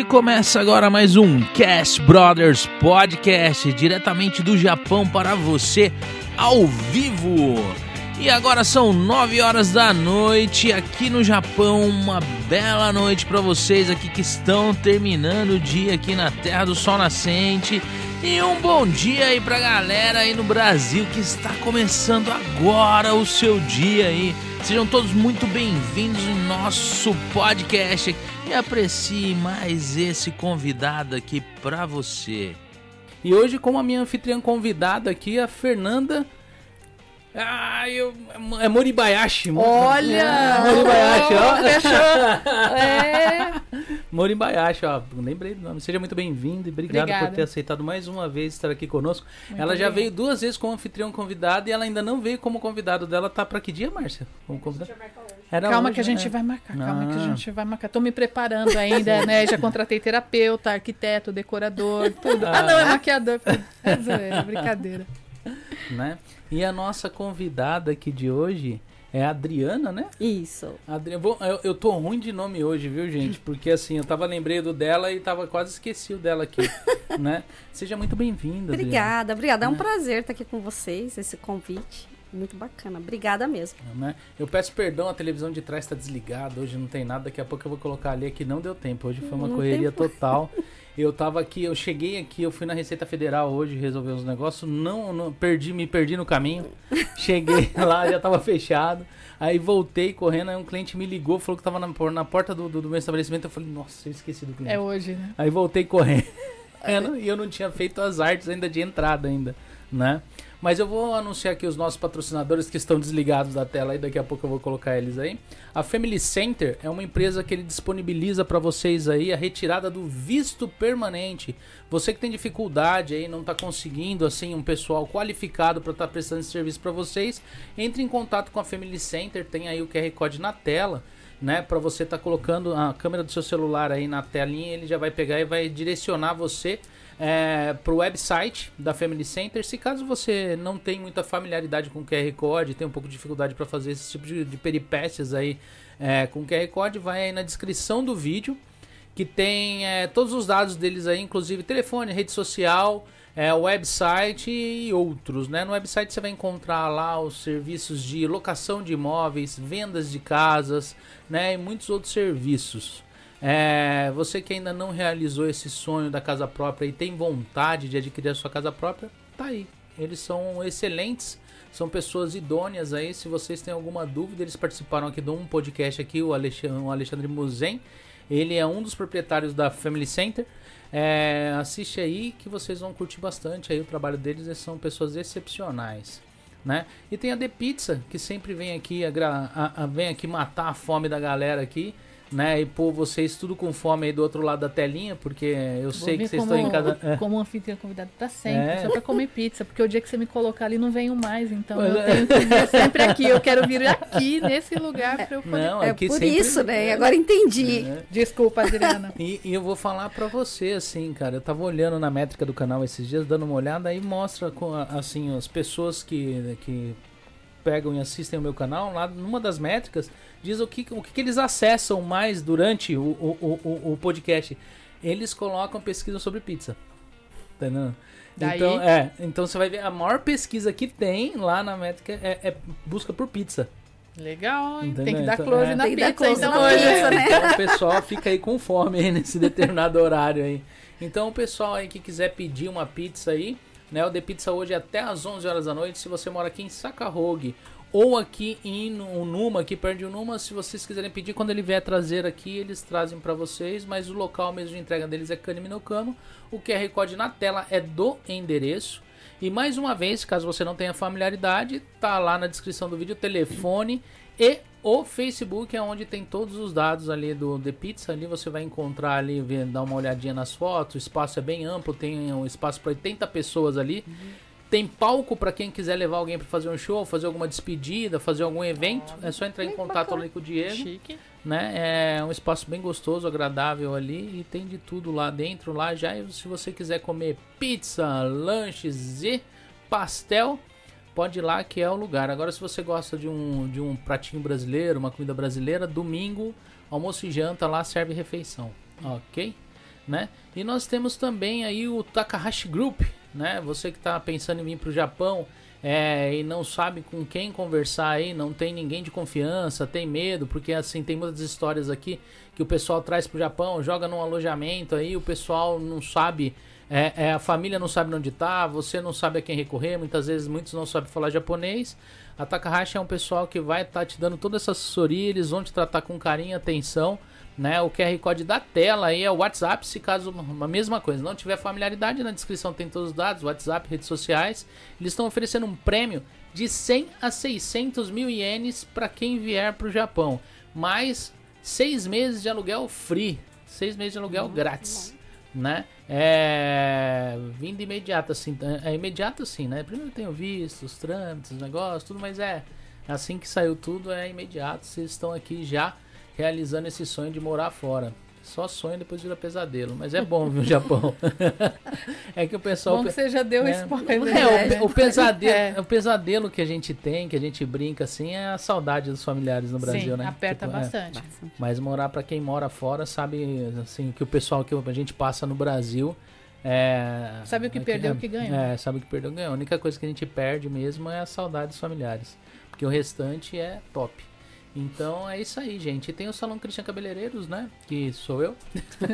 E começa agora mais um Cast Brothers Podcast, diretamente do Japão para você, ao vivo. E agora são 9 horas da noite aqui no Japão, uma bela noite para vocês aqui que estão terminando o dia aqui na Terra do Sol Nascente. E um bom dia aí pra galera aí no Brasil que está começando agora o seu dia aí. Sejam todos muito bem-vindos em nosso podcast e aprecie mais esse convidado aqui pra você. E hoje, como a minha anfitriã convidada aqui, a Fernanda... é Moribayashi. Olha! Moribayashi, ó. Fechou. É. Moribayashi, ó. Lembrei do nome. Seja muito bem-vindo e obrigado por ter aceitado mais uma vez estar aqui conosco. Muito ela já veio 2 vezes como anfitriã convidada e ela ainda não veio como convidado dela. Tá pra que dia, Márcia? Como convidado? Calma hoje, que a gente vai marcar. Calma que a gente vai marcar. Tô me preparando ainda, né? Já contratei terapeuta, arquiteto, decorador, tudo. Não, é maquiador. É zoeira, brincadeira. Né? E a nossa convidada aqui de hoje é a Adriana, né? Isso. Eu tô ruim de nome hoje, viu, gente? Porque assim, eu tava lembrando dela e tava quase esqueci o dela aqui, né? Seja muito bem-vinda, Obrigada, obrigada. É um prazer estar aqui com vocês, esse convite. Muito bacana. Obrigada mesmo. Né? Eu peço perdão, a televisão de trás tá desligada, hoje não tem nada, daqui a pouco eu vou colocar ali, que não deu tempo. Hoje foi uma correria total. Eu tava aqui, eu cheguei aqui, eu fui na Receita Federal hoje resolver uns negócios, me perdi no caminho. Cheguei lá, já tava fechado. Aí voltei correndo, aí um cliente me ligou, falou que tava na porta do meu estabelecimento. Eu falei, nossa, eu esqueci do cliente. É hoje, né? Aí voltei correndo. E eu não tinha feito as artes ainda de entrada ainda, né? Mas eu vou anunciar aqui os nossos patrocinadores que estão desligados da tela e daqui a pouco eu vou colocar eles aí. A Family Center é uma empresa que ele disponibiliza para vocês aí a retirada do visto permanente. Você que tem dificuldade aí, não está conseguindo assim um pessoal qualificado para estar prestando esse serviço para vocês, entre em contato com a Family Center, tem aí o QR Code na tela, né, para você estar colocando a câmera do seu celular aí na telinha, ele já vai pegar e vai direcionar você para o website da Family Center. Se caso você não tem muita familiaridade com o QR Code, tem um pouco de dificuldade para fazer esse tipo de peripécias aí com o QR Code, vai aí na descrição do vídeo, que tem todos os dados deles aí, inclusive telefone, rede social, website e outros, né? No website você vai encontrar lá os serviços de locação de imóveis, vendas de casas, né? E muitos outros serviços. Você que ainda não realizou esse sonho da casa própria e tem vontade de adquirir a sua casa própria, tá aí. Eles são excelentes, são pessoas idôneas aí. Se vocês têm alguma dúvida, eles participaram aqui de um podcast aqui, o Alexandre Muzen. Ele é um dos proprietários da Family Center. Assiste aí que vocês vão curtir bastante aí o trabalho deles. Eles são pessoas excepcionais, né? E tem a The Pizza, que sempre vem aqui vem aqui matar a fome da galera aqui, né? E pôr vocês tudo com fome aí do outro lado da telinha, porque eu sei que vocês estão em casa. Como anfitriã convidado pra sempre, só pra comer pizza, porque o dia que você me colocar ali não venho mais, então eu tenho que vir sempre aqui. Eu quero vir aqui nesse lugar pra eu poder. Não, aqui por sempre... isso, né? Agora entendi. Desculpa, Adriana. E eu vou falar pra você, assim, cara, eu tava olhando na métrica do canal esses dias, dando uma olhada, aí mostra, assim, as pessoas que pegam e assistem o meu canal, lá numa das métricas, diz o que eles acessam mais durante o podcast. Eles colocam pesquisa sobre pizza. Tá entendendo? Então você vai ver, a maior pesquisa que tem lá na métrica é busca por pizza. Legal, hein? Entendeu? Tem que dar Então, close na pizza, então hoje. né? Então o pessoal fica aí com fome aí nesse determinado horário aí. Então o pessoal aí que quiser pedir uma pizza aí, né? O The Pizza hoje é até às 11 horas da noite. Se você mora aqui em Sakahogi ou aqui em Unuma, aqui perto de Unuma, se vocês quiserem pedir, quando ele vier trazer aqui, eles trazem para vocês, mas o local mesmo de entrega deles é Kaniminokamo. O QR Code na tela é do endereço. E mais uma vez, caso você não tenha familiaridade, tá lá na descrição do vídeo o telefone e o Facebook, é onde tem todos os dados ali do The Pizza. Ali você vai encontrar ali, dar uma olhadinha nas fotos. O espaço é bem amplo, tem um espaço para 80 pessoas ali. Tem palco para quem quiser levar alguém para fazer um show, fazer alguma despedida, fazer algum evento. É só entrar em contato ali com o Diego. Chique. Né? É um espaço bem gostoso, agradável ali. E tem de tudo lá dentro. Lá já, e se você quiser comer pizza, lanches e pastel, pode ir lá que é o lugar. Agora, se você gosta de um pratinho brasileiro, uma comida brasileira, domingo, almoço e janta lá serve refeição. Ok? né? E nós temos também aí o Takahashi Group, né? Você que está pensando em vir para o Japão e não sabe com quem conversar aí, não tem ninguém de confiança, tem medo, porque assim, tem muitas histórias aqui que o pessoal traz para o Japão, joga num alojamento aí, o pessoal não sabe... a família não sabe onde tá, você não sabe a quem recorrer, muitas vezes muitos não sabem falar japonês. A Takahashi é um pessoal que vai estar te dando toda essa assessoria, eles vão te tratar com carinho e atenção, né? O QR Code da tela aí é o WhatsApp, se caso a mesma coisa, não tiver familiaridade, na descrição tem todos os dados, WhatsApp, redes sociais. Eles estão oferecendo um prêmio de 100 a 600 mil ienes para quem vier para o Japão, mais 6 meses de aluguel free, 6 meses de aluguel grátis, né? Vindo imediato assim, imediato assim, né? Primeiro tem o visto, os trâmites, os negócios, tudo, mas assim que saiu tudo é imediato. Vocês estão aqui já realizando esse sonho de morar fora. Só sonho, depois vira pesadelo, mas é bom, viu, Japão? É que o pessoal... Bom que você já deu spoiler. O pesadelo que a gente tem, que a gente brinca assim, é a saudade dos familiares no Brasil, né? Aperta bastante. Mas morar para quem mora fora, sabe, assim, que o pessoal que a gente passa no Brasil... sabe o que perdeu, o que ganhou. Sabe o que perdeu, ganhou. A única coisa que a gente perde mesmo é a saudade dos familiares. Porque o restante é top. Então é isso aí, gente. E tem o Salão Christian Cabeleireiros, né? Que sou eu.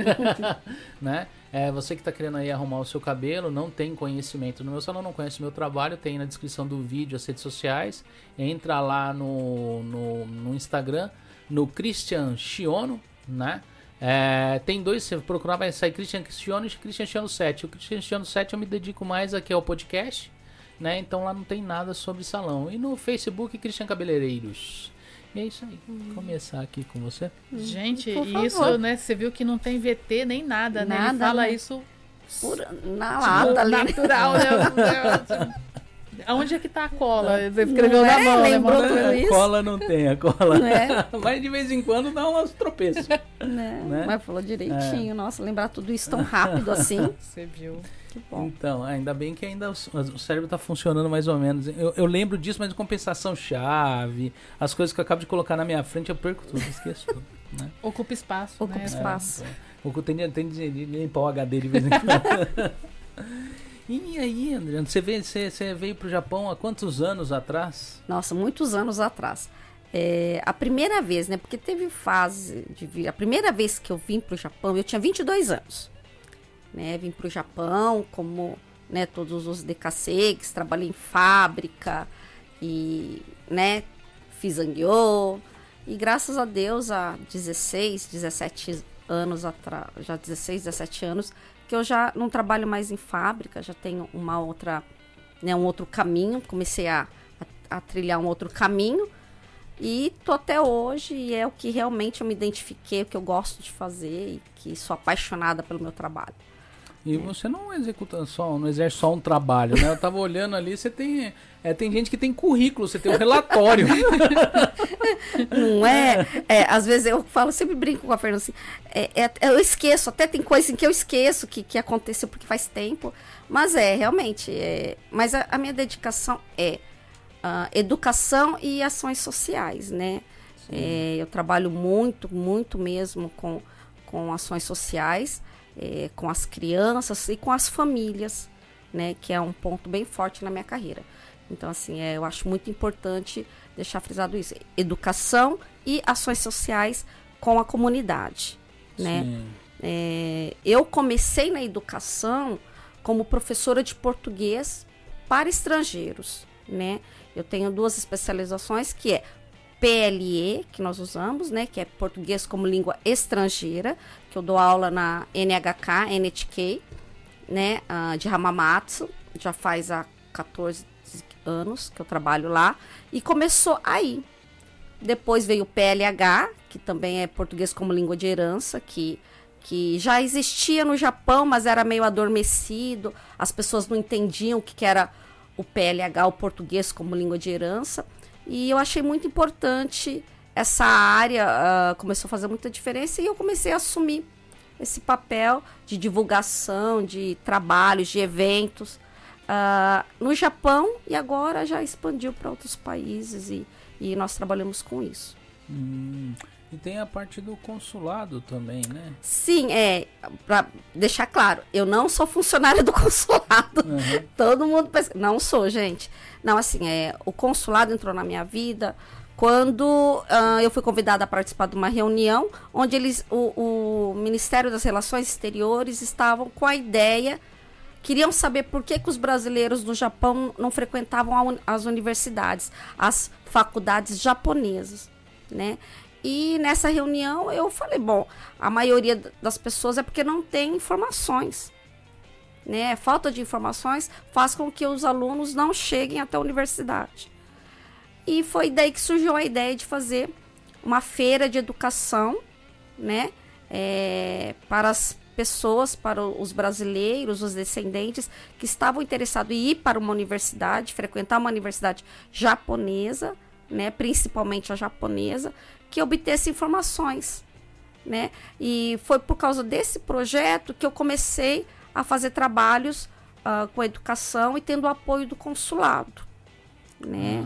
Né? Você que tá querendo aí arrumar o seu cabelo, não tem conhecimento no meu salão, não conhece o meu trabalho, tem na descrição do vídeo as redes sociais. Entra lá no Instagram, no Christian Shiono, né? Tem dois, se procurar vai sair Christian Shiono e Christian Shiono 7. O Christian Shiono 7 eu me dedico mais aqui ao podcast, né? Então lá não tem nada sobre salão. E no Facebook, Christian Cabeleireiros. E é isso aí. Começar aqui com você. Gente, isso, né? Você viu que não tem VT nem nada, né? Ele fala isso na lata ali. Natural, né? Aonde é que tá a cola? Você escreveu na mão, lembrou né? tudo isso? A cola não tem, a cola. Né? Mas de vez em quando dá uns tropeços. Né? Mas falou direitinho. Nossa, lembrar tudo isso tão rápido assim. Você viu. Que bom. Então, ainda bem que ainda o cérebro tá funcionando mais ou menos. Eu lembro disso, mas de compensação chave, as coisas que eu acabo de colocar na minha frente, eu perco tudo, esqueço tudo. Né? Ocupa espaço. Ocupa espaço. Tem de limpar o HD de vez em quando. E aí, Adriano, você veio pro Japão há quantos anos atrás? Nossa, muitos anos atrás. A primeira vez, né? Porque teve fase de vir. A primeira vez que eu vim pro Japão, eu tinha 22 anos. Né? Vim pro Japão, como, né, todos os decassegues, trabalhei em fábrica e, né, fiz Angyo. E graças a Deus, há 16, 17 anos atrás, já 16, 17 anos, que eu já não trabalho mais em fábrica, já tenho uma outra, né, um outro caminho, comecei a trilhar um outro caminho e tô até hoje, e é o que realmente eu me identifiquei, o que eu gosto de fazer e que sou apaixonada pelo meu trabalho. E você não executa não exerce só um trabalho, né? Eu tava olhando ali, você tem gente que tem currículo, você tem um relatório. Não é? Às vezes eu falo, sempre brinco com a Fernanda assim, eu esqueço, até tem coisa assim que eu esqueço que aconteceu porque faz tempo, mas realmente, mas a minha dedicação é educação e ações sociais, né? Eu trabalho muito, muito mesmo com ações sociais, com as crianças e com as famílias, né, que é um ponto bem forte na minha carreira. Então, assim, eu acho muito importante deixar frisado isso. Educação e ações sociais com a comunidade, né? Eu comecei na educação como professora de português para estrangeiros, né? Eu tenho 2 especializações, que é PLE, que nós usamos, né, que é português como língua estrangeira, que eu dou aula na NHK, né, de Hamamatsu, já faz há 14 anos que eu trabalho lá, e começou aí. Depois veio o PLH, que também é português como língua de herança, que já existia no Japão, mas era meio adormecido, as pessoas não entendiam o que era o PLH, o português como língua de herança. E eu achei muito importante essa área, começou a fazer muita diferença e eu comecei a assumir esse papel de divulgação, de trabalhos, de eventos no Japão, e agora já expandiu para outros países e nós trabalhamos com isso. E tem a parte do consulado também, né? Sim, pra deixar claro, eu não sou funcionária do consulado. Uhum. Todo mundo pensa, não sou, gente. Não, assim, o consulado entrou na minha vida quando eu fui convidada a participar de uma reunião onde o Ministério das Relações Exteriores estavam com a ideia, queriam saber por que os brasileiros do Japão não frequentavam as universidades, as faculdades japonesas, né? E nessa reunião eu falei, bom, a maioria das pessoas é porque não tem informações, né? Falta de informações faz com que os alunos não cheguem até a universidade. E foi daí que surgiu a ideia de fazer uma feira de educação, né? Para as pessoas, para os brasileiros, os descendentes que estavam interessados em ir para uma universidade, frequentar uma universidade japonesa, né? Principalmente a japonesa, que obtesse informações, né? E foi por causa desse projeto que eu comecei a fazer trabalhos com a educação e tendo o apoio do consulado, né?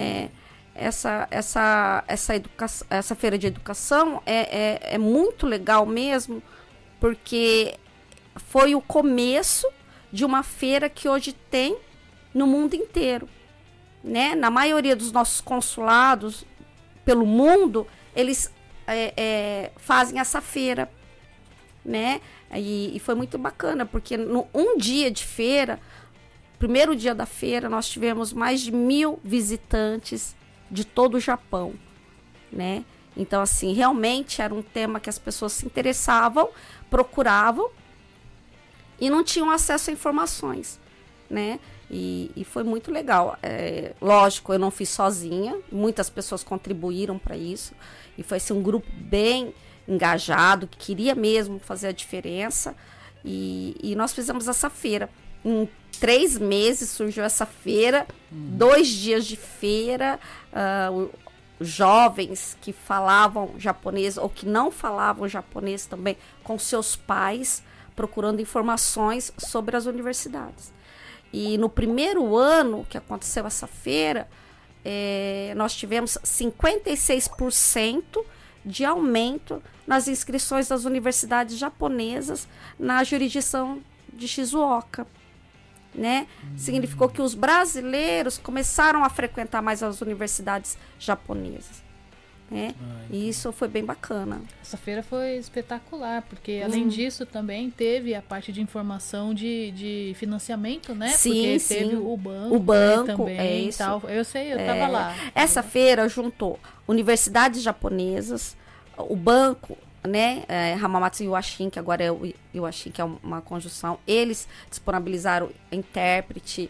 Essa feira de educação é muito legal mesmo, porque foi o começo de uma feira que hoje tem no mundo inteiro, né? Na maioria dos nossos consulados pelo mundo, eles fazem essa feira, né? E foi muito bacana, porque um dia de feira, primeiro dia da feira, nós tivemos mais de 1.000 visitantes de todo o Japão, né? Então, assim, realmente era um tema que as pessoas se interessavam, procuravam e não tinham acesso a informações, né? E foi muito legal. Lógico, eu não fiz sozinha, muitas pessoas contribuíram para isso. E foi assim, um grupo bem engajado, que queria mesmo fazer a diferença. E nós fizemos essa feira. Em 3 meses surgiu essa feira, 2 dias de feira. Jovens que falavam japonês ou que não falavam japonês também, com seus pais, procurando informações sobre as universidades. E no primeiro ano que aconteceu essa feira, nós tivemos 56% de aumento nas inscrições das universidades japonesas na jurisdição de Shizuoka, né? Significou que os brasileiros começaram a frequentar mais as universidades japonesas, né? E isso foi bem bacana. Essa feira foi espetacular, porque além disso também teve a parte de informação de financiamento, né? Sim, porque sim. teve o banco, O banco, também isso. tal. Eu sei, eu estava lá. Essa feira juntou universidades japonesas, o banco, né? Hamamatsu Iwashin, que agora é o Iwashin, que é uma conjunção, eles disponibilizaram intérprete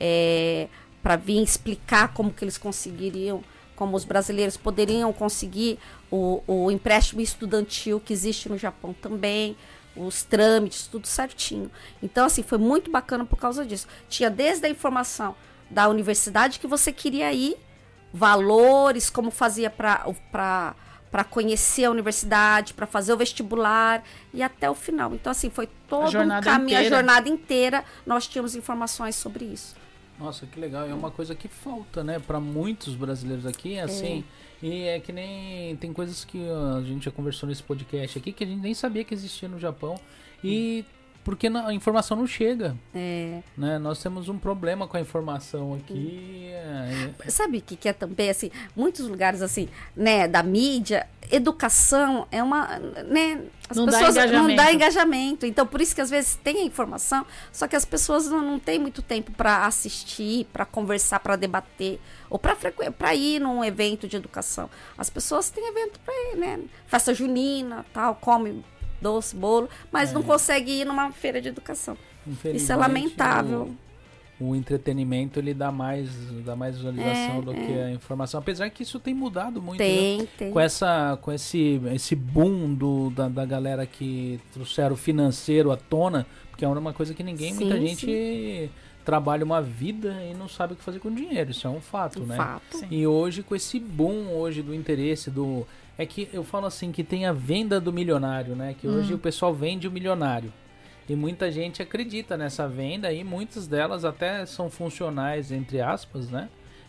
para vir explicar como que eles conseguiriam, como os brasileiros poderiam conseguir o empréstimo estudantil que existe no Japão também, os trâmites, tudo certinho. Então, assim, foi muito bacana por causa disso. Tinha desde a informação da universidade que você queria ir, valores, como fazia para conhecer a universidade, para fazer o vestibular e até o final. Então, assim, foi todo um caminho, a jornada inteira, nós tínhamos informações sobre isso. Nossa, que legal. É uma coisa que falta, né, para muitos brasileiros aqui, assim. E é que nem tem coisas que a gente já conversou nesse podcast aqui que a gente nem sabia que existia no Japão. E porque a informação não chega. Né? Nós temos um problema com a informação aqui. Sabe o que é também, assim, muitos lugares, assim, né, da mídia, educação é uma, né, as pessoas não dá engajamento. Então, por isso que às vezes tem a informação, só que as pessoas não têm muito tempo para assistir, para conversar, para debater, ou para ir num evento de educação. As pessoas têm evento para ir, né, festa junina, tal, come doce, bolo, mas não consegue ir numa feira de educação. Isso é lamentável. O entretenimento, ele dá mais visualização do que a informação. Apesar que isso tem mudado muito, tem. Com esse boom da galera que trouxeram o financeiro à tona, porque é uma coisa que muita gente trabalha uma vida e não sabe o que fazer com dinheiro. Isso é um fato, né? Fato. E hoje, com esse boom do interesse é que eu falo assim, que tem a venda do milionário, né? Que hoje o pessoal vende o milionário. E muita gente acredita nessa venda e muitas delas até são funcionais, entre aspas, né?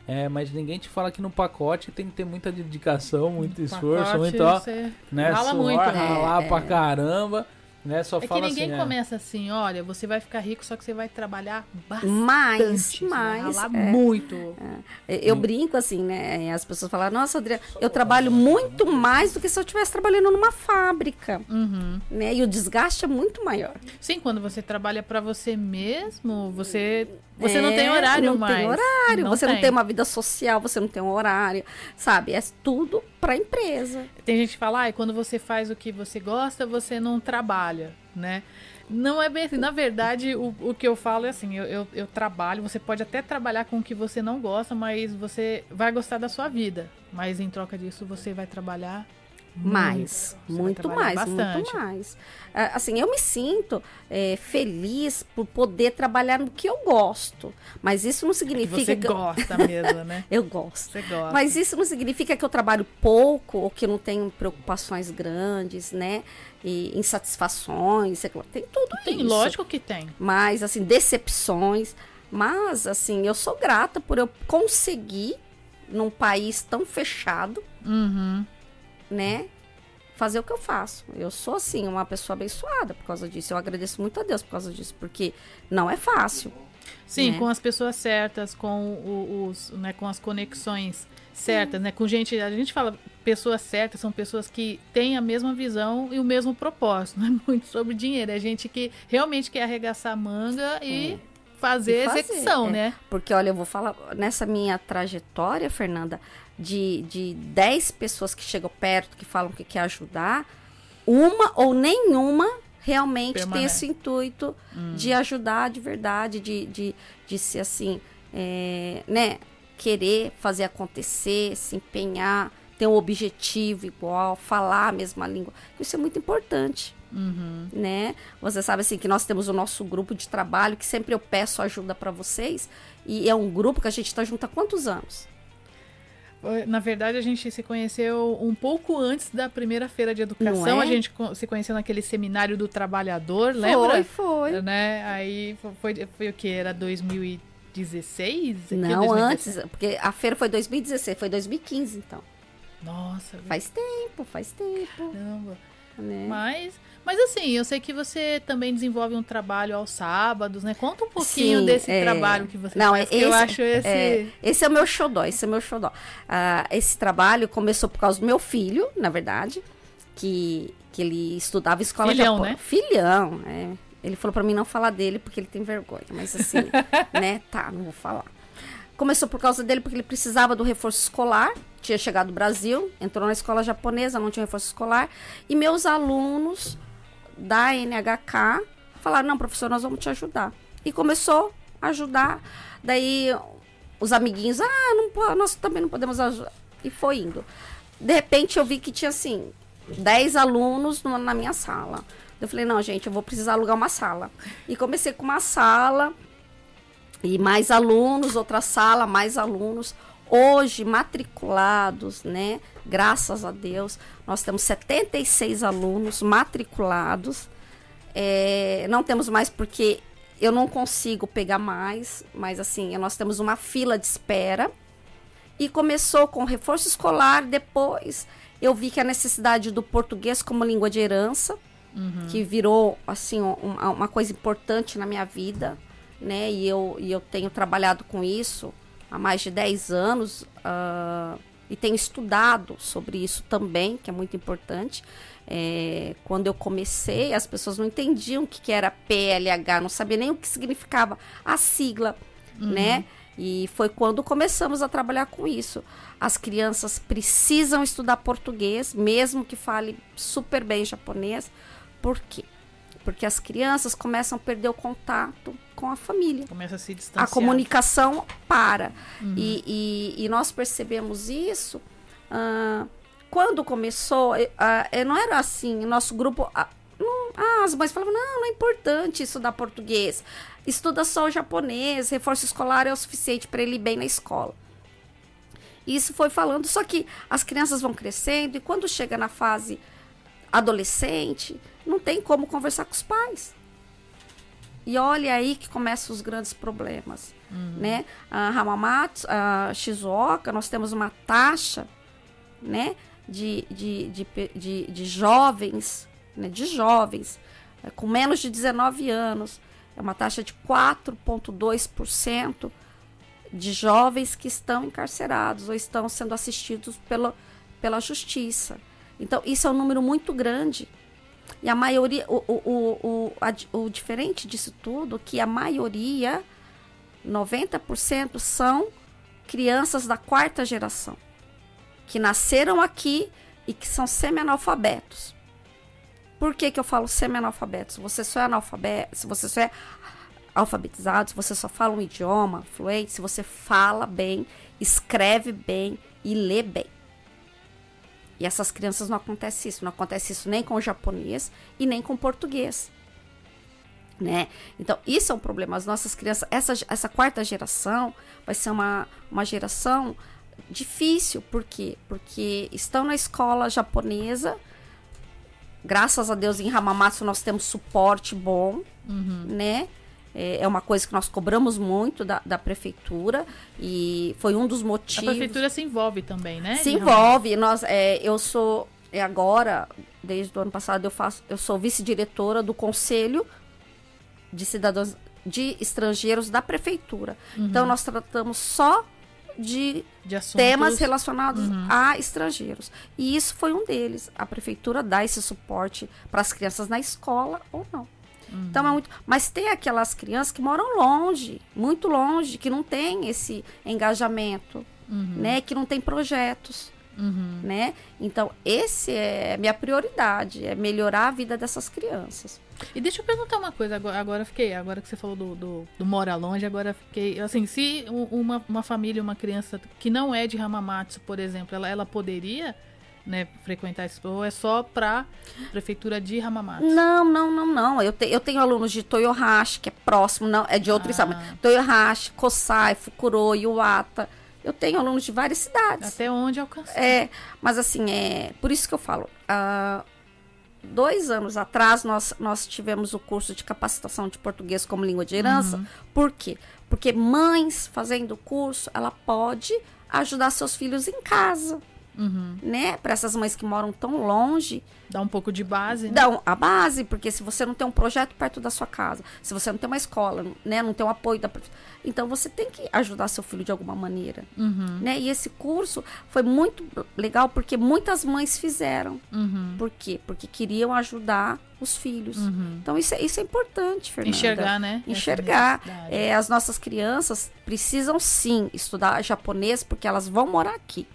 mas ninguém te fala que no pacote tem que ter muita dedicação, muito esforço, Pacote, muito, ó, você né? rala Suor, muito, né? ralar pra caramba, né? Só É que fala ninguém assim, começa assim, olha, você vai ficar rico, só que você vai trabalhar bastante. Mais, você vai mais. ralar muito. Eu brinco assim, né? As pessoas falam, nossa, Adriana, eu trabalho muito mais do que se eu estivesse trabalhando numa fábrica, né? E o desgaste é muito maior. Sim, quando você trabalha pra você mesmo, você não tem horário mais. Não tem horário, você não tem tem uma vida social, você não tem um horário, sabe? É tudo pra empresa. Tem gente que fala, quando você faz o que você gosta, você não trabalha, né? Não é bem assim. Na verdade, o que eu falo é assim, eu trabalho, você pode até trabalhar com o que você não gosta, mas você vai gostar da sua vida. Mas em troca disso, você vai trabalhar Muito mais. Assim, eu me sinto feliz por poder trabalhar no que eu gosto. Mas isso não significa você gosta mesmo, né? Eu gosto. Você gosta. Mas isso não significa que eu trabalho pouco ou que eu não tenho preocupações grandes, né? E insatisfações. Tem tudo Tem, isso. lógico que tem. Mas, assim, decepções. Mas, assim, eu sou grata por eu conseguir, num país tão fechado, né, fazer o que eu faço. Eu sou, assim, uma pessoa abençoada por causa disso. Eu agradeço muito a Deus por causa disso, porque não é fácil. Sim, né? Com as pessoas certas, com né, com as conexões certas, né? Com gente, a gente fala pessoas certas, são pessoas que têm a mesma visão e o mesmo propósito. Não é muito sobre dinheiro, é gente que realmente quer arregaçar a manga e fazer execução, né? Porque, olha, eu vou falar, nessa minha trajetória, Fernanda, de 10 pessoas que chegam perto, que falam que quer ajudar, uma ou nenhuma realmente tem esse intuito de ajudar de verdade, de ser assim, né, querer fazer acontecer, se empenhar, ter um objetivo igual, falar a mesma língua. Isso é muito importante. Né? Você sabe assim que nós temos o nosso grupo de trabalho, que sempre eu peço ajuda para vocês, e é um grupo que a gente está junto há quantos anos? Na verdade, a gente se conheceu um pouco antes da primeira feira de educação. A gente se conheceu naquele seminário do trabalhador, lembra? Foi. Né? Aí foi o que? Era 2016? Não, antes, porque a feira foi 2016, foi 2015, então. Nossa. Faz tempo. Caramba. Né? Mas assim, eu sei que você também desenvolve um trabalho aos sábados, né? Conta um pouquinho desse trabalho que você faz, que eu acho esse... Esse é o meu xodó, esse trabalho começou por causa do meu filho, na verdade, que ele estudava escola Filhão, né? Filhão, Ele falou pra mim não falar dele porque ele tem vergonha, mas assim, né? Tá, não vou falar. Começou por causa dele porque ele precisava do reforço escolar, tinha chegado do Brasil, entrou na escola japonesa, não tinha reforço escolar, e meus alunos da NHK falaram, não, professor, nós vamos te ajudar. E começou a ajudar, daí os amiguinhos, nós também não podemos ajudar, e foi indo. De repente eu vi que tinha assim, 10 alunos na minha sala. Eu falei, não, gente, eu vou precisar alugar uma sala. E comecei com uma sala, e mais alunos, outra sala, mais alunos. Hoje, matriculados, né? Graças a Deus, nós temos 76 alunos matriculados. Não temos mais porque eu não consigo pegar mais, mas assim, nós temos uma fila de espera. E começou com reforço escolar, depois eu vi que a necessidade do português como língua de herança, que virou assim, uma coisa importante na minha vida, né? E eu tenho trabalhado com isso há mais de 10 anos e tenho estudado sobre isso também, que é muito importante. Quando eu comecei, as pessoas não entendiam o que era PLH, não sabiam nem o que significava a sigla, né? E foi quando começamos a trabalhar com isso. As crianças precisam estudar português, mesmo que fale super bem japonês. Por quê? Porque as crianças começam a perder o contato com a família. Começa a se distanciar. A comunicação para. E nós percebemos isso quando começou. Não era assim, nosso grupo... as mães falavam, não é importante estudar português. Estuda só o japonês, reforço escolar é o suficiente para ele ir bem na escola. Isso foi falando, só que as crianças vão crescendo e quando chega na fase adolescente, não tem como conversar com os pais. E olha aí que começam os grandes problemas, né? A Hamamatsu, a Shizuoka, nós temos uma taxa, né, de jovens, né, com menos de 19 anos, é uma taxa de 4,2% de jovens que estão encarcerados ou estão sendo assistidos pela justiça. Então, isso é um número muito grande. E a maioria, o diferente disso tudo, que a maioria, 90%, são crianças da 4ª geração, que nasceram aqui e que são semi-analfabetos. Por que eu falo semi-analfabetos? Você só é analfabeto, se você só é alfabetizado, se você só fala um idioma fluente, se você fala bem, escreve bem e lê bem. E essas crianças não acontece isso nem com o japonês e nem com o português, né? Então, isso é um problema. As nossas crianças, essa 4ª geração vai ser uma geração difícil. Por quê? Porque estão na escola japonesa. Graças a Deus, em Hamamatsu nós temos suporte bom, né? É uma coisa que nós cobramos muito da prefeitura e foi um dos motivos. A prefeitura se envolve também, né? Se envolve. Eu sou, agora, desde o ano passado, eu sou vice-diretora do Conselho de Cidadãos de Estrangeiros da prefeitura. Então, nós tratamos só de temas relacionados a estrangeiros. E isso foi um deles. A prefeitura dá esse suporte para as crianças na escola ou não. Então, mas tem aquelas crianças que moram longe, muito longe, que não tem esse engajamento, né? Que não tem projetos, né? Então, esse é minha prioridade, é melhorar a vida dessas crianças. E deixa eu perguntar uma coisa, agora que você falou do mora longe, agora fiquei, assim, se uma família, uma criança que não é de Hamamatsu, por exemplo, ela poderia, né, frequentar esse, ou é só para prefeitura de Hamamatsu? Não. Eu tenho alunos de Toyohashi, que é próximo, não, é de outro estado. Toyohashi, Kosai, Fukuro, Iwata. Eu tenho alunos de várias cidades. Até onde alcançar. Mas assim, por isso que eu falo. 2 anos atrás, nós tivemos o curso de capacitação de português como língua de herança. Por quê? Porque mães fazendo o curso, ela pode ajudar seus filhos em casa. Né? Para essas mães que moram tão longe. Dá um pouco de base, né? Dá a base, porque se você não tem um projeto perto da sua casa, se você não tem uma escola, né? Não tem um apoio então você tem que ajudar seu filho de alguma maneira. Né? E esse curso foi muito legal porque muitas mães fizeram. Por quê? Porque queriam ajudar os filhos. Então isso é importante, Fernanda. Enxergar, né? Enxergar. As nossas crianças precisam sim estudar japonês porque elas vão morar aqui.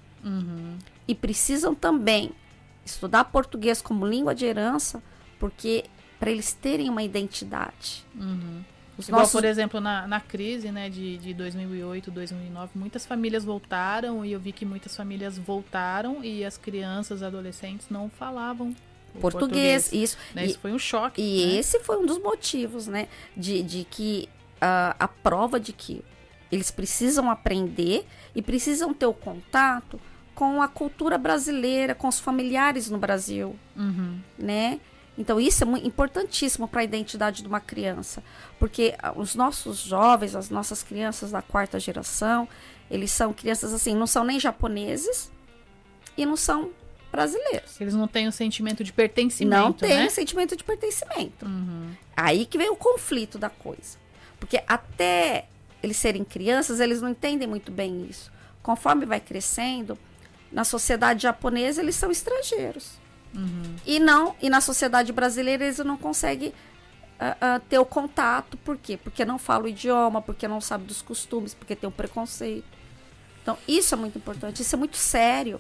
E precisam também estudar português como língua de herança, porque para eles terem uma identidade. Igual, por exemplo, na crise, né, de 2008, 2009, muitas famílias voltaram e eu vi que muitas famílias voltaram e as crianças, adolescentes não falavam português. Isso. Né, isso foi um choque. E né? Esse foi um dos motivos, né, de que a prova de que eles precisam aprender e precisam ter o contato com a cultura brasileira, com os familiares no Brasil, né? Então, isso é muito importantíssimo para a identidade de uma criança, porque os nossos jovens, as nossas crianças da 4ª geração, eles são crianças assim, não são nem japoneses e não são brasileiros. Eles não têm o sentimento de pertencimento, não tem né? o sentimento de pertencimento. Aí que vem o conflito da coisa, porque até eles serem crianças, eles não entendem muito bem isso. Conforme vai crescendo, na sociedade japonesa eles são estrangeiros. E na sociedade brasileira eles não conseguem ter o contato. Por quê? Porque não falam o idioma, porque não sabem dos costumes, porque tem o preconceito. Então, isso é muito importante, isso é muito sério.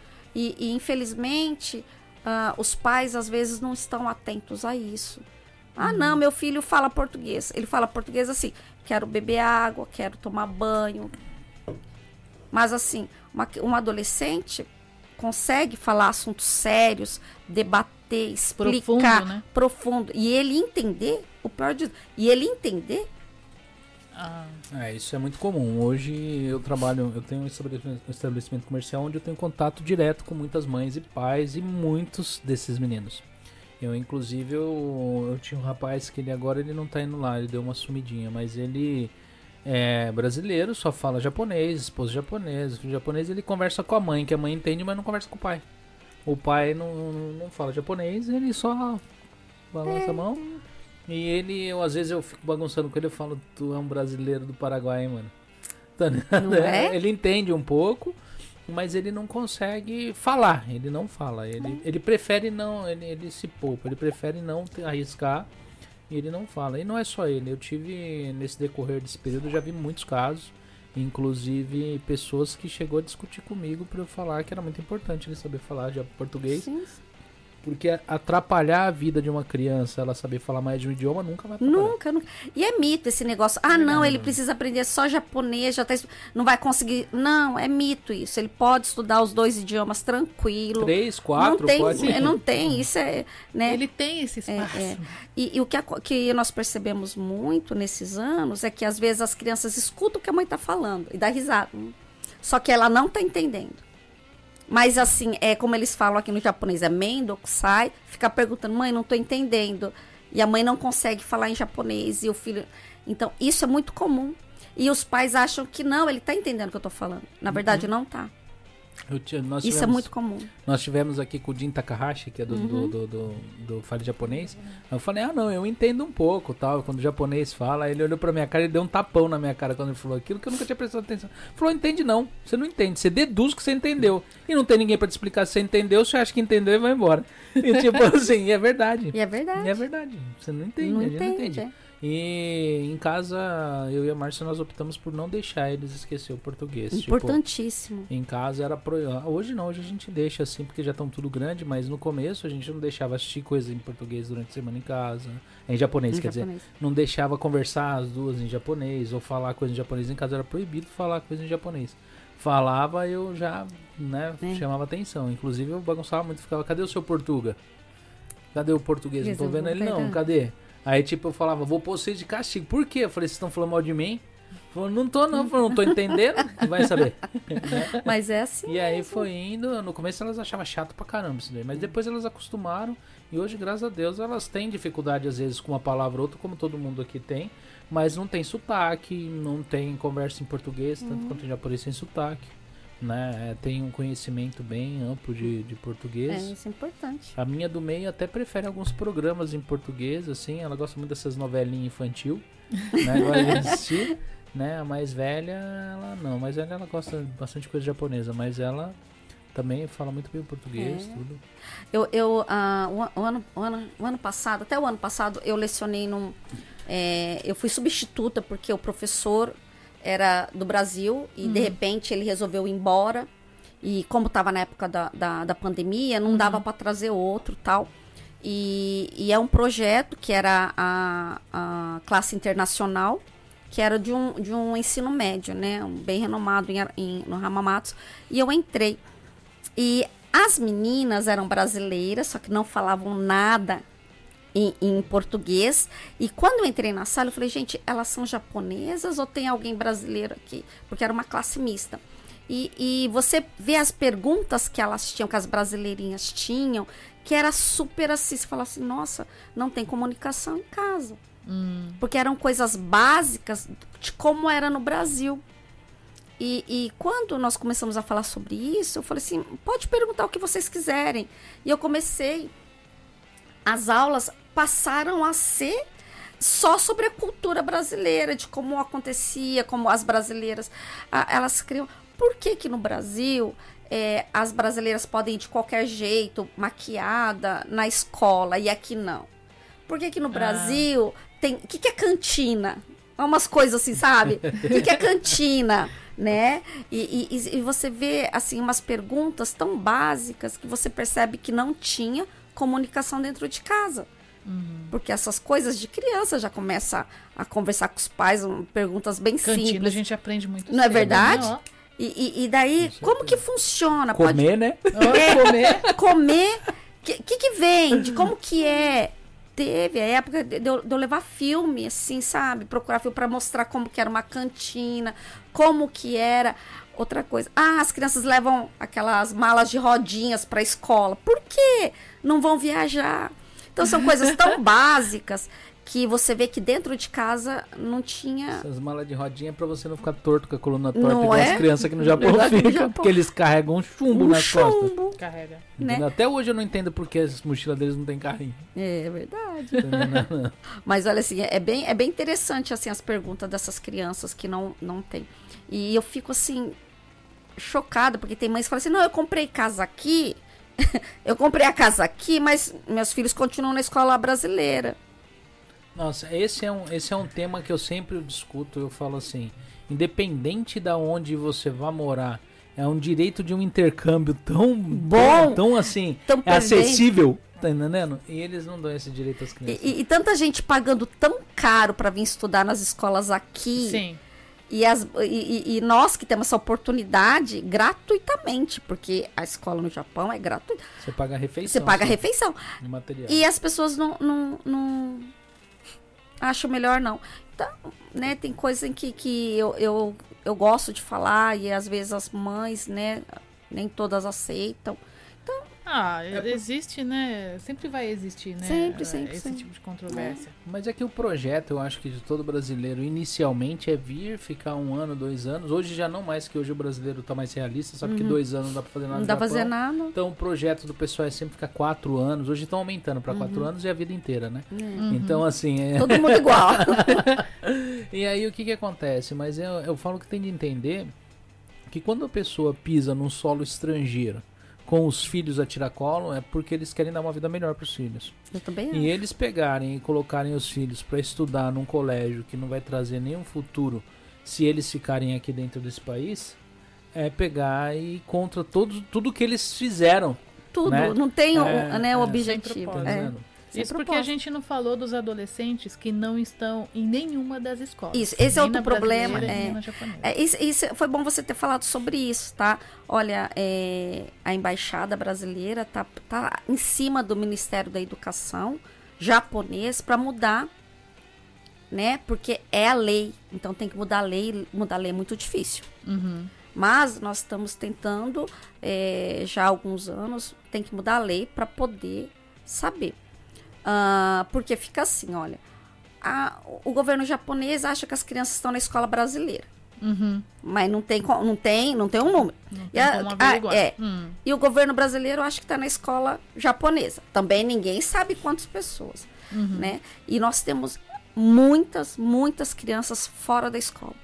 E infelizmente, os pais às vezes não estão atentos a isso. Não, meu filho fala português. Ele fala português assim, quero beber água, quero tomar banho. Mas assim, um adolescente consegue falar assuntos sérios, debater, explicar, profundo. E ele entender, o pior de tudo, Isso é muito comum. Hoje eu tenho um estabelecimento comercial onde eu tenho contato direto com muitas mães e pais e muitos desses meninos. Inclusive, eu tinha um rapaz que agora ele não tá indo lá, ele deu uma sumidinha, mas ele é brasileiro, só fala japonês, esposa japonesa, filho japonês, ele conversa com a mãe, que a mãe entende, mas não conversa com o pai. O pai não fala japonês, ele só balança a mão. E às vezes eu fico bagunçando com ele, eu falo, tu é um brasileiro do Paraguai, mano. Tá, Não é? Ele entende um pouco, mas ele não consegue falar, ele não fala, ele prefere não, ele se poupa, ele prefere não arriscar e ele não fala. E não é só ele, eu tive, nesse decorrer desse período, eu já vi muitos casos, inclusive pessoas que chegou a discutir comigo para eu falar que era muito importante ele saber falar de português. Sim. Porque atrapalhar a vida de uma criança, ela saber falar mais de um idioma, nunca vai atrapalhar. Nunca. E é mito esse negócio. Ah, não, ele precisa aprender só japonês, não vai conseguir. Não, é mito isso. Ele pode estudar os 2 idiomas tranquilo. 3, 4, não tem, pode. Não tem, isso é... Né? Ele tem esse espaço. E o que nós percebemos muito nesses anos é que às vezes as crianças escutam o que a mãe está falando e dá risada. Só que ela não está entendendo. Mas assim, é como eles falam aqui no japonês, é mendokusai, fica perguntando, mãe, não tô entendendo. E a mãe não consegue falar em japonês e o filho... Então, isso é muito comum. E os pais acham que não, ele tá entendendo o que eu tô falando. Na verdade, não tá. Isso é muito comum. Nós tivemos aqui com o Jin Takahashi, que é do Fale Japonês. Eu falei, não, eu entendo um pouco, tal. Quando o japonês fala, ele olhou pra minha cara e deu um tapão na minha cara quando ele falou aquilo que eu nunca tinha prestado atenção. Ele falou, entende não, você não entende, você deduz que você entendeu. E não tem ninguém pra te explicar se você entendeu, você acha que entendeu e vai embora. E tipo assim, é verdade. E é verdade. E é verdade, você não entende, Não a gente não entende. entende. E em casa, eu e a Márcia, nós optamos por não deixar eles esquecer o português. Importantíssimo. Tipo, em casa era proibido. Hoje não, hoje a gente deixa assim, porque já estão tudo grande, mas no começo a gente não deixava assistir coisa em português durante a semana em casa. Em japonês, quer dizer. Não deixava conversar as duas em japonês, ou falar coisa em japonês em casa, era proibido falar coisa em japonês. Falava, eu já, chamava atenção. Inclusive eu bagunçava muito, ficava, cadê o seu Portuga? Cadê o português? Não tô vendo ele não, cadê? Aí, tipo, eu falava, vou pôr vocês de castigo. Por quê? Eu falei, vocês estão falando mal de mim? Eu falei, não tô não, não tô entendendo. Vai saber. Mas é assim. E aí foi indo, no começo elas achavam chato pra caramba isso daí, mas depois elas acostumaram. E hoje, graças a Deus, elas têm dificuldade às vezes com uma palavra ou outra, como todo mundo aqui tem. Mas não tem sotaque, não tem conversa em português, tanto quanto em japonês sem sotaque. Né? Tem um conhecimento bem amplo de português. Isso é importante. A minha do meio até prefere alguns programas em português, assim, ela gosta muito dessas novelinhas infantil, né? Gosta de assistir, né? A mais velha, ela não, mas ela gosta bastante de coisa japonesa, mas ela também fala muito bem o português, tudo. O ano passado, até o ano passado, eu lecionei eu fui substituta porque o professor era do Brasil e de repente ele resolveu ir embora e como estava na época da pandemia, não dava para trazer outro tal. E é um projeto que era a classe internacional, que era de um ensino médio, né? Bem renomado no Hamamatsu. E eu entrei. E as meninas eram brasileiras, só que não falavam nada em português. E quando eu entrei na sala, eu falei, gente, elas são japonesas ou tem alguém brasileiro aqui? Porque era uma classe mista. E você vê as perguntas que elas tinham, que as brasileirinhas tinham, que era super assim, você fala assim, nossa, não tem comunicação em casa. Porque eram coisas básicas de como era no Brasil. E quando nós começamos a falar sobre isso, eu falei assim, pode perguntar o que vocês quiserem. E eu comecei, as aulas passaram a ser só sobre a cultura brasileira, de como acontecia, como as brasileiras, elas criam. Por que no Brasil as brasileiras podem ir de qualquer jeito, maquiada, na escola, e aqui não? Por que no Brasil tem... O que é cantina? Umas coisas assim, sabe? O que é cantina? Né? E você vê assim, umas perguntas tão básicas que você percebe que não tinha comunicação dentro de casa. Porque essas coisas de criança já começa a conversar com os pais, perguntas bem Cantina, simples. a gente aprende muito Não cedo, é verdade? Né? E daí, como que funciona? Comer, né? Comer. Que vende? Como que é? Teve a época de eu levar filme, assim, sabe? Procurar filme para mostrar como que era uma cantina, como que era. Outra coisa. As crianças levam aquelas malas de rodinhas para a escola. Por quê? Não vão viajar. Então são coisas tão básicas que você vê que dentro de casa não tinha... Essas malas de rodinha pra você não ficar torto com a coluna torta, Não igual é? as crianças aqui no Japão Verdade, no ficam, Japão. porque eles carregam um chumbo nas costas. Carrega. Né? Entendeu? Até hoje eu não entendo por que as mochilas deles não tem carrinho. É verdade. Entendeu? Mas olha assim, é bem interessante assim, as perguntas dessas crianças que não tem. E eu fico assim, chocada, porque tem mães que falam assim, não, eu comprei casa aqui, eu comprei a casa aqui, mas meus filhos continuam na escola brasileira. Nossa, esse é um tema que eu sempre discuto. Eu falo assim, independente da onde você vá morar, é um direito de um intercâmbio tão Bom, tão assim, tão é acessível, tá entendendo? E eles não dão esse direito às crianças. E tanta gente pagando tão caro para vir estudar nas escolas aqui. Sim. E nós que temos essa oportunidade gratuitamente, porque a escola no Japão é gratuita. Você paga a refeição. Você paga a sim, refeição. de material. E as pessoas não acham melhor, não. Então, né, tem coisa em que eu gosto de falar e às vezes as mães, né, nem todas aceitam. Existe, né? Sempre vai existir, né? Sempre, esse sempre. tipo de controvérsia. Mas é que o projeto, eu acho que de todo brasileiro, inicialmente é vir, ficar 1 ano, 2 anos. Hoje já não mais, que hoje o brasileiro tá mais realista, sabe que 2 anos não dá pra fazer nada Não no dá pra Japão. fazer nada. Então o projeto do pessoal é sempre ficar 4 anos. Hoje estão aumentando para 4 anos e a vida inteira, né? Então assim... Todo mundo igual. E aí o que acontece? Mas eu falo que tem de entender que quando a pessoa pisa num solo estrangeiro com os filhos a tiracolo, é porque eles querem dar uma vida melhor para os filhos. Eu também acho. E eles pegarem e colocarem os filhos para estudar num colégio que não vai trazer nenhum futuro se eles ficarem aqui dentro desse país, é pegar e contra tudo que eles fizeram. Tudo, né? não tem o Sem objetivo. propósito. Tá É. vendo? Sem Isso porque propósito. a gente não falou dos adolescentes que não estão em nenhuma das escolas. Isso, esse é Nem outro na problema, brasileira, é. nem na japonesa. Isso foi bom você ter falado sobre isso, tá? Olha, a embaixada brasileira tá em cima do Ministério da Educação japonês para mudar, né? Porque é a lei, então tem que mudar a lei. Mudar a lei é muito difícil. Uhum. Mas nós estamos tentando, já há alguns anos, tem que mudar a lei para poder saber. Porque fica assim, olha, o governo japonês acha que as crianças estão na escola brasileira, mas não tem um número. Não tem como averiguar. E o governo brasileiro acha que está na escola japonesa. Também ninguém sabe quantas pessoas, né? E nós temos muitas crianças fora da escola.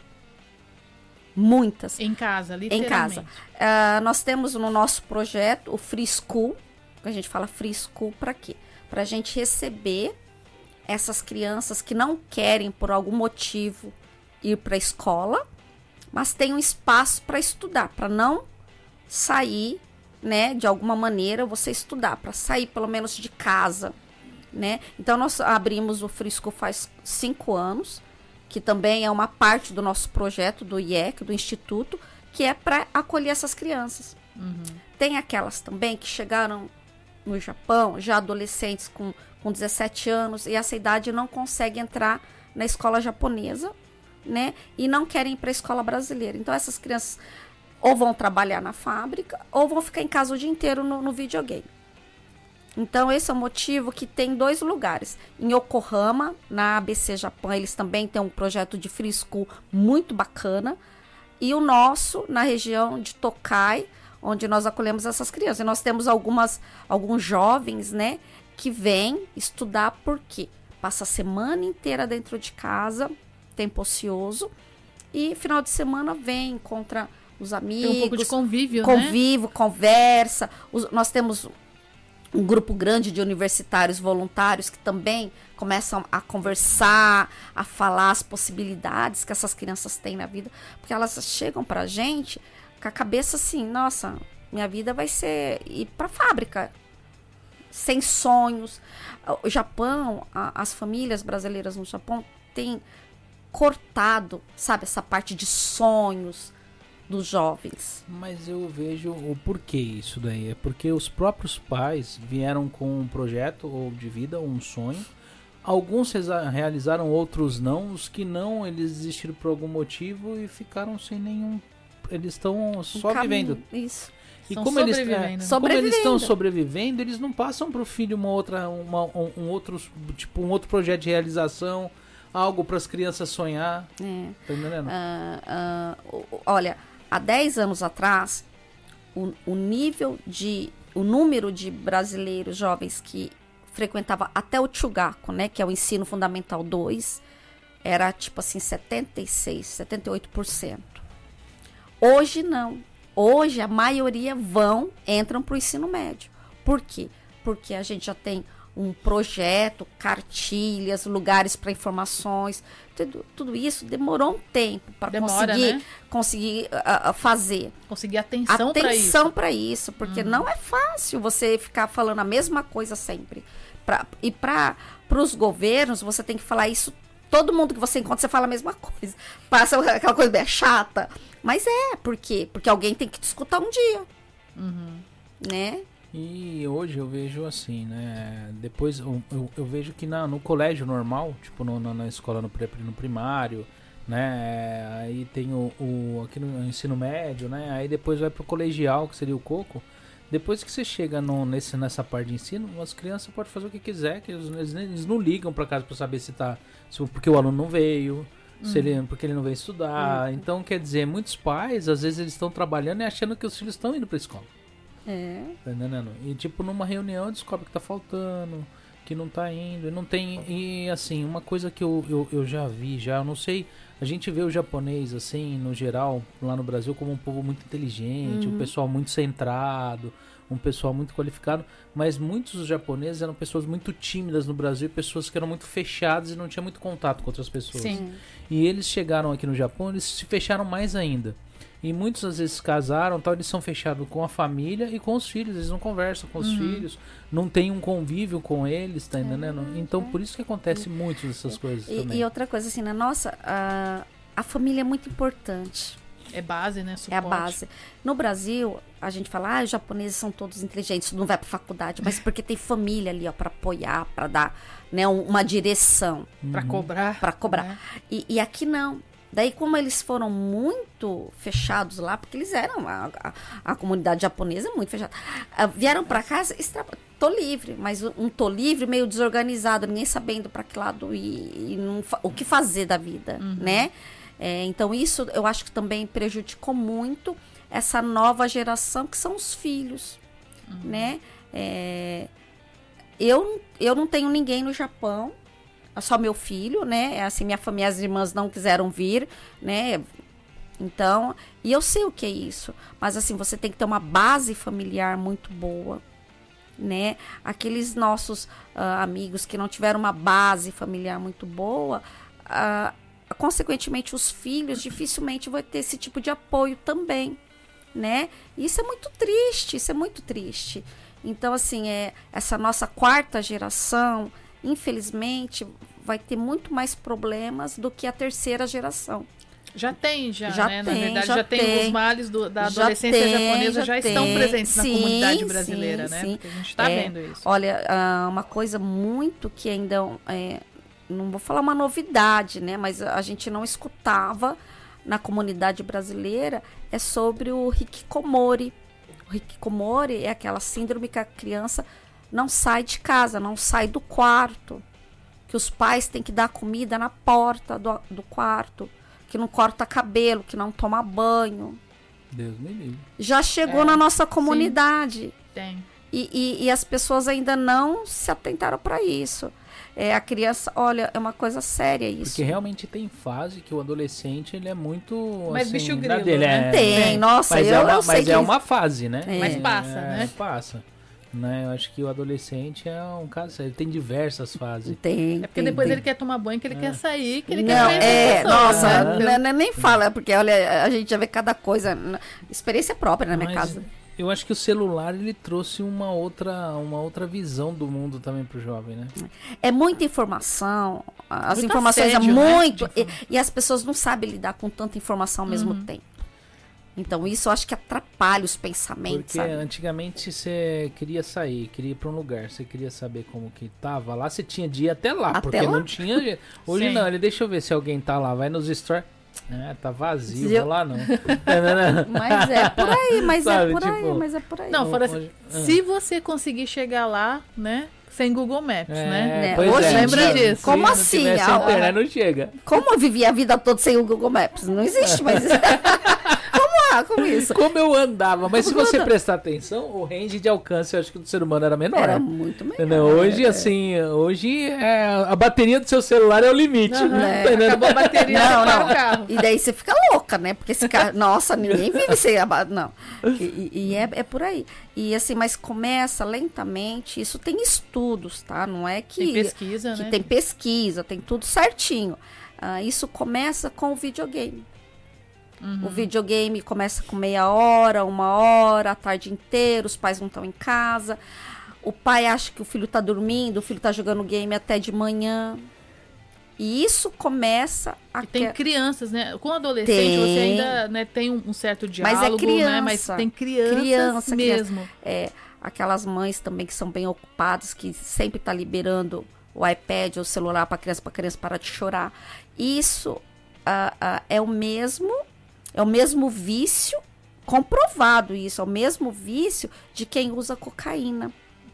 Muitas. Em casa, Em literalmente. casa. Nós temos no nosso projeto o Free School. A gente fala Free School para quê? Para a gente receber essas crianças que não querem, por algum motivo, ir para a escola, mas tem um espaço para estudar, para não sair, né, de alguma maneira, você estudar, para sair pelo menos de casa, né? Então, nós abrimos o Free School faz 5 anos, que também é uma parte do nosso projeto, do IEC, do Instituto, que é para acolher essas crianças. Tem aquelas também que chegaram no Japão, já adolescentes com 17 anos, e essa idade não consegue entrar na escola japonesa, né? E não querem ir para a escola brasileira. Então, essas crianças ou vão trabalhar na fábrica, ou vão ficar em casa o dia inteiro no videogame. Então, esse é o motivo que tem 2 lugares. Em Yokohama, na ABC Japão, eles também têm um projeto de Free School muito bacana. E o nosso, na região de Tokai, onde nós acolhemos essas crianças. E nós temos alguns jovens, né, que vêm estudar porque passa a semana inteira dentro de casa, tempo ocioso, e final de semana vem, encontra os amigos. Tem um pouco de convívio, Convívio, conversa. Nós temos um grupo grande de universitários voluntários que também começam a conversar, a falar as possibilidades que essas crianças têm na vida, porque elas chegam pra gente com a cabeça assim, nossa, minha vida vai ser ir pra fábrica, sem sonhos. O Japão, as famílias brasileiras no Japão têm cortado, sabe, essa parte de sonhos dos jovens. Mas eu vejo o porquê isso daí. É porque os próprios pais vieram com um projeto ou de vida, um sonho. Alguns realizaram, outros não. Os que não, eles desistiram por algum motivo e ficaram sem nenhum eles estão só caminho, vivendo. Isso. E Estão como eles sobrevivendo. como eles estão sobrevivendo, eles não passam pro filho um outro projeto de realização, algo para as crianças sonhar. Tá entendendo? Olha, há 10 anos atrás, o número de brasileiros jovens que frequentava até o Tchugaco, né, que é o ensino fundamental 2, era tipo assim 76, 78%. Hoje não. Hoje a maioria entram para o ensino médio. Por quê? Porque a gente já tem um projeto, cartilhas, lugares para informações. Tudo isso demorou um tempo para conseguir fazer. Conseguir atenção para isso. Atenção para isso, porque não é fácil você ficar falando a mesma coisa sempre. E para os governos, você tem que falar isso. Todo mundo que você encontra, você fala a mesma coisa. Passa aquela coisa bem chata. Mas por quê? Porque alguém tem que te escutar um dia. Né? E hoje eu vejo assim, né? Depois eu vejo que no colégio normal, tipo na escola no primário, né? Aí tem aqui no ensino médio, né? Aí depois vai pro colegial, que seria o coco. Depois que você chega nessa parte de ensino, as crianças podem fazer o que quiser, que eles não ligam para casa para saber porque o aluno não veio, porque ele não veio estudar. Então, quer dizer, muitos pais, às vezes eles estão trabalhando e achando que os filhos estão indo para a escola. Tá entendendo? E tipo, numa reunião descobre que tá faltando, que não tá indo, e não tem. E assim, uma coisa que eu já vi, eu não sei, a gente vê o japonês, assim, no geral, lá no Brasil, como um povo muito inteligente, um pessoal muito centrado, um pessoal muito qualificado, mas muitos dos japoneses eram pessoas muito tímidas no Brasil, pessoas que eram muito fechadas e não tinham muito contato com outras pessoas. Sim. E eles chegaram aqui no Japão, eles se fecharam mais ainda. E muitos às vezes casaram, eles são fechados com a família e com os filhos, eles não conversam com os filhos, não tem um convívio com eles, tá entendendo? Então por isso que acontece muito dessas coisas também. E outra coisa assim, a família é muito importante. É base, né? Suporte. É a base. No Brasil, a gente fala, os japoneses são todos inteligentes, não vai pra faculdade, mas porque tem família ali, ó, pra apoiar, pra dar, né, uma direção. Pra cobrar. Pra cobrar. Né? E aqui não. Daí, como eles foram muito fechados lá, porque eles eram, a comunidade japonesa é muito fechada, vieram pra casa, tô livre, mas tô livre meio desorganizado, ninguém sabendo pra que lado ir, o que fazer da vida, né? Então, isso eu acho que também prejudicou muito essa nova geração, que são os filhos, né? Eu não tenho ninguém no Japão, só meu filho, né? Assim, minhas irmãs não quiseram vir, né? Então, e eu sei o que é isso. Mas, assim, você tem que ter uma base familiar muito boa, né? Aqueles nossos amigos que não tiveram uma base familiar muito boa, consequentemente, os filhos dificilmente vão ter esse tipo de apoio também, né? E isso é muito triste, Então, assim, essa nossa quarta geração, infelizmente, vai ter muito mais problemas do que a terceira geração. Já tem, né? Tem, na verdade, já tem os males da adolescência japonesa, já estão presentes na comunidade brasileira, né? Sim. Porque a gente está vendo isso. Olha, uma coisa muito que ainda, não vou falar uma novidade, né? Mas a gente não escutava na comunidade brasileira, é sobre o hikikomori. O hikikomori é aquela síndrome que a criança não sai de casa, não sai do quarto. Que os pais têm que dar comida na porta do quarto. Que não corta cabelo, que não toma banho. Deus me livre. Já chegou na nossa comunidade. Sim, tem. E as pessoas ainda não se atentaram para isso. A criança, olha, é uma coisa séria isso. Porque realmente tem fase que o adolescente, ele é muito... Mas assim, bicho grilo, dele, né? Tem, nossa, mas eu sei que... uma fase, né? Mas passa, né? Passa. Né? Eu acho que o adolescente é um caso, ele tem diversas fases. Tem. É porque depois ele quer tomar banho, que ele quer sair, que ele quer Não, conhecer pessoas, nem fala, porque olha, a gente já vê cada coisa, experiência própria na minha casa. Eu acho que o celular, ele trouxe uma outra visão do mundo também pro jovem, né? É muita informação, as muito informações assédio, muito, né? e as pessoas não sabem lidar com tanta informação ao mesmo tempo. Então, isso eu acho que atrapalha os pensamentos, Porque sabe? antigamente você queria sair, queria ir pra um lugar, você queria saber como que tava lá, você tinha de ir até lá, porque não tinha... Hoje Sim. não, deixa eu ver se alguém tá lá, vai nos stores, Tá vazio, Eu- vou lá não. Mas é por aí, mas Sabe, é por aí, tipo, mas é por aí. Não, fora assim, Hoje- se você conseguir chegar lá, né? Sem Google Maps, né? Né, pois hoje é. em Lembra dia, disso. como Se assim? não tivesse Ah, internet, não chega. Como eu vivi a vida toda sem o Google Maps? Não existe mais isso. Como isso? Como eu andava, mas se Como você anda? prestar atenção, o range de alcance, eu acho que do ser humano era menor. Era muito melhor. Entendeu? Hoje, assim, a bateria do seu celular é o limite. Aham. Né? Entendeu? Acabou a bateria, Não, você para não. o carro. E daí você fica louca, né? Porque esse cara, nossa, ninguém vive sem não. E é por aí. E assim, mas começa lentamente. Isso tem estudos, tá? Não é que Tem pesquisa, que né? tem pesquisa, tem tudo certinho. Isso começa com o videogame. O videogame começa com meia hora, 1 hora, a tarde inteira, os pais não estão em casa. O pai acha que o filho está dormindo, o filho está jogando game até de manhã. E isso começa a... E tem crianças, né? Com adolescente, Tem. você ainda, né, tem um certo Mas é diálogo, criança. né? Mas tem crianças Criança. mesmo. Aquelas mães também que são bem ocupadas, que sempre tá liberando o iPad ou o celular para a criança parar de chorar. Isso é o mesmo vício, comprovado isso, é o mesmo vício de quem usa cocaína.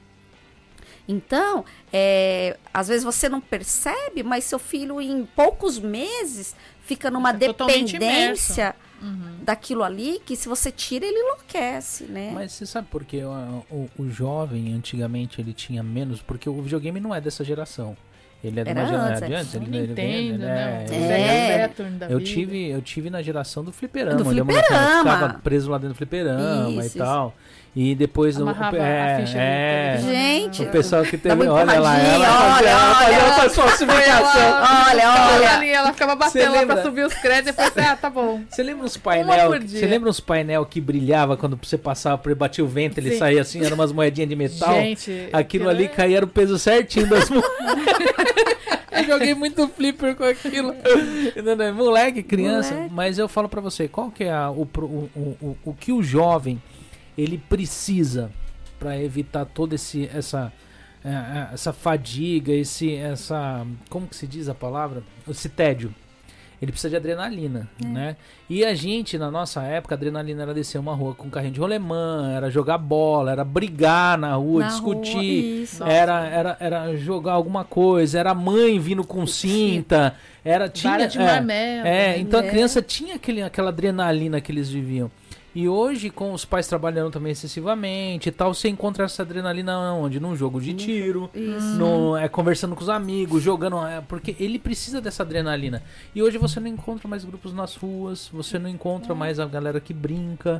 Então, às vezes você não percebe, mas seu filho em poucos meses fica numa Fica totalmente dependência daquilo ali, que se você tira, ele enlouquece, né? Mas você sabe por que o jovem, antigamente, ele tinha menos? Porque o videogame não é dessa geração. Ele é de uma Era geração antes, de antes. Ele Nintendo, né? É. Saturn da Eu vida. tive na geração do fliperama. Do onde a molecada fliperama. ficava preso lá dentro do fliperama Isso, e tal. E depois... Amarrava a ficha do telefone. Gente, o pessoal que teve... Dá uma Olha lá, empurradinha, ela fazia olha. uma falsificação. Olha. Ela ficava Você batendo lá lembra? pra subir os créditos e depois, tá bom. Você lembra uns Uma painel? por dia. Você lembra uns painel que brilhava quando você passava por batia o vento, ele Sim. saía assim, eram umas moedinhas de metal. Gente, Aquilo ali caía era o peso certinho das moedas. Eu joguei muito flipper com aquilo. Entendeu? Moleque, criança. Moleque. Mas eu falo pra você, qual que é o que o jovem ele precisa pra evitar toda essa fadiga, como que se diz a palavra? Esse tédio. Ele precisa de adrenalina, né? E a gente, na nossa época, a adrenalina era descer uma rua com carrinho de rolemã, era jogar bola, era brigar na rua, Na discutir, rua, isso. era jogar alguma coisa, era a mãe vindo com cinta, vara de marmelo. então a né? criança tinha aquela adrenalina que eles viviam. E hoje, com os pais trabalhando também excessivamente e tal, você encontra essa adrenalina onde? Num jogo de tiro, conversando com os amigos, jogando. Porque ele precisa dessa adrenalina. E hoje você não encontra mais grupos nas ruas, você não encontra mais a galera que brinca.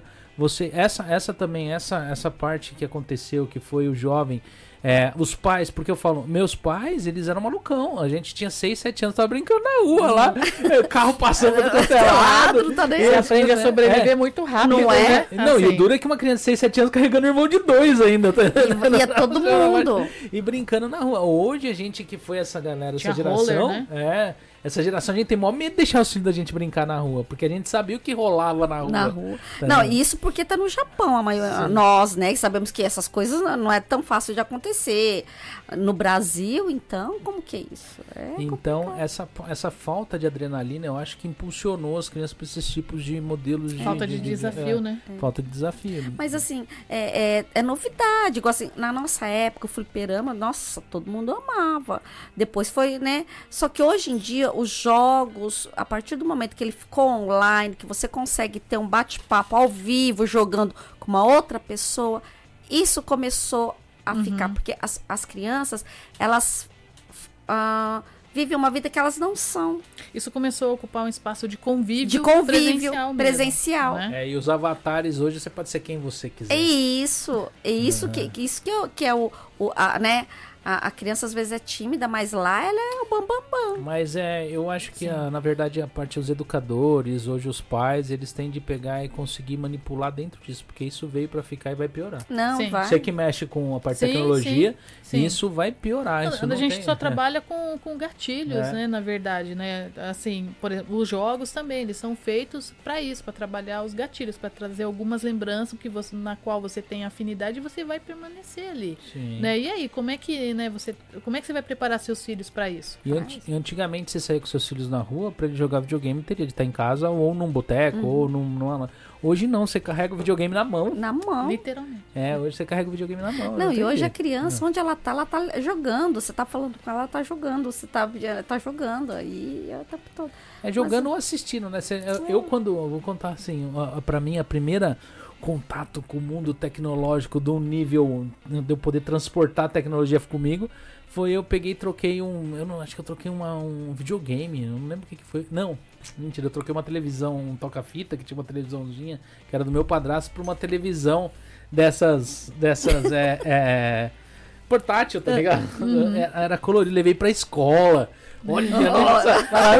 Essa parte que aconteceu, que foi o jovem. Os pais, porque eu falo, meus pais, eles eram malucão. A gente tinha 6, 7 anos, tava brincando na rua lá. O carro passando por todo lado. Não tá nem Você aprende a sobreviver muito rápido, Não é? né? Não, e o Assim. duro é que uma criança de 6, 7 anos carregando um irmão de 2 ainda. Tá? E ia todo mundo. E brincando na rua. Hoje a gente que foi essa galera, Tinha essa geração. roller, Essa geração a gente tem maior medo de deixar os filhos da gente brincar na rua. Porque a gente sabia o que rolava na rua. Na rua. Tá Não, vendo? isso porque tá no Japão, nós, né, que sabemos que essas coisas não é tão fácil de acontecer. No Brasil, então, como que é isso? Então, essa falta de adrenalina, eu acho que impulsionou as crianças para esses tipos de modelos de... Falta de desafio, né? Falta de desafio. Mas assim, é novidade. Igual assim, na nossa época, o fliperama, nossa, todo mundo amava. Depois foi, né? Só que hoje em dia, os jogos, a partir do momento que ele ficou online, que você consegue ter um bate-papo ao vivo, jogando com uma outra pessoa, isso começou a ficar. Porque as crianças, elas vivem uma vida que elas não são. Isso começou a ocupar um espaço de convívio, De convívio presencial. mesmo, né? E os avatares hoje você pode ser quem você quiser. É isso que é né? A criança às vezes é tímida, mas lá ela é o bambambam. Mas eu acho que na verdade a parte dos educadores, hoje os pais, eles têm de pegar e conseguir manipular dentro disso, porque isso veio pra ficar e vai piorar. Não, Sim. vai. Você que mexe com a parte de Sim, tecnologia, sim. isso vai piorar. Isso A não gente tem- só trabalha com gatilhos, É. né? Na verdade, né? Assim, por exemplo, os jogos também, eles são feitos para isso, para trabalhar os gatilhos, para trazer algumas lembranças na qual você tem afinidade e você vai permanecer ali. Sim. Né? E aí, como é que né? Como é que você vai preparar seus filhos para isso? E antigamente você saía com seus filhos na rua, pra ele jogar videogame, teria de estar em casa ou num boteco, ou numa... Hoje não, você carrega o videogame na mão. Na mão. Literalmente. Hoje você carrega o videogame na mão. Não, e hoje jeito. a criança, onde ela tá jogando. Você tá falando com ela, ela tá jogando. Você tá jogando aí o tempo todo. Jogando ou assistindo, né? Eu vou contar assim, pra mim, a primeira contato com o mundo tecnológico do nível de eu poder transportar a tecnologia comigo, foi eu peguei e troquei acho que eu troquei um videogame, eu não lembro o que foi. Não, mentira, eu troquei uma televisão, um toca-fita, que tinha uma televisãozinha, que era do meu padrasto, por uma televisão dessas portátil, tá ligado? Era colorido, levei pra escola. Olha, nossa,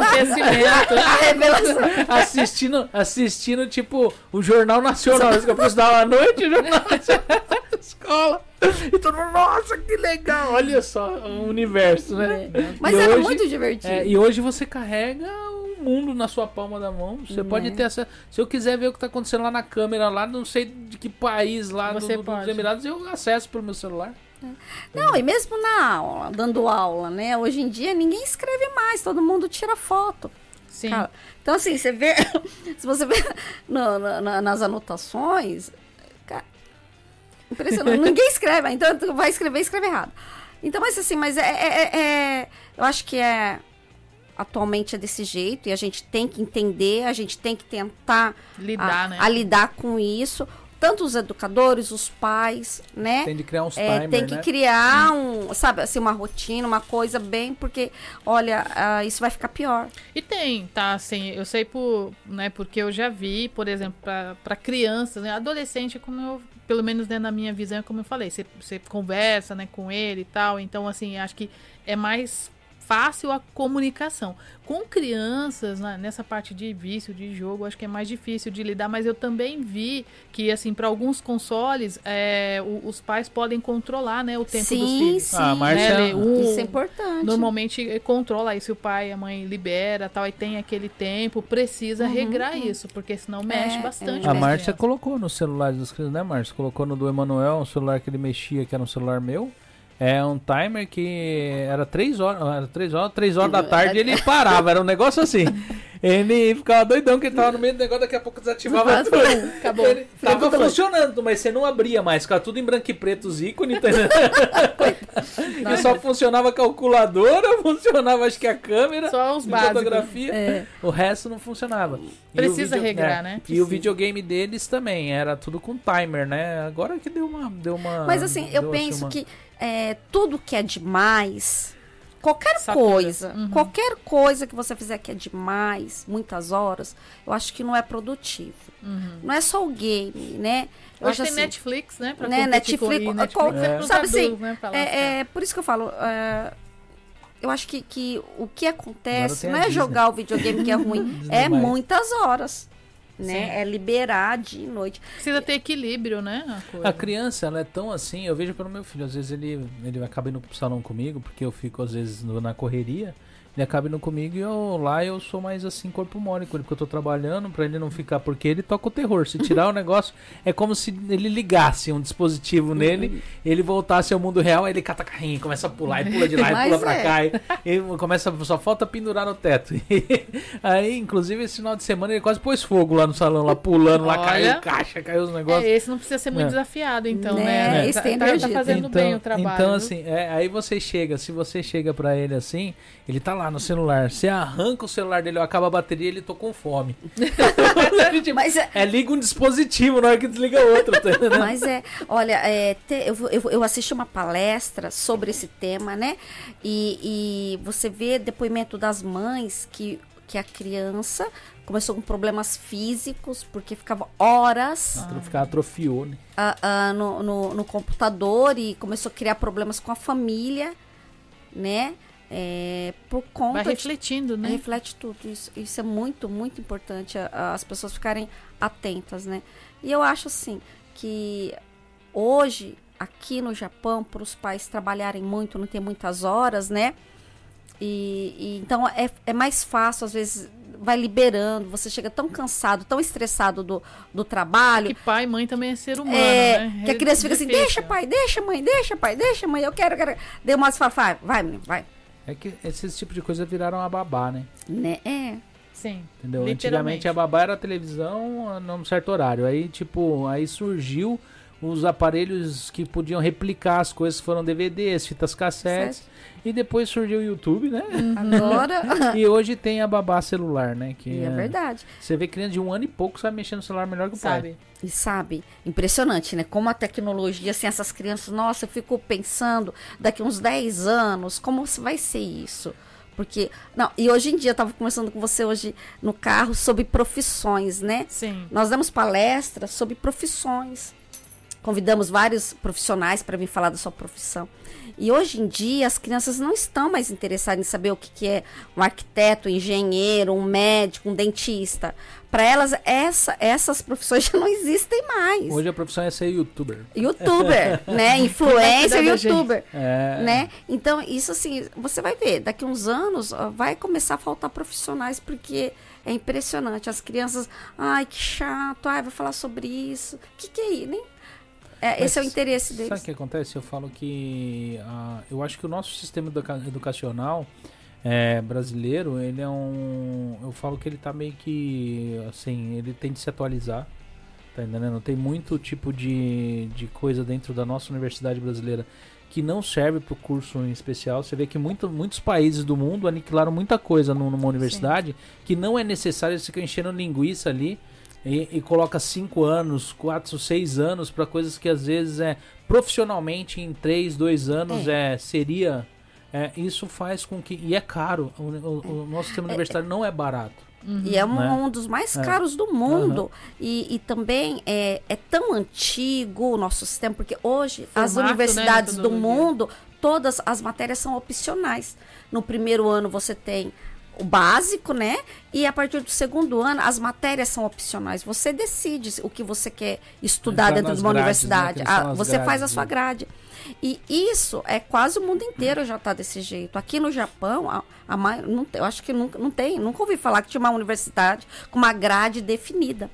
A revelação. assistindo tipo o Jornal Nacional, que eu estudava à noite, o Jornal Nacional na escola. E todo mundo, nossa, que legal, olha só o universo, né? Mas era muito divertido. E hoje você carrega o mundo na sua palma da mão. Você pode ter acesso. Se eu quiser ver o que tá acontecendo lá na câmera, lá, não sei de que país lá dos Emirados, eu acesso pelo meu celular. Não, e mesmo na aula, dando aula, né? Hoje em dia ninguém escreve mais, todo mundo tira foto. Sim. Cara, então, assim, você vê. Se você vê nas anotações. Cara, impressionante. Ninguém escreve, então vai escrever e escreve errado. Então, mas assim, eu acho que atualmente é desse jeito e a gente tem que entender, a gente tem que tentar lidar, né? lidar com isso. Tanto os educadores, os pais, né? Tem de criar uns timers, tem que criar sabe, assim, uma rotina, uma coisa bem, porque, olha, isso vai ficar pior. E tá, assim, eu sei porque eu já vi, por exemplo, para crianças, né, adolescente, pelo menos dentro da minha visão, como eu falei, você conversa, né, com ele e tal, então, assim, acho que é mais fácil a comunicação. Com crianças, né, nessa parte de vício, de jogo, acho que é mais difícil de lidar, mas eu também vi que, assim, para alguns consoles, os pais podem controlar, né, o tempo dos filhos. Sim, né, isso é importante. Normalmente controla aí se o pai e a mãe libera, tal, e tem aquele tempo, precisa regrar isso, porque senão mexe bastante. A Márcia colocou nos celulares dos crianças, né, Márcia? Colocou no do Emanuel, um celular que ele mexia, que era um celular meu. É um timer que era 3 horas da tarde ele parava, era um negócio assim. Ele ficava doidão que ele tava no meio do negócio, daqui a pouco desativava tudo. Acabou. Ele tava funcionando, mas você não abria mais, ficava tudo em branco e preto os ícones. E só funcionava a calculadora, funcionava acho que a câmera, só os básicos. Fotografia, o resto não funcionava. Precisa regrar, né? E o videogame deles também, era tudo com timer, né? Agora que deu uma... Mas assim, eu penso que tudo que é demais, qualquer coisa que você fizer que é demais, muitas horas, eu acho que não é produtivo. Não é só o game, né? Eu acho que tem Netflix, né? Pra Netflix, sabe assim, por isso que eu falo, eu acho que o que acontece não é jogar o videogame que é ruim, é muitas horas. Né? É liberar dia e noite. Precisa ter equilíbrio, né? A criança, ela é tão assim, eu vejo pelo meu filho, às vezes ele acaba indo pro salão comigo, porque eu fico às vezes na correria, ele acaba indo comigo e eu sou mais assim, corpo mole com ele, porque eu tô trabalhando pra ele não ficar, porque ele toca o terror. Se tirar o negócio, é como se ele ligasse um dispositivo nele, ele voltasse ao mundo real, aí ele cata carrinho, começa a pular, e pula de lá, e pula pra cá, e começa, só falta pendurar no teto. Aí, inclusive, esse final de semana ele quase pôs fogo lá no salão, lá pulando, lá caiu caixa, caiu os negócios. Esse não precisa ser muito desafiado, então, né? Esse tá fazendo bem o trabalho. Então, assim, aí se você chega pra ele assim, ele tá lá no celular, você arranca o celular dele, acaba a bateria, ele tô com fome. Mas liga um dispositivo na hora que desliga outro. Tá? Mas olha, eu assisti uma palestra sobre esse tema, né? E você vê depoimento das mães que a criança começou com problemas físicos, porque ficava horas... atrofiou, né? No computador e começou a criar problemas com a família, né? Por conta vai refletindo, né? Reflete tudo. Isso é muito, muito importante as pessoas ficarem atentas, né? E eu acho assim que hoje aqui no Japão, para os pais trabalharem muito, não ter muitas horas, né? E então é mais fácil às vezes vai liberando, você chega tão cansado, tão estressado do trabalho. Que pai e mãe também é ser humano, né? Que a criança fica assim, deixa pai, deixa mãe, eu quero. Deu uma fala, vai, menino, vai. É que esses tipos de coisa viraram a babá, né? Né? Sim. Entendeu? Antigamente a babá era a televisão num certo horário. Aí, aí surgiu os aparelhos que podiam replicar as coisas, que foram DVDs, fitas cassetes. E depois surgiu o YouTube, né? Agora. E hoje tem a babá celular, né? Que é verdade. Você vê criança de 1 ano e pouco sabe mexer no celular melhor que o pai. E sabe, impressionante, né? Como a tecnologia, assim, essas crianças, nossa, eu fico pensando, daqui uns 10 anos, como vai ser isso? Porque, e hoje em dia, eu estava conversando com você hoje no carro sobre profissões, né? Sim. Nós damos palestras sobre profissões. Convidamos vários profissionais para vir falar da sua profissão. E hoje em dia, as crianças não estão mais interessadas em saber o que é um arquiteto, um engenheiro, um médico, um dentista. Para elas, essas profissões já não existem mais. Hoje a profissão é ser youtuber. Youtuber, né? Influencer, youtuber. É. Né? Então, isso assim, você vai ver, daqui uns anos vai começar a faltar profissionais, porque é impressionante. As crianças, ai, que chato, vai falar sobre isso. O que é isso, né? Esse é o interesse deles. Sabe o que acontece? Eu falo que eu acho que o nosso sistema educacional brasileiro, ele é eu falo que ele tá meio que assim, ele tem de se atualizar, tá entendendo? Tem muito tipo de coisa dentro da nossa universidade brasileira que não serve para o curso em especial. Você vê que muitos países do mundo aniquilaram muita coisa numa universidade. Sim. Que não é necessário, eles ficam enchendo linguiça ali e coloca 5 anos, 4, 6 anos para coisas que às vezes profissionalmente em 3, 2 anos seria... isso faz com que... E é caro. O nosso sistema universitário não é barato. E é um dos mais caros do mundo. E também é tão antigo o nosso sistema, porque hoje as universidades do mundo, todas as matérias são opcionais. No primeiro ano você tem o básico, né? E a partir do segundo ano, as matérias são opcionais. Você decide o que você quer estudar dentro de uma universidade. Né? Você faz a sua grade. E isso quase o mundo inteiro já está desse jeito. Aqui no Japão, eu acho que nunca ouvi falar que tinha uma universidade com uma grade definida.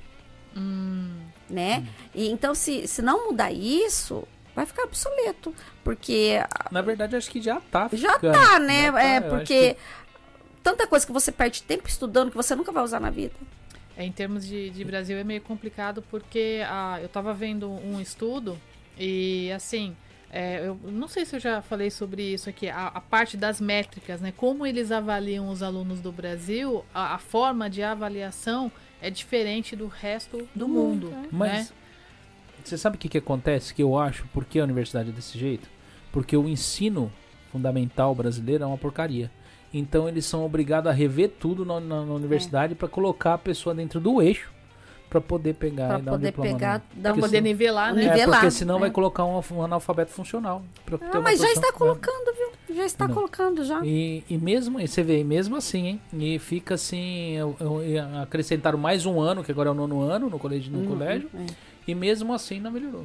Né? E então, se não mudar isso, vai ficar obsoleto. Porque... Na verdade, acho que já está. Já está, né? Porque tanta coisa que você perde tempo estudando que você nunca vai usar na vida. Em termos de Brasil é meio complicado, porque eu estava vendo um estudo e, assim... eu não sei se eu já falei sobre isso aqui, a parte das métricas, né? Como eles avaliam os alunos do Brasil, a forma de avaliação é diferente do resto do mundo. Mas né? Você sabe o que acontece, que eu acho, por que a universidade é desse jeito? Porque o ensino fundamental brasileiro é uma porcaria. Então eles são obrigados a rever tudo na universidade para colocar a pessoa dentro do eixo. Pra poder pegar pra e dar um diploma. Pra poder nivelar, né? Porque senão vai colocar um analfabeto funcional. Mas já está colocando, viu? Já está colocando, já. E mesmo, você vê, mesmo assim, hein? E fica assim, acrescentaram mais um ano, que agora é o 9º ano no colégio, e mesmo assim não melhorou.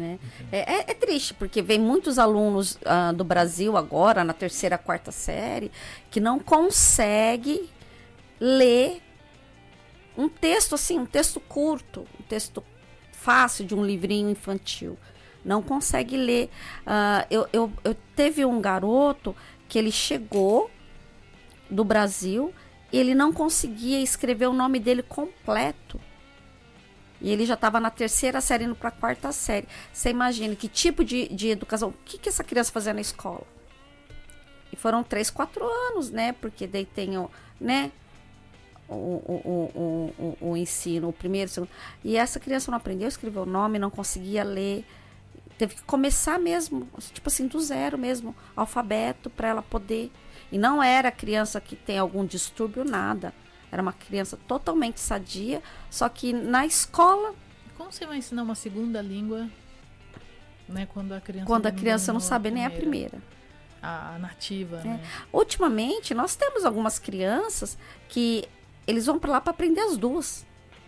É triste, porque vem muitos alunos do Brasil agora, na 3ª, 4ª série, que não consegue ler um texto assim, um texto curto, um texto fácil de um livrinho infantil. Não consegue ler. Eu teve um garoto que ele chegou do Brasil e ele não conseguia escrever o nome dele completo. E ele já estava na 3ª série, indo para a 4ª série. Você imagina que tipo de educação, o que essa criança fazia na escola? E foram 3, 4 anos, né? Porque daí tem o ensino, o primeiro, o segundo. E essa criança não aprendeu a escrever o nome, não conseguia ler. Teve que começar mesmo, tipo assim, do zero mesmo, alfabeto, para ela poder. E não era criança que tem algum distúrbio, nada. Era uma criança totalmente sadia, só que na escola... Como você vai ensinar uma segunda língua, né, quando a criança não sabe nem a primeira? A nativa, né? Ultimamente, nós temos algumas crianças que eles vão para lá para aprender as duas.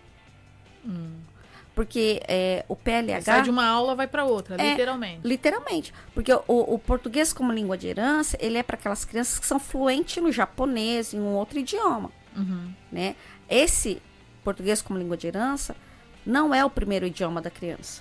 Porque o PLH... Sai de uma aula, vai para outra, literalmente. Literalmente. Porque o português como língua de herança, ele é para aquelas crianças que são fluentes no japonês, em um outro idioma. né? Esse português como língua de herança não é o primeiro idioma da criança,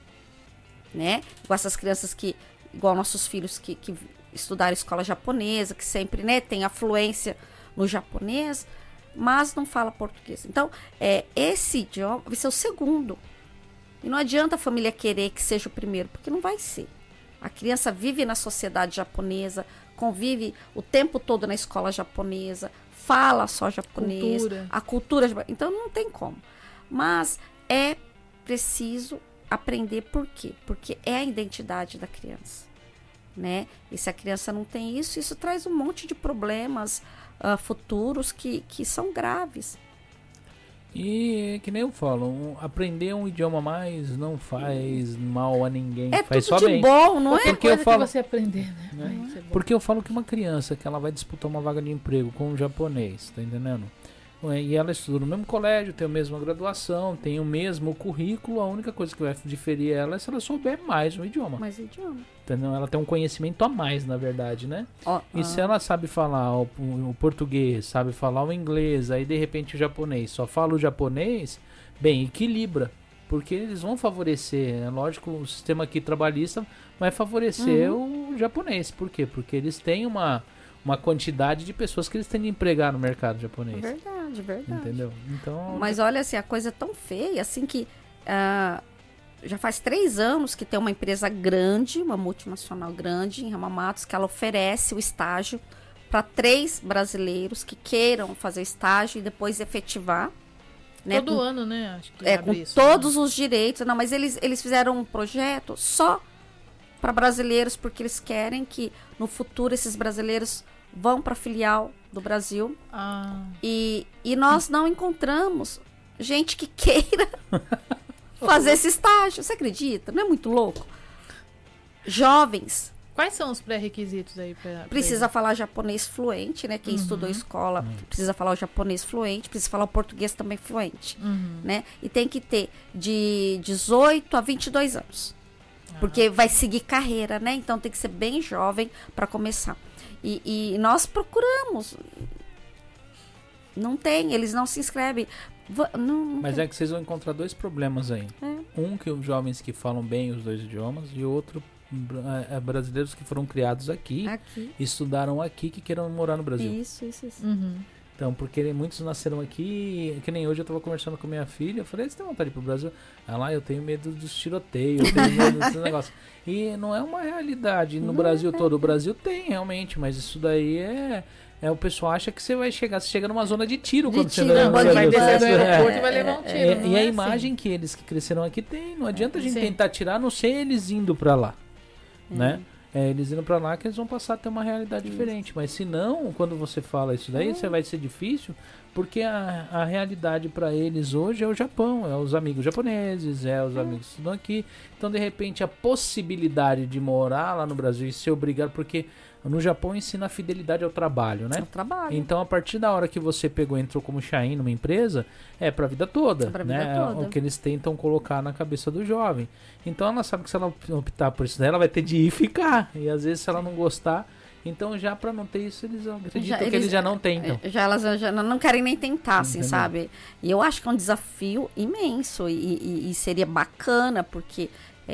né? Igual essas crianças igual nossos filhos que estudaram escola japonesa, que sempre, né, tem a fluência no japonês, mas não fala português. Então, esse idioma vai ser o segundo. E não adianta a família querer que seja o primeiro, porque não vai ser. A criança vive na sociedade japonesa, convive o tempo todo na escola japonesa, fala só japonês, a cultura japonesa. Então, não tem como. Mas é preciso aprender por quê? Porque é a identidade da criança, né? E se a criança não tem isso, isso traz um monte de problemas futuros que são graves. E que nem eu falo, aprender um idioma a mais não faz mal a ninguém, faz tudo só de bem. bom, não é? Porque eu falo, que você aprender, né? porque eu falo que uma criança que ela vai disputar uma vaga de emprego com um japonês, tá entendendo? E ela estuda no mesmo colégio, tem a mesma graduação, tem o mesmo currículo, a única coisa que vai diferir ela é se ela souber mais o idioma. Mais idioma. Entendeu? Ela tem um conhecimento a mais, na verdade, né? E se ela sabe falar o português, sabe falar o inglês, aí de repente o japonês só fala o japonês, bem, equilibra. Porque eles vão favorecer, é lógico, o sistema aqui trabalhista vai favorecer o japonês. Por quê? Porque eles têm uma quantidade de pessoas que eles têm de empregar no mercado japonês. Verdade. Entendeu? Então, mas olha assim, a coisa é tão feia, assim que já faz 3 anos que tem uma empresa grande, uma multinacional grande em Hamamatsu, que ela oferece o estágio para 3 brasileiros que queiram fazer estágio e depois efetivar. Né, todo ano, né? Acho que com isso, todos os direitos. Não, mas eles fizeram um projeto só para brasileiros, porque eles querem que no futuro esses brasileiros vão para a filial do Brasil. E nós não encontramos gente que queira fazer esse estágio. Você acredita? Não é muito louco? Jovens. Quais são os pré-requisitos aí? Precisa falar japonês fluente, né? Quem estudou escola precisa falar o japonês fluente, precisa falar o português também fluente, né? E tem que ter de 18 a 22 anos. Porque vai seguir carreira, né? Então tem que ser bem jovem para começar. E nós procuramos. Não tem, eles não se inscrevem. Mas é que vocês vão encontrar 2 problemas aí. Um, que os jovens que falam bem os 2 idiomas, e outro, brasileiros que foram criados aqui. Estudaram aqui, que queiram morar no Brasil. Isso. Então, porque muitos nasceram aqui, que nem hoje eu tava conversando com minha filha, eu falei, você tem vontade de ir pro Brasil? Ela, eu tenho medo dos tiroteios, eu tenho medo desses negócios. E não é uma realidade no Brasil todo. O Brasil tem, realmente, mas isso daí o pessoal acha que você chega numa zona de tiro quando você vai descer do aeroporto e vai levar um tiro. E a imagem que eles que cresceram aqui tem, não adianta a gente tentar tirar, a não ser eles indo pra lá, né? Eles indo pra lá que eles vão passar a ter uma realidade diferente. Mas se não, quando você fala isso daí, você vai ser difícil, porque a realidade pra eles hoje é o Japão, é os amigos japoneses, é os amigos que estudam aqui. Então, de repente, a possibilidade de morar lá no Brasil e ser obrigado, porque no Japão ensina a fidelidade ao trabalho, né? Ao trabalho. Então, a partir da hora que você entrou como Shain numa empresa, é pra vida toda, né? É o que eles tentam colocar na cabeça do jovem. Então, ela sabe que se ela optar por isso daí, ela vai ter de ir e ficar. E às vezes, se ela não gostar, então já pra não ter isso, eles acreditam que eles já não tentam. Elas já não querem nem tentar, assim, sabe? E eu acho que é um desafio imenso e seria bacana, porque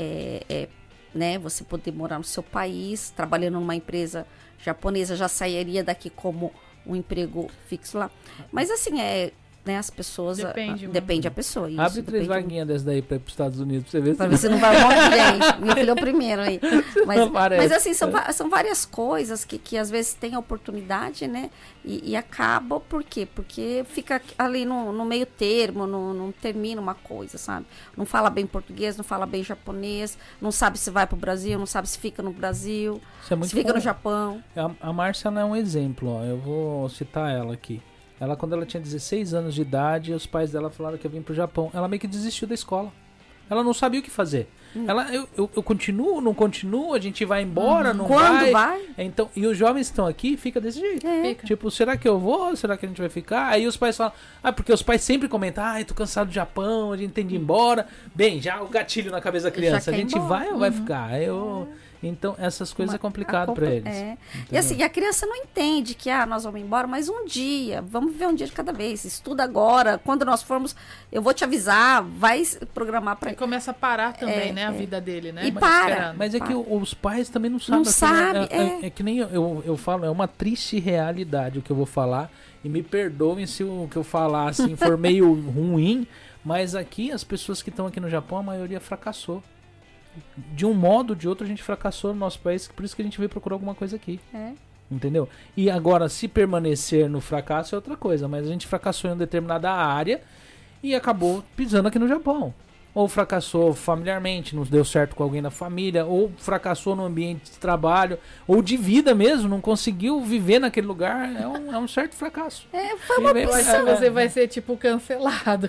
né, você poder morar no seu país, trabalhando numa empresa japonesa, já sairia daqui como um emprego fixo lá. Mas assim, né, as pessoas... Depende da pessoa. Isso, abre 3 vaguinhas dessas daí para ir para os Estados Unidos, pra você ver. Pra ver se não vai um monte de gente. Meu filho é o primeiro aí. Mas assim, são várias coisas que às vezes tem a oportunidade, né? E acaba, por quê? Porque fica ali no meio termo, não termina uma coisa, sabe? Não fala bem português, não fala bem japonês, não sabe se vai pro Brasil, não sabe se fica no Brasil, se fica no Japão. A Márcia é um exemplo, ó. Eu vou citar ela aqui. Ela, quando ela tinha 16 anos de idade, os pais dela falaram que ia vir pro Japão. Ela meio que desistiu da escola. Ela não sabia o que fazer. Eu continuo, não continuo, a gente vai embora, não Quando vai? Então, e os jovens que estão aqui, fica desse jeito. Tipo, será que eu vou? Será que a gente vai ficar? Aí os pais falam, porque os pais sempre comentam, tô cansado do Japão, a gente tem de ir embora. Bem, já o gatilho na cabeça da criança, a gente vai ou vai ficar? Então, essas coisas é complicado para eles. E assim, a criança não entende que, nós vamos embora, mas um dia, vamos viver um dia de cada vez. Estuda agora, quando nós formos, eu vou te avisar, vai programar para... E começa a parar também, né, a vida dele, né? E para. Mas é que os pais também não sabem. Não sabem, É que nem eu falo, é uma triste realidade o que eu vou falar. E me perdoem se o que eu falar assim for meio ruim, mas aqui as pessoas que estão aqui no Japão, a maioria fracassou. De um modo ou de outro a gente fracassou no nosso país, por isso que a gente veio procurar alguma coisa aqui. Entendeu? E agora, se permanecer no fracasso é outra coisa, mas a gente fracassou em uma determinada área e acabou pisando aqui no Japão. Ou fracassou familiarmente, não deu certo com alguém da família, ou fracassou no ambiente de trabalho, ou de vida mesmo, não conseguiu viver naquele lugar, é um certo fracasso. Foi uma opção. Você vai ser, tipo, cancelado.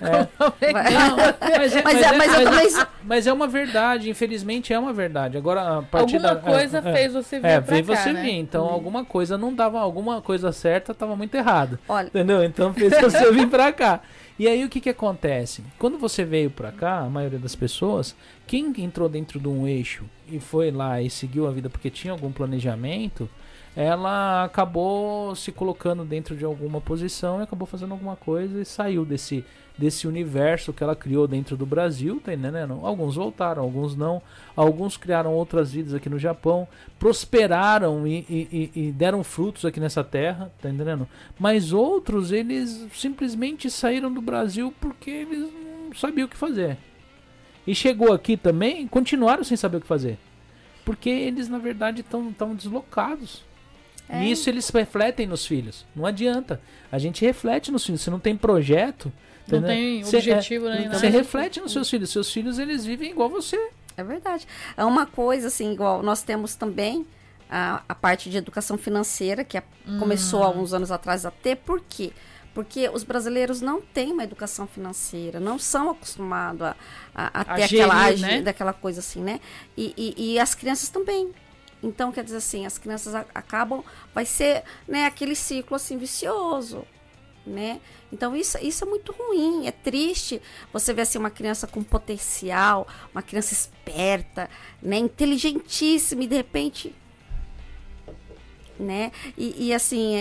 Mas é uma verdade, infelizmente é uma verdade. Agora, a partir alguma coisa fez você vir pra cá, você né? vir, então alguma coisa não dava, alguma coisa certa estava muito errada. Olha. Entendeu? Então fez você vir pra cá. E aí o que acontece? Quando você veio pra cá, a maioria das pessoas, quem entrou dentro de um eixo e foi lá e seguiu a vida porque tinha algum planejamento, ela acabou se colocando dentro de alguma posição e acabou fazendo alguma coisa e saiu desse universo que ela criou dentro do Brasil, tá entendendo? Alguns voltaram, alguns não, alguns criaram outras vidas aqui no Japão, prosperaram e deram frutos aqui nessa terra, tá entendendo? Mas outros, eles simplesmente saíram do Brasil porque eles não sabiam o que fazer. E chegou aqui também, continuaram sem saber o que fazer. Porque eles, na verdade, estão deslocados. E isso eles refletem nos filhos. Não adianta. A gente reflete nos filhos. Se não tem projeto... Não tem objetivo, nem nada. Você reflete nos seus filhos. Seus filhos, eles vivem igual você. É verdade. É uma coisa, assim, igual nós temos também a parte de educação financeira, que começou há alguns anos atrás a ter. Por quê? Porque os brasileiros não têm uma educação financeira, não são acostumados a ter aquela coisa assim, né? E as crianças também. Então, quer dizer assim, as crianças acabam... Vai ser, né, aquele ciclo, assim, vicioso, né? Então, isso é muito ruim, é triste. Você vê, assim, uma criança com potencial, uma criança esperta, né? Inteligentíssima e, de repente... né? E assim,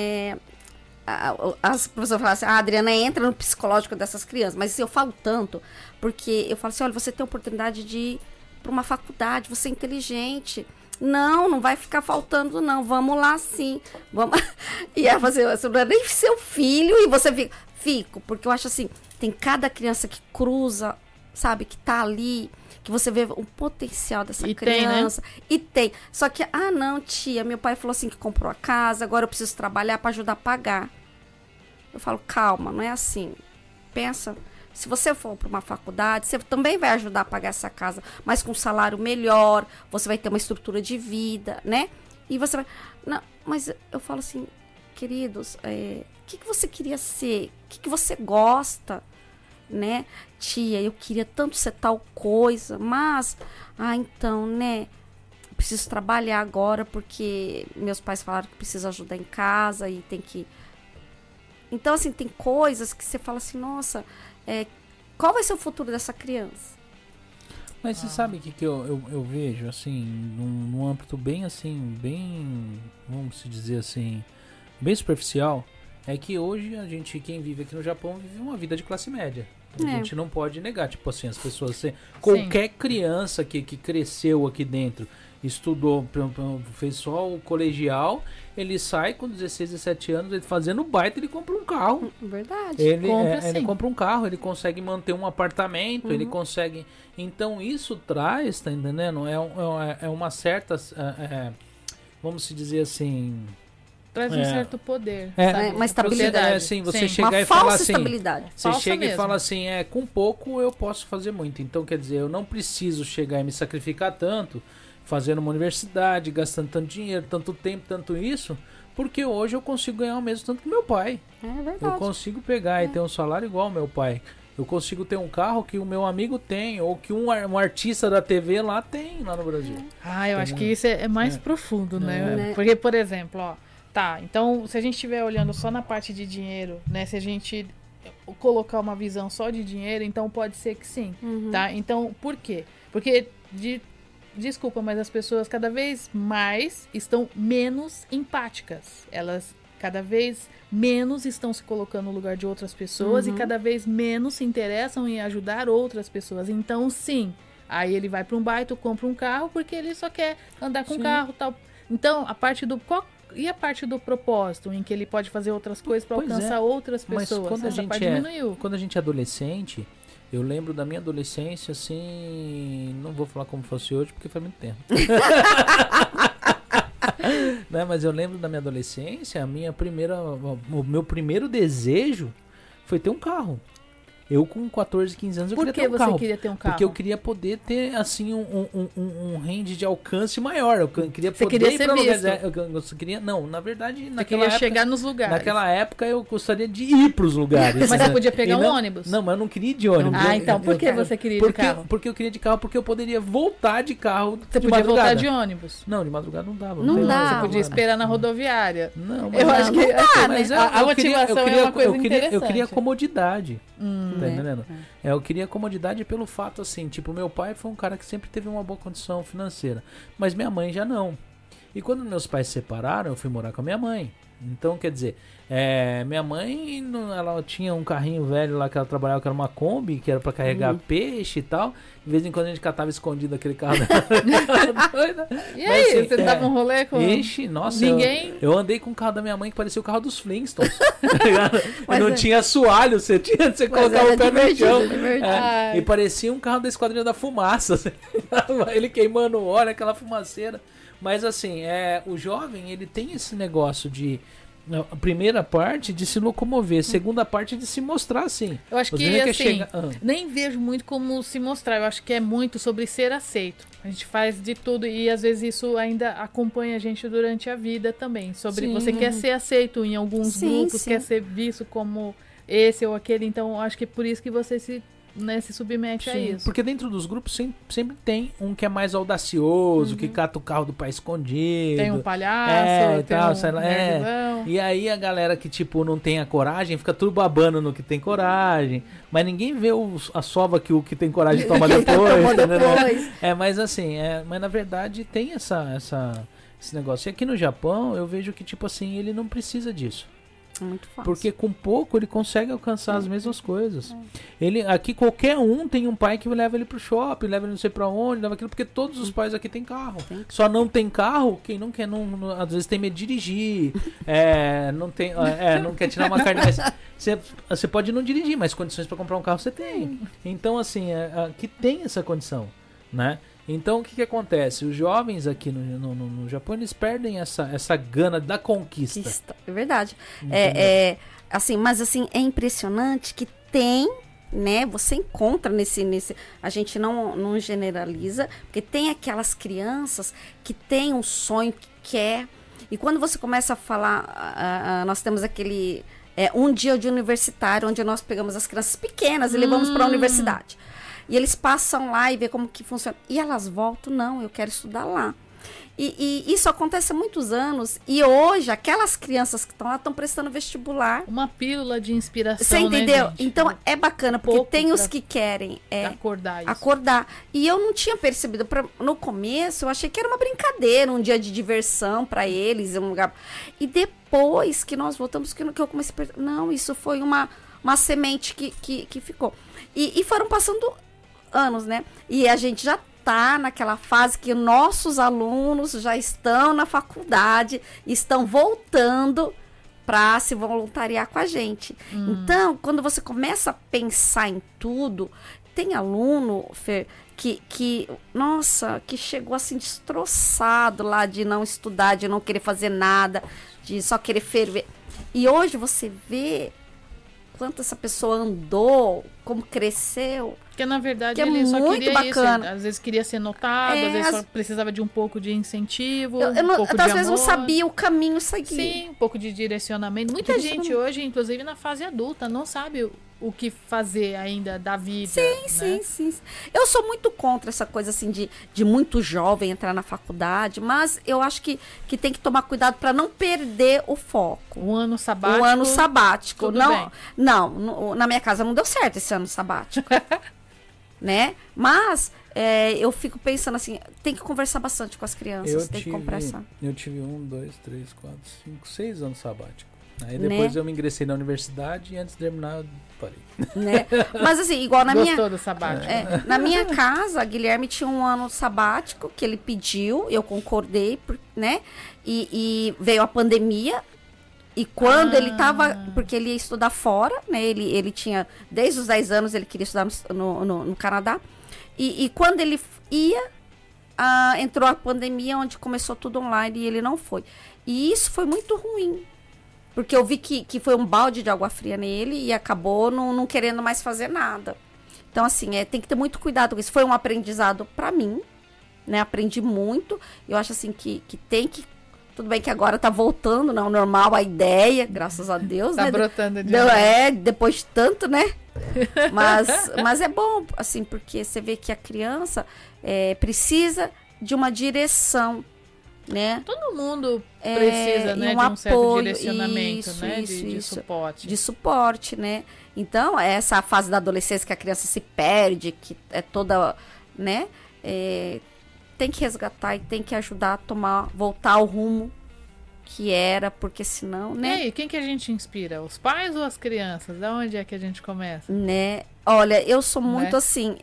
as professoras falam assim, a Adriana entra no psicológico dessas crianças, mas eu falo tanto, porque eu falo assim, olha, você tem a oportunidade de ir para uma faculdade, você é inteligente, não vai ficar faltando não, vamos lá sim, vamos. E ela fala assim, você não é nem seu filho, e você fico, porque eu acho assim, tem cada criança que cruza, sabe, que tá ali, que você vê o potencial dessa criança. Tem, né? E tem. Só que, não, tia, meu pai falou assim que comprou a casa, agora eu preciso trabalhar para ajudar a pagar. Eu falo, calma, não é assim. Pensa, se você for para uma faculdade, você também vai ajudar a pagar essa casa, mas com um salário melhor, você vai ter uma estrutura de vida, né? E você vai... Não, mas eu falo assim, queridos, o que você queria ser? O que você gosta? Né? Tia, eu queria tanto ser tal coisa, mas, então, né, preciso trabalhar agora porque meus pais falaram que precisa ajudar em casa e tem que... Então, assim, tem coisas que você fala assim, nossa, qual vai ser o futuro dessa criança? Mas você sabe o que eu vejo, assim, num âmbito bem, assim, bem, vamos dizer assim, bem superficial, é que hoje quem vive aqui no Japão, vive uma vida de classe média. A gente não pode negar, tipo assim, as pessoas... Qualquer criança que cresceu aqui dentro, estudou, fez só o colegial, ele sai com 16, 17 anos, ele fazendo baita, ele compra um carro. Verdade. Ele compra um carro, ele consegue manter um apartamento, ele consegue... Então isso traz, tá entendendo? É uma certa... vamos dizer assim... Traz um certo poder, uma estabilidade. Assim, você chegar e falar assim, estabilidade. Você chega e fala assim, com pouco eu posso fazer muito. Então, quer dizer, eu não preciso chegar e me sacrificar tanto, fazendo uma universidade, gastando tanto dinheiro, tanto tempo, tanto isso, porque hoje eu consigo ganhar o mesmo tanto que meu pai. É verdade. Eu consigo pegar e ter um salário igual ao meu pai. Eu consigo ter um carro que o meu amigo tem, ou que um artista da TV lá tem, lá no Brasil. Eu acho que isso é mais profundo, né? Porque, por exemplo, tá, então se a gente estiver olhando só na parte de dinheiro, né? Se a gente colocar uma visão só de dinheiro, então pode ser que sim, tá? Então, por quê? Porque desculpa, mas as pessoas cada vez mais estão menos empáticas. Elas cada vez menos estão se colocando no lugar de outras pessoas e cada vez menos se interessam em ajudar outras pessoas. Então, sim, aí ele vai para um bairro, compra um carro porque ele só quer andar com carro e tal. Então, a parte do propósito, em que ele pode fazer outras coisas para alcançar outras pessoas? Mas Essa parte diminuiu. quando a gente é adolescente, eu lembro da minha adolescência, assim, não vou falar como fosse hoje, porque faz muito tempo. Né, mas eu lembro da minha adolescência, o meu primeiro desejo foi ter um carro. Eu com 14, 15 anos eu queria ter um carro. Por que você queria ter um carro? Porque eu queria poder ter, assim, um range de alcance maior. Eu queria Você poder queria ir ser pra visto. lugares. Eu queria, não, na verdade, Você naquela queria época, chegar nos lugares. naquela época eu gostaria de ir pros lugares. Mas você podia pegar E um não, ônibus. Não, mas eu não queria ir de ônibus. Ah, então por que você queria ir de carro? Porque eu queria de carro, porque eu poderia voltar de carro Você de podia voltar madrugada. de ônibus. Não, de madrugada não dava. Não tem dá. nada, Você podia esperar na rodoviária. Não, mas Eu acho que mas a motivação é uma coisa eu queria interessante. comodidade. Tá entendendo? Eu queria comodidade pelo fato, assim, tipo, meu pai foi um cara que sempre teve uma boa condição financeira, mas minha mãe já não. E quando meus pais se separaram, eu fui morar com a minha mãe. Então, quer dizer, minha mãe, ela tinha um carrinho velho lá que ela trabalhava, que era uma Kombi, que era pra carregar peixe e tal. De vez em quando a gente catava escondido aquele carro dela. Doida. E aí, Mas, assim, você dava um rolê com... Ixi, nossa, Ninguém... eu andei com o carro da minha mãe que parecia o carro dos Flintstones. Tá ligado? Mas não tinha assoalho, você colocava o pé no chão. Ai. E parecia um carro da Esquadrilha da Fumaça. Ele queimando óleo, aquela fumaceira. Mas assim, o jovem, ele tem esse negócio de... A primeira parte de se locomover, a segunda parte de se mostrar, assim. Eu acho Você que, não quer assim, chegar- nem vejo muito como se mostrar. Eu acho que é muito sobre ser aceito. A gente faz de tudo e às vezes isso ainda acompanha a gente durante a vida também. Sobre Sim. você quer ser aceito em alguns Sim, grupos, sim. quer ser visto como esse ou aquele. Então, eu acho que é por isso que você se submete a Sim, isso. porque dentro dos grupos sempre tem um que é mais audacioso, que cata o carro do pai escondido. Tem um palhaço, e tem tal, um sei lá, nerdzão. E aí a galera que, tipo, não tem a coragem, fica tudo babando no que tem coragem. Mas ninguém vê a sova que o que tem coragem toma depois. Entendeu? Mas assim, mas na verdade tem esse negócio. E aqui no Japão, eu vejo que, tipo assim, ele não precisa disso. Muito fácil. Porque com pouco ele consegue alcançar as mesmas coisas. Aqui qualquer um tem um pai que leva ele pro shopping, leva ele não sei pra onde, leva aquilo, porque todos os pais aqui têm carro. Só não tem carro quem não quer, às vezes tem medo de dirigir, não quer tirar uma carta. Você pode não dirigir, mas condições pra comprar um carro você tem. Então assim, aqui tem essa condição, né? Então o que acontece? Os jovens aqui no Japão, eles perdem essa gana da conquista. É verdade. Assim, mas assim, é impressionante que tem, né? Você encontra nesse a gente não generaliza, porque tem aquelas crianças que têm um sonho, que quer. E quando você começa a falar, nós temos aquele um dia de universitário, onde nós pegamos as crianças pequenas e levamos para a universidade. E eles passam lá e vê como que funciona. E elas voltam, não, eu quero estudar lá. E isso acontece há muitos anos. E hoje, aquelas crianças que estão lá estão prestando vestibular. Uma pílula de inspiração, Você entendeu? né, gente? Então, é bacana, porque pouco tem os pra que querem acordar isso. acordar. E eu não tinha percebido. No começo, eu achei que era uma brincadeira, um dia de diversão para eles, um lugar. E depois que nós voltamos, que eu comecei a perceber, não, isso foi uma semente que ficou. E foram passando anos, né? E a gente já tá naquela fase que nossos alunos já estão na faculdade, estão voltando para se voluntariar com a gente. Então, quando você começa a pensar em tudo, tem aluno, Fer, que chegou assim destroçado lá de não estudar, de não querer fazer nada, de só querer ferver. E hoje você vê quanto essa pessoa andou, como cresceu. Porque, na verdade, Que é ele só muito queria bacana. isso. Às vezes queria ser notado, às vezes só precisava de um pouco de incentivo, Eu um pouco de às vezes não amor. sabia o caminho a seguir. Sim, um pouco de direcionamento. Muita gente hoje, inclusive na fase adulta, não sabe o que fazer ainda da vida. Sim. Eu sou muito contra essa coisa assim de muito jovem entrar na faculdade, mas eu acho que tem que tomar cuidado para não perder o foco. Um ano sabático. Um ano sabático. tudo bem. Não, na minha casa não deu certo esse ano sabático. Né? Mas eu fico pensando assim, tem que conversar bastante com as crianças, tem que conversar. Eu tive 6 anos sabático. Aí depois eu me ingressei na universidade e antes de terminar eu parei. Né? Mas assim, igual na Gostou do sabático? na minha casa, a Guilherme tinha um ano sabático que ele pediu, eu concordei, né? E veio a pandemia. E quando ele tava, porque ele ia estudar fora, né? Ele tinha, desde os 10 anos, ele queria estudar no Canadá. E quando ele ia, entrou a pandemia, onde começou tudo online e ele não foi. E isso foi muito ruim. Porque eu vi que foi um balde de água fria nele e acabou não querendo mais fazer nada. Então, assim, tem que ter muito cuidado com isso. Foi um aprendizado para mim, né? Aprendi muito. Eu acho, assim, que tem que... Tudo bem que agora tá voltando ao normal a ideia, graças a Deus, tá né? Brotando de depois de tanto, né? Mas é bom, assim, porque você vê que a criança precisa de uma direção, né? Todo mundo precisa, né, de um certo direcionamento, né? De suporte. De suporte, né? Então, essa fase da adolescência que a criança se perde, que é toda, né? Tem que resgatar e tem que ajudar a voltar ao rumo que era, porque senão, né? E aí, quem que a gente inspira? Os pais ou as crianças? Da onde é que a gente começa? Né? Olha, eu sou muito assim...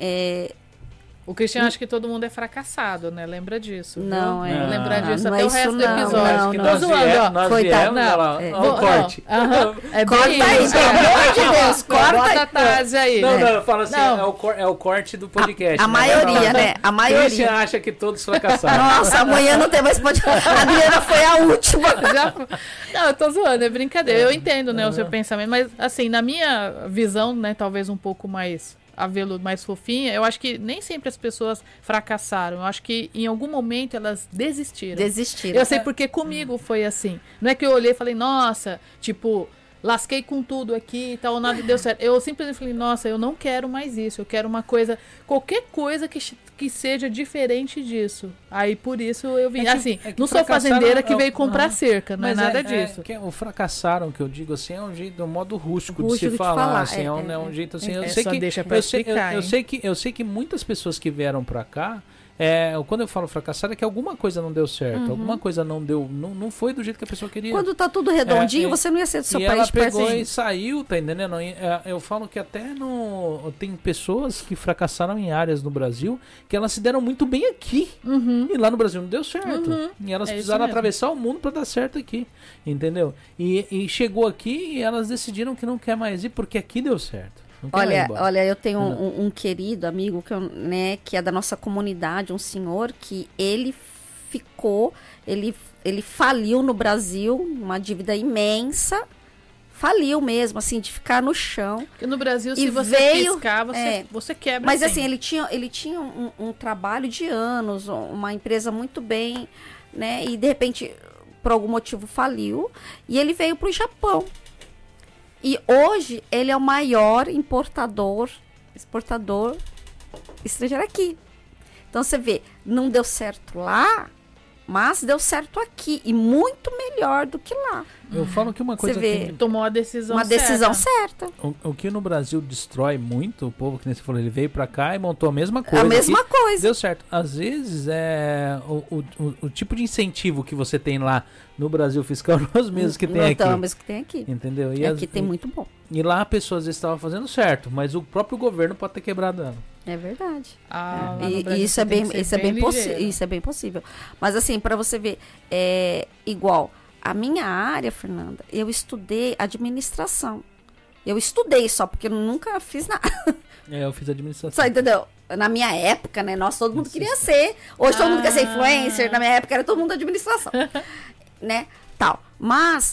O Cristiano acha que todo mundo é fracassado, né? Lembra disso. Não, viu? Lembrar disso não até é o resto do episódio. Não, Tô zoando, ó. Coitado, o corte. Corta aí, pelo amor de Deus, corta Bota a Tase aí. Não, fala assim, é o corte do podcast. A maioria, né? A maioria. Christian acha que todos fracassaram. Nossa, amanhã não tem mais podcast. A Adriana foi a última. Não, eu tô zoando, é brincadeira. Eu entendo, né, o seu pensamento, mas assim, na minha visão, né, talvez um pouco mais aveludo, mais fofinha, eu acho que nem sempre as pessoas fracassaram. Eu acho que em algum momento elas desistiram. Eu sei porque comigo foi assim. Não é que eu olhei e falei, nossa, tipo, lasquei com tudo aqui e tal, nada deu certo. Eu simplesmente falei, nossa, eu não quero mais isso. Eu quero uma coisa, qualquer coisa que seja diferente disso. Aí por isso eu vim. Não sou fazendeira que veio comprar cerca, não é nada disso. O fracassaram, que eu digo assim, é um jeito, um modo rústico de se falar. Assim, é um jeito assim. Eu sei que muitas pessoas que vieram pra cá, quando eu falo fracassado, é que alguma coisa não deu certo, alguma coisa não deu, não foi do jeito que a pessoa queria. Quando tá tudo redondinho, você não ia ser do seu país. Ela pegou e saiu, tá entendendo? Eu falo que até tem pessoas que fracassaram em áreas no Brasil que elas se deram muito bem aqui. E lá no Brasil não deu certo. E elas precisaram atravessar o mundo pra dar certo aqui, entendeu? E chegou aqui e elas decidiram que não quer mais ir porque aqui deu certo. Olha, eu tenho um querido amigo que é da nossa comunidade, um senhor que ele faliu no Brasil, uma dívida imensa, faliu mesmo, assim, de ficar no chão. Porque no Brasil, se você piscar, você quebra. Mas assim, ele tinha um trabalho de anos, uma empresa muito bem, né, e de repente, por algum motivo, faliu, e ele veio pro Japão. E hoje ele é o maior exportador estrangeiro aqui. Então você vê, não deu certo lá, mas deu certo aqui. E muito melhor do que lá. Eu falo que uma coisa que tomou a decisão certa. Decisão certa. O que no Brasil destrói muito o povo, que nem você falou, ele veio pra cá e montou a mesma coisa. A mesma coisa. Deu certo. Às vezes o tipo de incentivo que você tem lá no Brasil fiscal não é os mesmos que tem aqui. Não é o mesmo que tem aqui. Entendeu? E aqui tem muito bom. E lá a pessoa às vezes estava fazendo certo, mas o próprio governo pode ter quebrado ela. É verdade. E isso é bem possível. Mas assim, para você ver, igual a minha área, Fernanda, eu estudei administração. Eu estudei só, porque eu nunca fiz nada. Eu fiz administração. Só, entendeu? Na minha época, né? Todo mundo queria ser. Hoje todo mundo quer ser influencer. Na minha época era todo mundo administração. Né? Tal. Mas,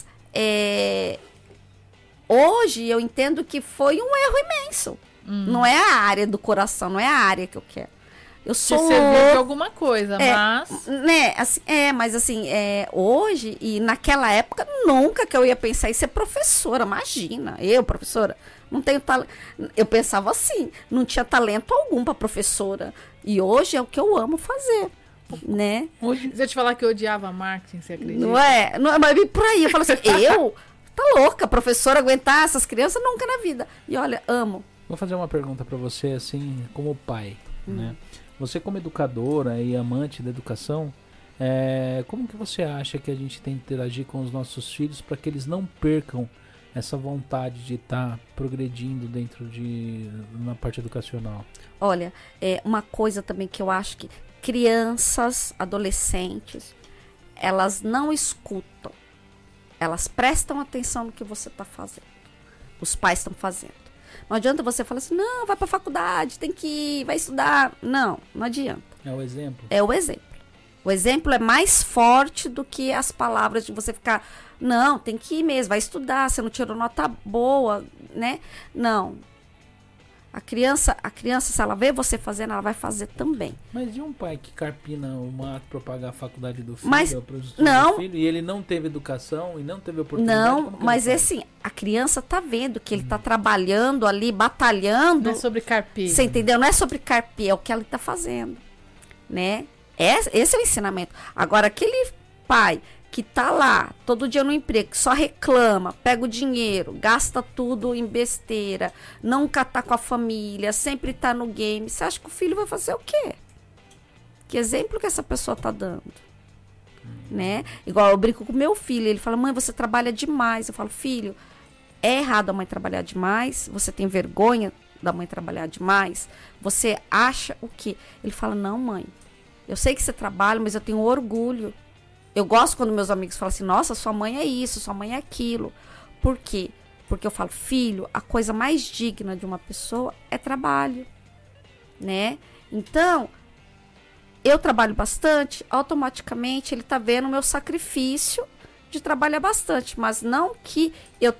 hoje eu entendo que foi um erro imenso. Não é a área do coração, não é a área que eu quero. Eu sou servir de alguma coisa, mas... Né, assim, mas assim, hoje e naquela época, nunca que eu ia pensar em ser professora. Imagina, professora, não tenho talento. Eu pensava assim, não tinha talento algum para professora. E hoje é o que eu amo fazer, né? Hoje, se eu te falar que eu odiava marketing, você acredita? Não é, mas por aí, eu falo assim, tá louca, professora, aguentar essas crianças nunca na vida. E olha, amo. Vou fazer uma pergunta para você, assim, como pai. né? Você como educadora e amante da educação, como que você acha que a gente tem que interagir com os nossos filhos para que eles não percam essa vontade de estar progredindo na parte educacional? Olha, uma coisa também que eu acho que crianças, adolescentes, elas não escutam. Elas prestam atenção no que você está fazendo. Os pais estão fazendo. Não adianta você falar assim, não, vai para a faculdade, tem que ir, vai estudar. Não adianta. É o exemplo? É o exemplo. O exemplo é mais forte do que as palavras de você ficar, não, tem que ir mesmo, vai estudar, você não tirou nota boa, né? Não. A criança, se ela vê você fazendo, ela vai fazer também. Mas e um pai que carpina o mato para pagar a faculdade do filho, mas, do filho, e ele não teve educação e não teve oportunidade? Não, mas assim, a criança tá vendo que ele tá trabalhando ali, batalhando. Não é sobre carpir. Você entendeu? Não é sobre carpir, é o que ela tá fazendo, né? Esse é o ensinamento. Agora, aquele pai que tá lá, todo dia no emprego, só reclama, pega o dinheiro, gasta tudo em besteira, nunca tá com a família, sempre tá no game. Você acha que o filho vai fazer o quê? Que exemplo que essa pessoa tá dando? Né? Igual eu brinco com meu filho, ele fala, mãe, você trabalha demais. Eu falo, filho, é errado a mãe trabalhar demais? Você tem vergonha da mãe trabalhar demais? Você acha o quê? Ele fala, não, mãe, eu sei que você trabalha, mas eu tenho orgulho. Eu gosto quando meus amigos falam assim, nossa, sua mãe é isso, sua mãe é aquilo. Por quê? Porque eu falo, filho, a coisa mais digna de uma pessoa é trabalho, né? Então, eu trabalho bastante, automaticamente ele tá vendo o meu sacrifício de trabalhar bastante, mas não que eu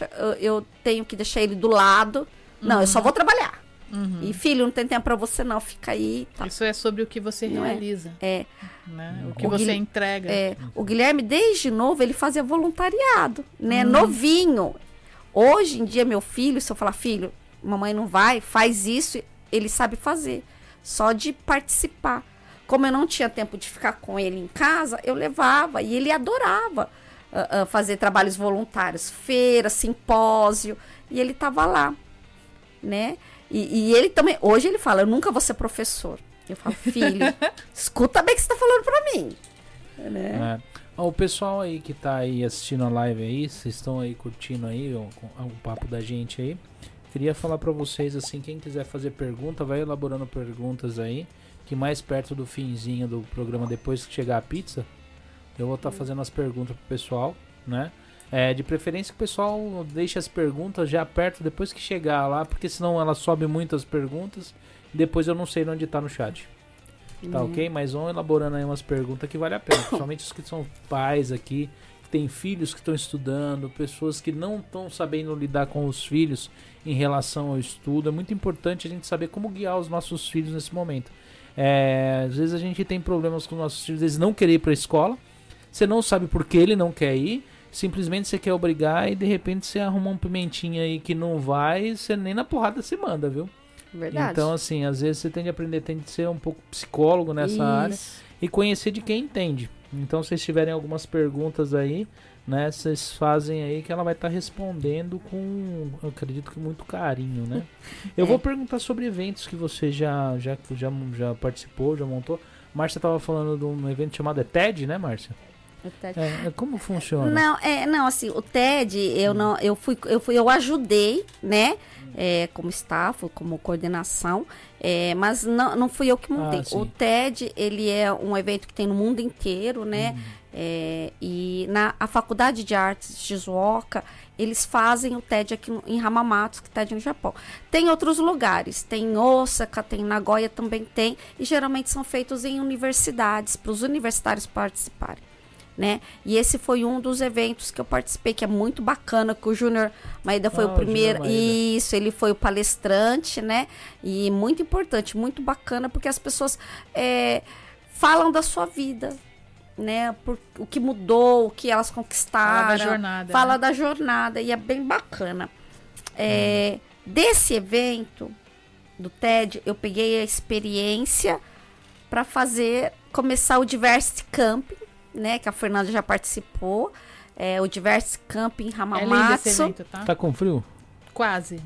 tenho que deixar ele do lado. Não, eu só vou trabalhar. E filho, não tem tempo pra você não, fica aí. Tá. Isso é sobre o que você realiza. Né? O que você entrega. O Guilherme, desde novo, ele fazia voluntariado, né? Novinho. Hoje em dia, meu filho, se eu falar, filho, mamãe não vai, faz isso, ele sabe fazer. Só de participar. Como eu não tinha tempo de ficar com ele em casa, eu levava. E ele adorava fazer trabalhos voluntários. Feira, simpósio. E ele tava lá, né? E ele também, hoje ele fala, eu nunca vou ser professor. Eu falo, filho, escuta bem o que você tá falando pra mim. Né? O pessoal aí que tá aí assistindo a live aí, vocês estão aí curtindo aí o papo da gente aí. Queria falar pra vocês assim, quem quiser fazer pergunta, vai elaborando perguntas aí, que mais perto do finzinho do programa, depois que chegar a pizza, eu vou estar fazendo as perguntas pro pessoal, né? De preferência que o pessoal deixe as perguntas já perto depois que chegar lá, porque senão ela sobe muitas perguntas e depois eu não sei onde tá no chat. Tá ok? Mas vão elaborando aí umas perguntas que vale a pena. Principalmente os que são pais aqui, que tem filhos que estão estudando, pessoas que não estão sabendo lidar com os filhos em relação ao estudo. É muito importante a gente saber como guiar os nossos filhos nesse momento. Às vezes a gente tem problemas com os nossos filhos, eles não querem ir pra escola, você não sabe por que ele não quer ir. Simplesmente você quer obrigar e de repente você arruma um pimentinha aí que não vai, você nem na porrada se manda, viu? Verdade. Então, assim, às vezes você tem de ser um pouco psicólogo nessa área e conhecer de quem entende. Então, se vocês tiverem algumas perguntas aí, né, vocês fazem aí que ela vai estar respondendo com, eu acredito que muito carinho, né? Eu vou perguntar sobre eventos que você já participou, já montou. Márcia estava falando de um evento chamado TED, né, Márcia? Como funciona? Não, assim, o TED, eu ajudei, né, como staff, como coordenação, mas não fui eu que montei. O TED, ele é um evento que tem no mundo inteiro, né, e a Faculdade de Artes de Shizuoka, eles fazem o TED aqui em Hamamatsu, que é TED no Japão. Tem outros lugares, tem em Osaka, tem em Nagoya, também tem, e geralmente são feitos em universidades, para os universitários participarem. Né? E esse foi um dos eventos que eu participei, que é muito bacana, que o Júnior Maeda foi o primeiro. Isso, ele foi o palestrante, né? E muito importante, muito bacana, porque as pessoas falam da sua vida, né? O que mudou, o que elas conquistaram. Fala da jornada. Fala da jornada, e é bem bacana. Desse evento, do TED, eu peguei a experiência para começar o Diversity Camping, né, que a Fernanda já participou, o Diversity Camping em Hamamatsu. É lindo esse evento, tá? Tá com frio? Quase.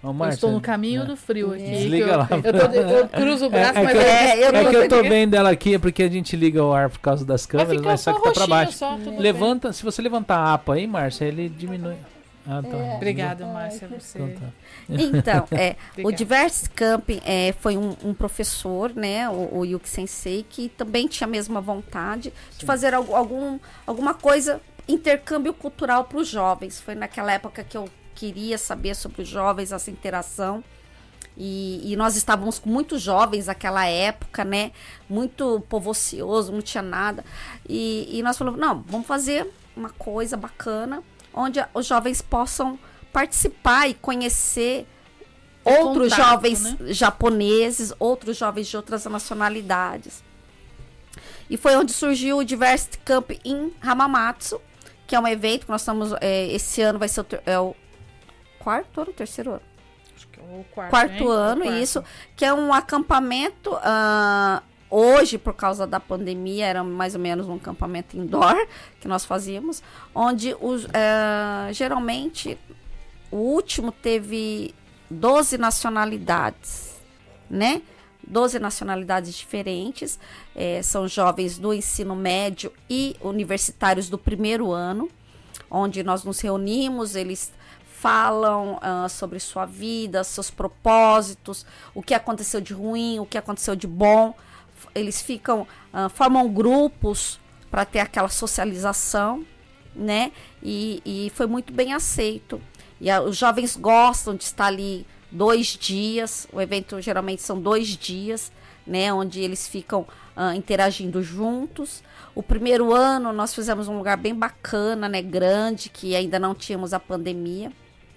Ô, Eu Márcia, estou no caminho do frio aqui. Desliga lá. Eu cruzo o braço, mas É que eu tô consegui. vendo ela aqui, é porque a gente liga o ar por causa das vai câmeras, ficar mas só só que tá pra roxinho baixo. só, tudo bem. Levanta, se você levantar a APA aí, Márcia, ele diminui. Ah, tá. Obrigada, Márcia, você. Então tá. Então, o Obrigada. Diversity Camping foi um professor, né, o Yuki Sensei, que também tinha a mesma vontade de fazer alguma coisa, intercâmbio cultural para os jovens. Foi naquela época que eu queria saber sobre os jovens, essa interação. E nós estávamos com muitos jovens naquela época, né, muito povo ocioso, não tinha nada. E nós falamos, não, vamos fazer uma coisa bacana, onde os jovens possam participar e conhecer outros contato, jovens né? japoneses, outros jovens de outras nacionalidades. E foi onde surgiu o Diversity Camp em Hamamatsu, que é um evento que nós estamos, esse ano vai ser o quarto ano, terceiro ano? Acho que é o quarto, Quarto hein? ano, O quarto. isso, que é um acampamento, hoje, por causa da pandemia, era mais ou menos um acampamento indoor que nós fazíamos, onde geralmente o último teve 12 nacionalidades, né? 12 nacionalidades diferentes, são jovens do ensino médio e universitários do primeiro ano, onde nós nos reunimos, eles falam sobre sua vida, seus propósitos, o que aconteceu de ruim, o que aconteceu de bom. Eles formam grupos para ter aquela socialização, né? E foi muito bem aceito. E os jovens gostam de estar ali 2 dias. O evento geralmente são 2 dias, né? Onde eles ficam interagindo juntos. O primeiro ano nós fizemos um lugar bem bacana, né? Grande, que ainda não tínhamos a pandemia.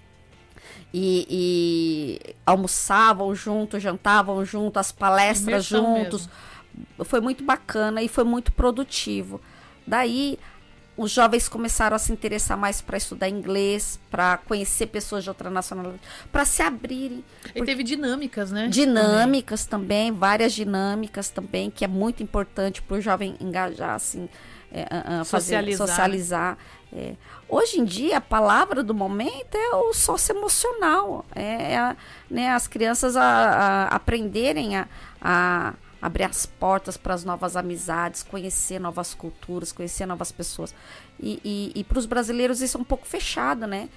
E almoçavam juntos, jantavam juntos, as palestras Imersão juntos. Foi muito bacana e foi muito produtivo. Daí, os jovens começaram a se interessar mais para estudar inglês, para conhecer pessoas de outra nacionalidade, para se abrirem. E teve dinâmicas, né? Dinâmicas também, várias dinâmicas também, que é muito importante para o jovem engajar, assim, socializar. Hoje em dia, a palavra do momento é o socioemocional. Né, as crianças aprenderem a abrir as portas para as novas amizades, conhecer novas culturas, conhecer novas pessoas. E para os brasileiros isso é um pouco fechado, né?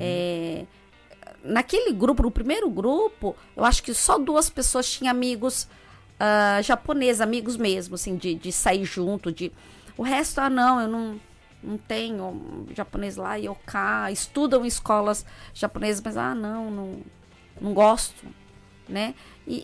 Naquele grupo, no primeiro grupo, eu acho que só 2 pessoas tinham amigos japoneses, amigos mesmo, assim, de sair junto. O resto, não, eu não tenho japonês lá, yoka, estudam em escolas japonesas, mas não gosto, né?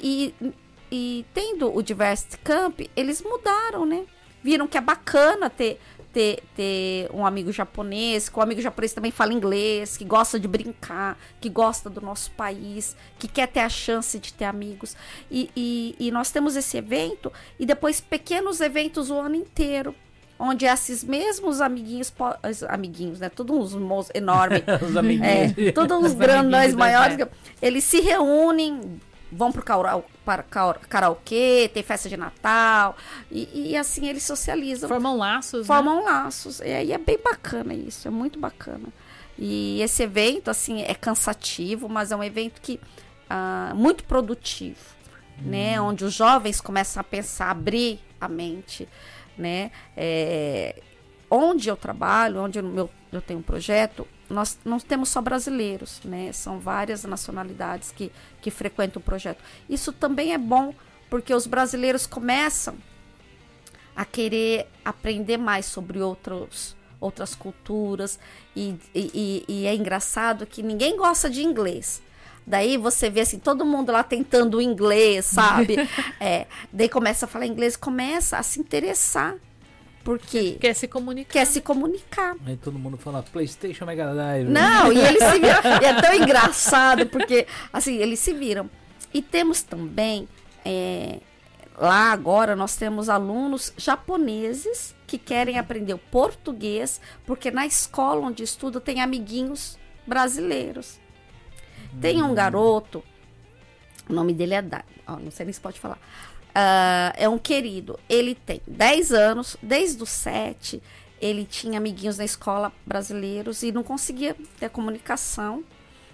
E tendo o Diversity Camp, eles mudaram, né? Viram que é bacana ter um amigo japonês, que o amigo japonês também fala inglês, que gosta de brincar, que gosta do nosso país, que quer ter a chance de ter amigos. E nós temos esse evento e depois pequenos eventos o ano inteiro, onde esses mesmos amiguinhos, né? Todos uns moços enormes, Os amiguinhos. todos uns grandões maiores, eles se reúnem, vão para karaokê, tem festa de Natal, e assim eles socializam. Formam laços, Formam laços. E aí é bem bacana isso, é muito bacana. E esse evento, assim, é cansativo, mas é um evento que muito produtivo, né? Onde os jovens começam a pensar, abrir a mente, né? Onde eu trabalho, onde eu tenho um projeto, nós não temos só brasileiros, né? São várias nacionalidades que frequentam o projeto. Isso também é bom, porque os brasileiros começam a querer aprender mais sobre outras culturas. E é engraçado que ninguém gosta de inglês. Daí você vê assim, todo mundo lá tentando o inglês, sabe? Daí começa a falar inglês, começa a se interessar. Porque Quer se comunicar. quer se comunicar. Aí todo mundo fala PlayStation Mega Drive. Não, e eles se viram. E é tão engraçado, porque assim, eles se viram. E temos também, lá agora, nós temos alunos japoneses que querem aprender o português, porque na escola onde estudo tem amiguinhos brasileiros. Tem um garoto, o nome dele é Dai, não sei nem se pode falar. É um querido, ele tem 10 anos, desde os 7, ele tinha amiguinhos na escola brasileiros e não conseguia ter comunicação.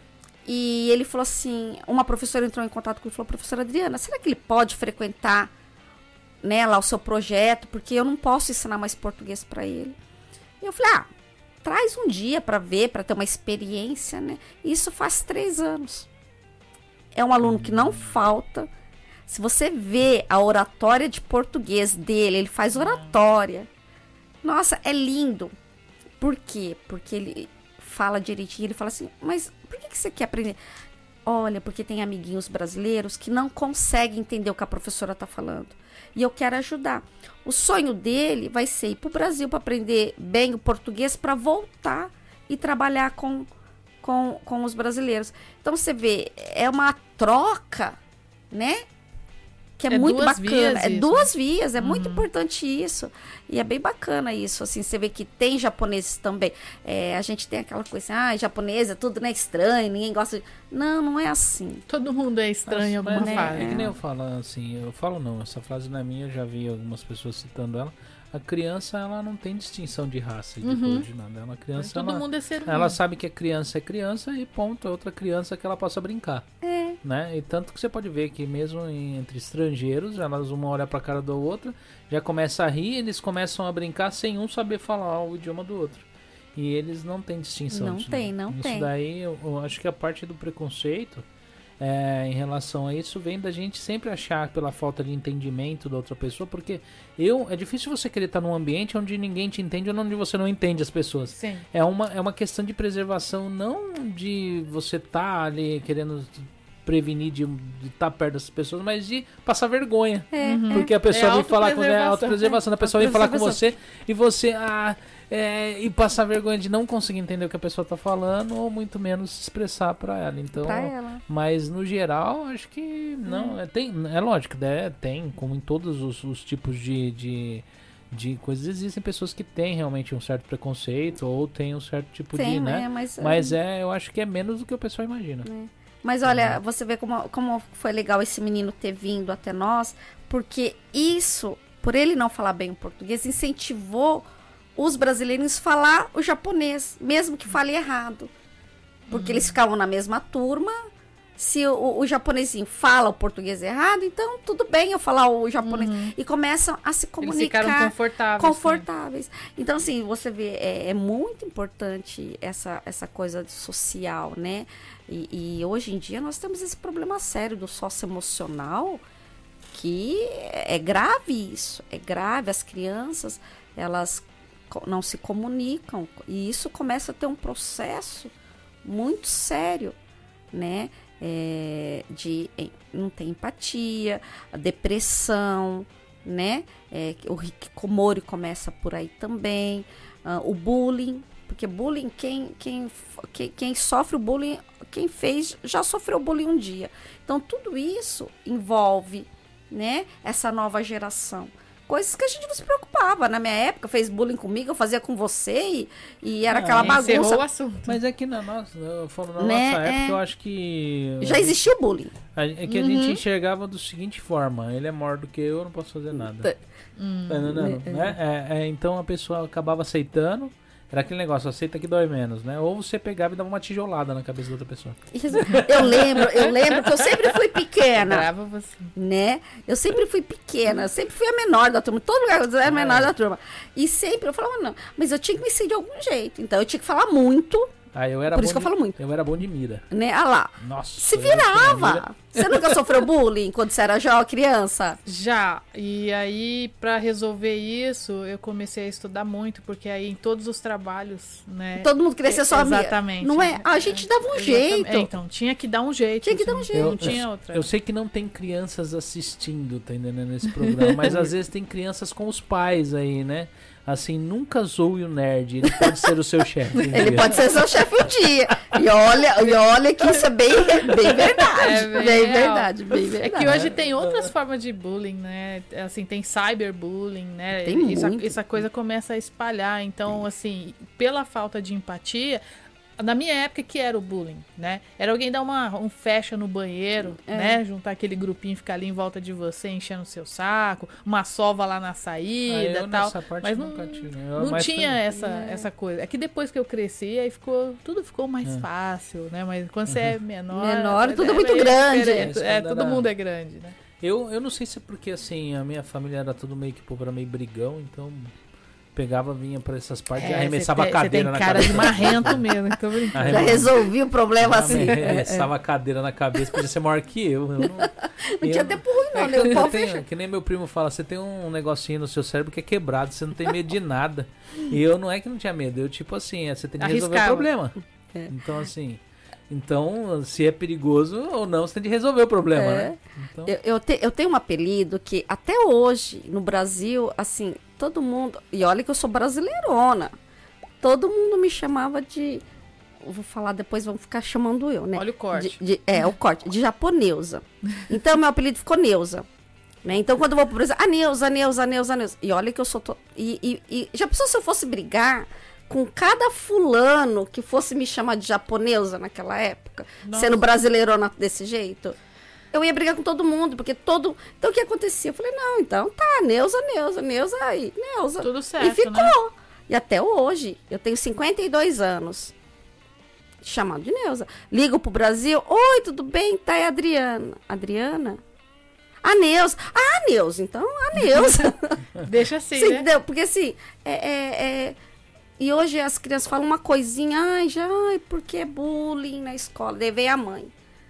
E ele falou assim, uma professora entrou em contato comigo e falou, professora Adriana, será que ele pode frequentar, né, lá o seu projeto? Porque eu não posso ensinar mais português para ele. E eu falei, traz um dia para ver, para ter uma experiência, né? Isso faz 3 anos. É um aluno que não falta. Se você vê a oratória de português dele, ele faz oratória. Nossa, é lindo. Por quê? Porque ele fala direitinho, ele fala assim, mas por que você quer aprender? Olha, porque tem amiguinhos brasileiros que não conseguem entender o que a professora está falando. E eu quero ajudar. O sonho dele vai ser ir para o Brasil para aprender bem o português, para voltar e trabalhar com os brasileiros. Então, você vê, é uma troca, né? Que é muito bacana. É 2 vias, é muito importante isso. E é bem bacana isso, assim, você vê que tem japoneses também. A gente tem aquela coisa, japonês é tudo, né, estranho, ninguém gosta de... Não é assim. Todo mundo é estranho em alguma fase. É que nem eu falo assim, essa frase não é minha, eu já vi algumas pessoas citando ela. A criança, ela não tem distinção de raça, de cor, de nada. Ela, criança, todo mundo é ser humano. Ela sabe que é criança e ponto, é outra criança que ela possa brincar. Né? E tanto que você pode ver que mesmo entre estrangeiros, elas uma olha pra cara da outra, já começa a rir, eles começam a brincar sem um saber falar o idioma do outro. E eles não têm distinção. Não tem. Isso daí, eu acho que a parte do preconceito em relação a isso vem da gente sempre achar pela falta de entendimento da outra pessoa, porque é difícil você querer estar num ambiente onde ninguém te entende ou onde você não entende as pessoas. Sim. É uma questão de preservação, não de você estar ali querendo prevenir de estar perto das pessoas, mas de passar vergonha. Porque a pessoa vem falar com a autopreservação, a pessoa vem falar com você e você e passar vergonha de não conseguir entender o que a pessoa está falando ou muito menos se expressar para ela. Então, mas no geral, acho que não, é lógico, tem, como em todos os tipos de coisas, existem pessoas que têm realmente um certo preconceito ou tem um certo tipo de, né? Mas eu acho que é menos do que o pessoal imagina. Mas olha, você vê como foi legal esse menino ter vindo até nós, porque isso, por ele não falar bem o português, incentivou os brasileiros a falar o japonês, mesmo que fale errado. Porque eles ficavam na mesma turma, se o japonesinho fala o português errado, então tudo bem eu falar o japonês. E começam a se comunicar. Eles ficaram confortáveis. Então, assim, você vê, é muito importante essa coisa social, né? E hoje em dia nós temos esse problema sério do socioemocional, que é grave isso. É grave, as crianças, elas não se comunicam. E isso começa a ter um processo muito sério, né? De não ter empatia, a depressão, né? O hikikomori começa por aí também, o bullying, porque bullying, quem sofre o bullying, quem fez já sofreu bullying um dia. Então tudo isso envolve, né, essa nova geração. Coisas que a gente não se preocupava. Na minha época, fez bullying comigo, eu fazia com você e era aquela bagunça. O assunto. Mas é que nossa época, eu acho que... Já existia o bullying. É que a gente enxergava da seguinte forma: ele é maior do que eu não posso fazer nada. Então a pessoa acabava aceitando. Era aquele negócio, aceita que dói menos, né? Ou você pegava e dava uma tijolada na cabeça da outra pessoa. Eu lembro que eu sempre fui pequena. Brava você. Né? Eu sempre fui pequena, eu sempre fui a menor da turma. Todo lugar eu era a menor da turma. E sempre eu falava, não, mas eu tinha que me ensinar de algum jeito. Então eu tinha que falar muito. Por isso que eu falo muito. Eu era bom de mira. Né? Ah lá. Nossa. Se virava. Você nunca sofreu bullying quando você era criança? Já. E aí, pra resolver isso, eu comecei a estudar muito, porque aí em todos os trabalhos, né? Todo mundo queria ser só amiga. Exatamente. Não é? A gente dava um jeito. Então, tinha que dar um jeito. Não tinha outra. Eu sei que não tem crianças assistindo, tá entendendo, nesse programa, mas às vezes tem crianças com os pais aí, né? Assim, nunca zoe o nerd, ele pode ser o seu chefe. Ele pode ser seu chefe um dia. E olha que isso é bem verdade. Bem verdade. É que hoje tem outras formas de bullying, né? Assim, tem cyberbullying, né? Essa coisa começa a espalhar. Então, assim, pela falta de empatia, Na minha época, que era o bullying, né? Era alguém dar um fecha no banheiro, né? Juntar aquele grupinho, ficar ali em volta de você, enchendo o seu saco, uma sova lá na saída e tal. Mas não tinha essa coisa. É que depois que eu cresci, aí tudo ficou mais fácil, né? Mas quando você é menor tudo é muito grande. Todo mundo é grande, né? Eu não sei se é porque, assim, a minha família era tudo meio que povo, era meio brigão, então... Pegava, vinha pra essas partes e arremessava a cadeira na cabeça. Você tem cara de marrento mesmo, então já resolvi o problema assim. Arremessava a cadeira na cabeça, podia ser maior que eu. Não tinha tempo ruim, não. Que nem meu primo fala, você tem um negocinho no seu cérebro que é quebrado, você não tem medo de nada. E eu não é que não tinha medo, eu tipo assim, você tem que resolver o problema. Então assim... Então, se é perigoso ou não, você tem de resolver o problema, né? Então... Eu tenho um apelido que até hoje, no Brasil, assim, todo mundo... E olha que eu sou brasileirona. Todo mundo me chamava de... Eu vou falar depois, vão ficar chamando eu, né? Olha o corte. O corte. De japoneusa. Então, meu apelido ficou Neuza. Né? Então, quando eu vou pro Brasil... Neuza. E olha que eu sou... E já pensou se eu fosse brigar... com cada fulano que fosse me chamar de japonesa naquela época, sendo brasileirona desse jeito, eu ia brigar com todo mundo, porque Então, o que acontecia? Eu falei, não, então tá, Neuza aí, Neuza. Tudo certo, e ficou. Né? E até hoje, eu tenho 52 anos, chamado de Neuza. Ligo pro Brasil, oi, tudo bem? Tá, é a Adriana. Adriana? A Neuza. Ah, Neuza, então a Neuza. Deixa assim, Você né? Entendeu? Porque assim, E hoje as crianças falam uma coisinha, porque é bullying na escola. Daí vem a mãe.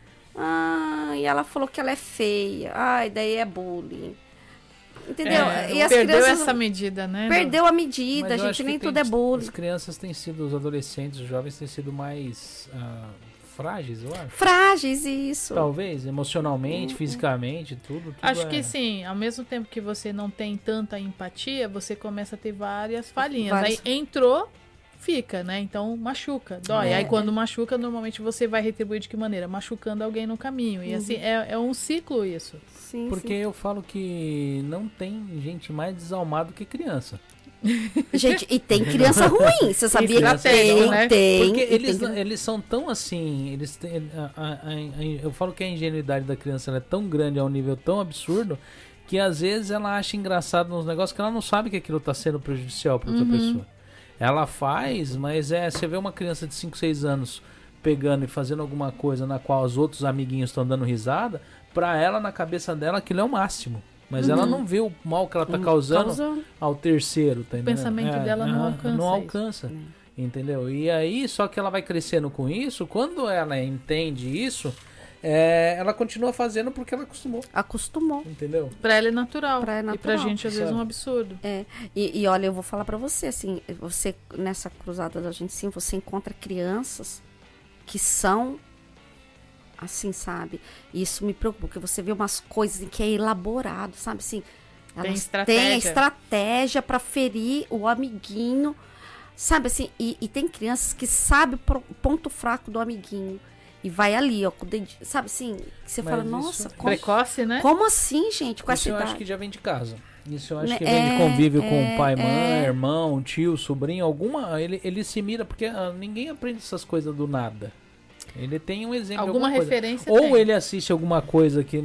E ela falou que ela é feia. Daí é bullying. Entendeu? E as perdeu crianças, essa medida, né? Perdeu a medida, gente, nem tudo é bullying. As crianças têm sido, os adolescentes, os jovens têm sido mais frágeis, eu acho. Frágeis, isso. Talvez, emocionalmente, fisicamente, tudo acho que sim, ao mesmo tempo que você não tem tanta empatia, você começa a ter várias falhinhas. Aí entrou, fica, né? Então machuca, dói. Aí quando machuca, normalmente você vai retribuir de que maneira? Machucando alguém no caminho. E assim, é um ciclo isso. Sim, porque eu falo que não tem gente mais desalmada do que criança. Gente, e tem criança ruim, você sabia que tem, né? Tem. Porque eles são tão assim, eles têm, eu falo que a ingenuidade da criança ela é tão grande, a um nível tão absurdo, que às vezes ela acha engraçado nos negócios que ela não sabe que aquilo está sendo prejudicial para outra pessoa. Ela faz, mas você vê uma criança de 5, 6 anos pegando e fazendo alguma coisa na qual os outros amiguinhos estão dando risada, para ela, na cabeça dela, aquilo é o máximo. Mas ela não vê o mal que ela tá causando ao terceiro, tá entendendo? O pensamento dela não alcança. Não alcança, entendeu? E aí, só que ela vai crescendo com isso, quando ela entende isso, ela continua fazendo porque ela acostumou. Entendeu? Pra ela é natural. E pra gente, às vezes, é um absurdo. E olha, eu vou falar pra você, assim, você, nessa cruzada da gente, sim, você encontra crianças que são... assim, sabe? Isso me preocupa, porque você vê umas coisas em que é elaborado, sabe? Assim, elas têm a estratégia para ferir o amiguinho, sabe? Assim, e tem crianças que sabem o ponto fraco do amiguinho e vai ali, ó, com o dedinho, sabe assim? Que você fala, nossa, precoce, né? Como assim, gente? Com essa idade? Eu acho que já vem de casa. Isso eu acho que vem de convívio com pai, mãe, irmão, tio, sobrinho, ele se mira, porque ninguém aprende essas coisas do nada. Ele tem um exemplo. Alguma referência coisa. Ou ele assiste alguma coisa que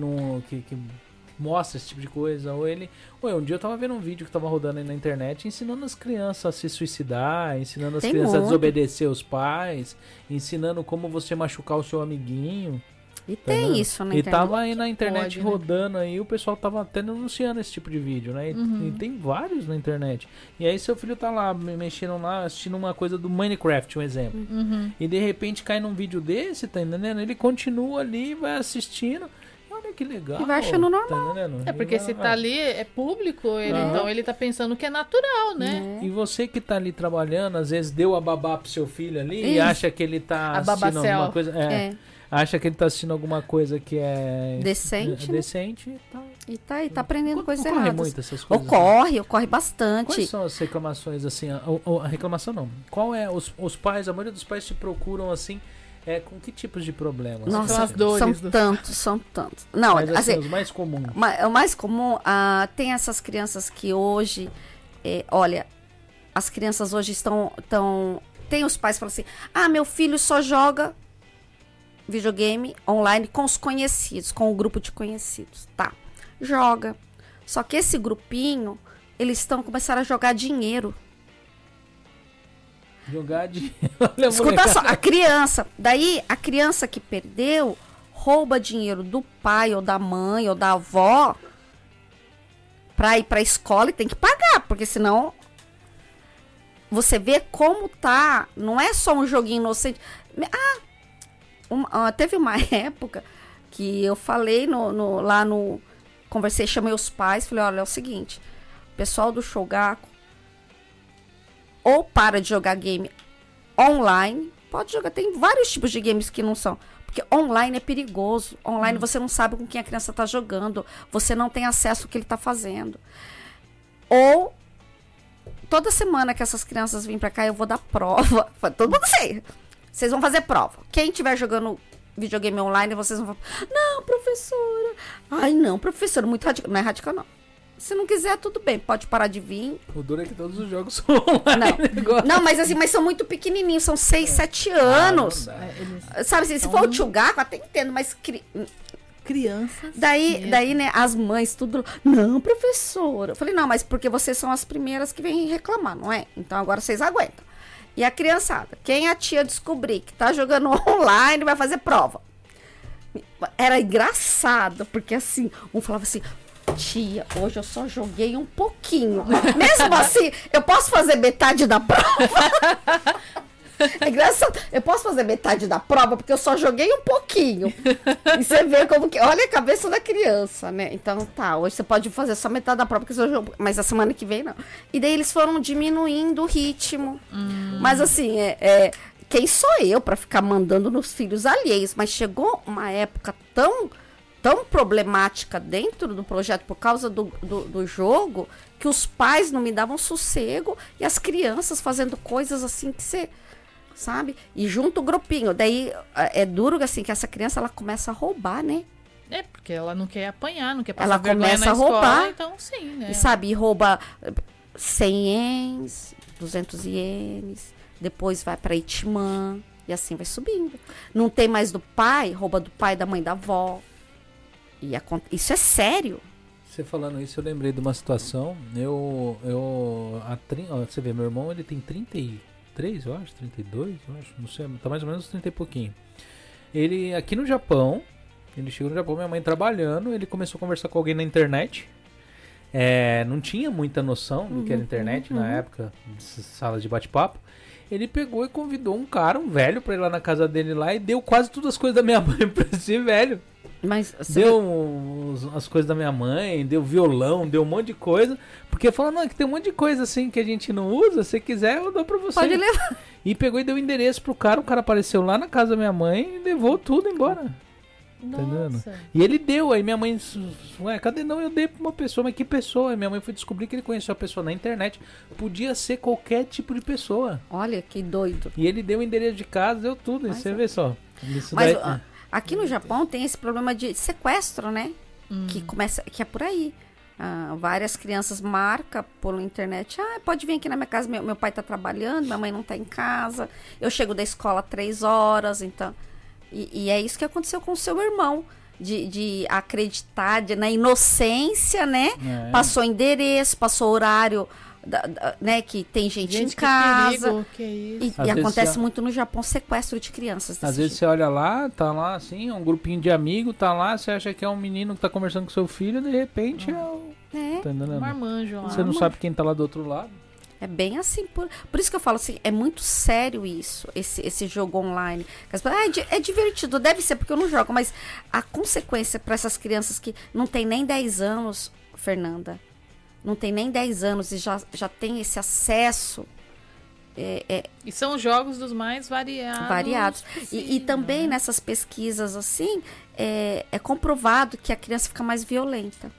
mostra esse tipo de coisa, ou um dia eu tava vendo um vídeo que tava rodando aí na internet ensinando as crianças a se suicidar, ensinando as crianças a desobedecer os pais, ensinando como você machucar o seu amiguinho. E tem isso na internet. E tava aí na internet rodando aí, o pessoal tava até denunciando esse tipo de vídeo, né? E tem vários na internet. E aí seu filho tá lá, mexendo lá, assistindo uma coisa do Minecraft, um exemplo. E de repente cai num vídeo desse, tá entendendo? Ele continua ali, vai assistindo. Olha que legal. E vai achando normal. Tá porque se tá ali, é público, então ele tá pensando que é natural, né? E você que tá ali trabalhando, às vezes deu a babá pro seu filho ali e acha que ele tá assistindo alguma coisa... Acha que ele tá assistindo alguma coisa que é decente, decente e tá aprendendo coisas erradas. Ocorre muito essas coisas. Ocorre bastante. Quais são as reclamações, assim, a reclamação não, qual é, os pais, a maioria dos pais te procuram, assim, com que tipos de problemas? Nossa, são as dores são tantos. Não, mas, assim, os mais comuns. O mais comum, tem essas crianças que hoje, olha, as crianças hoje estão tem os pais que falam assim, meu filho só joga videogame online com os conhecidos, com o grupo de conhecidos. Tá, joga. Só que esse grupinho, eles estão começando a jogar dinheiro. Jogar dinheiro. Escuta só, a criança que perdeu, rouba dinheiro do pai ou da mãe ou da avó pra ir pra escola e tem que pagar, porque senão você vê como tá, não é só um joguinho inocente. Teve uma época que eu falei lá no... Conversei, chamei os pais, falei, olha, é o seguinte, o pessoal do Shogaku ou para de jogar game online, pode jogar, tem vários tipos de games que não são, porque online é perigoso, online você não sabe com quem a criança está jogando, você não tem acesso ao que ele está fazendo. Ou, toda semana que essas crianças vêm para cá, eu vou dar prova, todo mundo sei, vocês vão fazer prova, quem estiver jogando videogame online, vocês vão falar, não, professora, não, professora, muito radical, não é radical não. Se não quiser, tudo bem, pode parar de vir. O duro é que todos os jogos são online. Não, mas são muito pequenininhos, são 6, 7 anos. Sabe assim, se for o Tchugaco, até entendo, mas... Crianças. Daí, né, as mães, tudo... Não, professora. Eu falei, não, mas porque vocês são as primeiras que vêm reclamar, não é? Então agora vocês aguentam. E a criançada, quem a tia descobrir que tá jogando online vai fazer prova. Era engraçado, porque assim, um falava assim... Tia, hoje eu só joguei um pouquinho. Mesmo assim, eu posso fazer metade da prova? É engraçado. Eu posso fazer metade da prova porque eu só joguei um pouquinho. E você vê como que... Olha a cabeça da criança, né? Então, tá, hoje você pode fazer só metade da prova porque você jogou, mas a semana que vem não. E daí eles foram diminuindo o ritmo. Mas assim, quem sou eu para ficar mandando nos filhos alheios? Mas chegou uma época tão problemática dentro do projeto por causa do jogo, que os pais não me davam sossego e as crianças fazendo coisas assim que você, sabe? E junto o grupinho. Daí é duro assim que essa criança ela começa a roubar, né? É, porque ela não quer apanhar, não quer passar ela vergonha começa na a roubar, escola, então sim, né? E sabe, rouba 100 ienes, 200 ienes, depois vai para Itimã e assim vai subindo. Não tem mais do pai, rouba do pai, da mãe, da avó. Isso é sério. Você falando isso, eu lembrei de uma situação. Você vê, meu irmão, ele tem 33, eu acho, 32, eu acho, não sei, tá mais ou menos 30 e pouquinho. Ele, aqui no Japão, ele chegou no Japão, minha mãe trabalhando, ele começou a conversar com alguém na internet. Não tinha muita noção do que era internet na época, sala de bate-papo. Ele pegou e convidou um velho, pra ir lá na casa dele lá e deu quase todas as coisas da minha mãe pra esse velho. Mas deu as coisas da minha mãe, deu violão, deu um monte de coisa. Porque falou, não, que tem um monte de coisa assim que a gente não usa, se quiser eu dou pra você. Pode levar. E pegou e deu o endereço pro cara, o cara apareceu lá na casa da minha mãe e levou tudo embora. Nossa. E ele deu, aí minha mãe, cadê não? Eu dei pra uma pessoa, mas que pessoa? Aí minha mãe foi descobrir que ele conheceu a pessoa na internet. Podia ser qualquer tipo de pessoa. Olha, que doido. E ele deu o endereço de casa, deu tudo, e você vê só. Isso mas daí, aqui no Japão tem esse problema de sequestro, né? Que é por aí. Várias crianças marcam pela internet. Pode vir aqui na minha casa, meu pai tá trabalhando, minha mãe não tá em casa. Eu chego da escola 3 horas, então... E é isso que aconteceu com o seu irmão. De acreditar na inocência, né? Passou endereço, passou horário... né, que tem gente em casa. Perigo, que isso. E acontece muito no Japão sequestro de crianças. Às vezes você olha lá, tá lá assim, um grupinho de amigos, tá lá, você acha que é um menino que tá conversando com seu filho, de repente tá um marmanjo lá. Você não sabe quem tá lá do outro lado. É bem assim, por isso que eu falo assim, é muito sério isso, esse jogo online. É divertido, deve ser, porque eu não jogo, mas a consequência para essas crianças que não tem nem 10 anos, Fernanda, não tem nem 10 anos e já tem esse acesso. E são os jogos dos mais variados. Possível, e também nessas pesquisas assim, é comprovado que a criança fica mais violenta.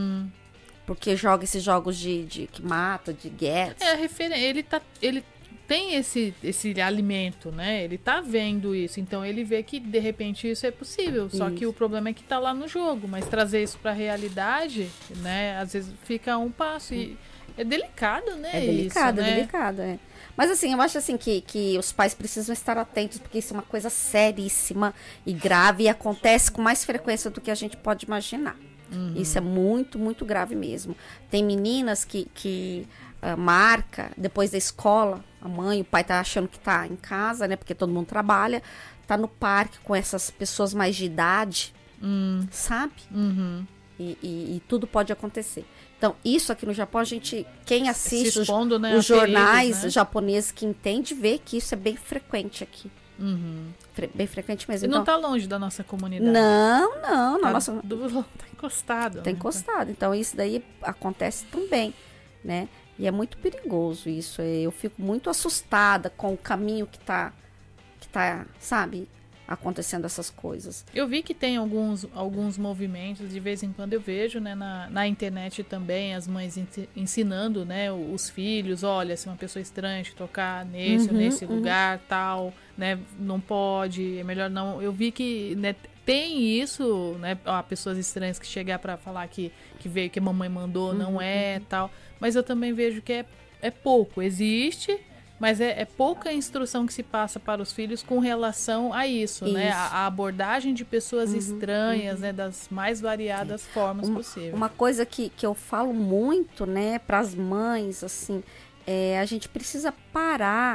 Porque joga esses jogos de que mata, de guerra. Ele tem esse alimento, né? Ele tá vendo isso, então ele vê que de repente isso é possível. Só que o problema é que tá lá no jogo, mas trazer isso pra realidade, né? Às vezes fica um passo e é delicado, né? É delicado, isso, né? é delicado, é. Mas assim, eu acho assim que os pais precisam estar atentos, porque isso é uma coisa seríssima e grave e acontece com mais frequência do que a gente pode imaginar. Isso é muito, muito grave mesmo. Tem meninas que marca depois da escola, a mãe, o pai tá achando que tá em casa, né? Porque todo mundo trabalha, tá no parque com essas pessoas mais de idade, sabe? E tudo pode acontecer. Então, isso aqui no Japão, quem assiste expondo, né, os jornais perigos, né? japoneses que entende, vê que isso é bem frequente aqui. Bem frequente mesmo. E não Então, tá longe da nossa comunidade. não, na Tá, nossa... tá encostado. Tá né? encostado. Então, isso daí acontece também, né? E é muito perigoso isso. Eu fico muito assustada com o caminho que tá, sabe, acontecendo essas coisas. Eu vi que tem alguns movimentos, de vez em quando eu vejo, né, na internet também, as mães ensinando, né, os filhos, olha, se uma pessoa estranha te tocar nesse lugar, tal, né, não pode, é melhor não. Eu vi que, né, tem isso, né, pessoas estranhas que chegam pra falar que veio, que a mamãe mandou, não é, tal, mas eu também vejo que é pouco, existe, mas é pouca instrução que se passa para os filhos com relação a isso, né? A abordagem de pessoas estranhas, né? Das mais variadas formas possíveis. Uma coisa que eu falo muito, né, para as mães, assim, a gente precisa parar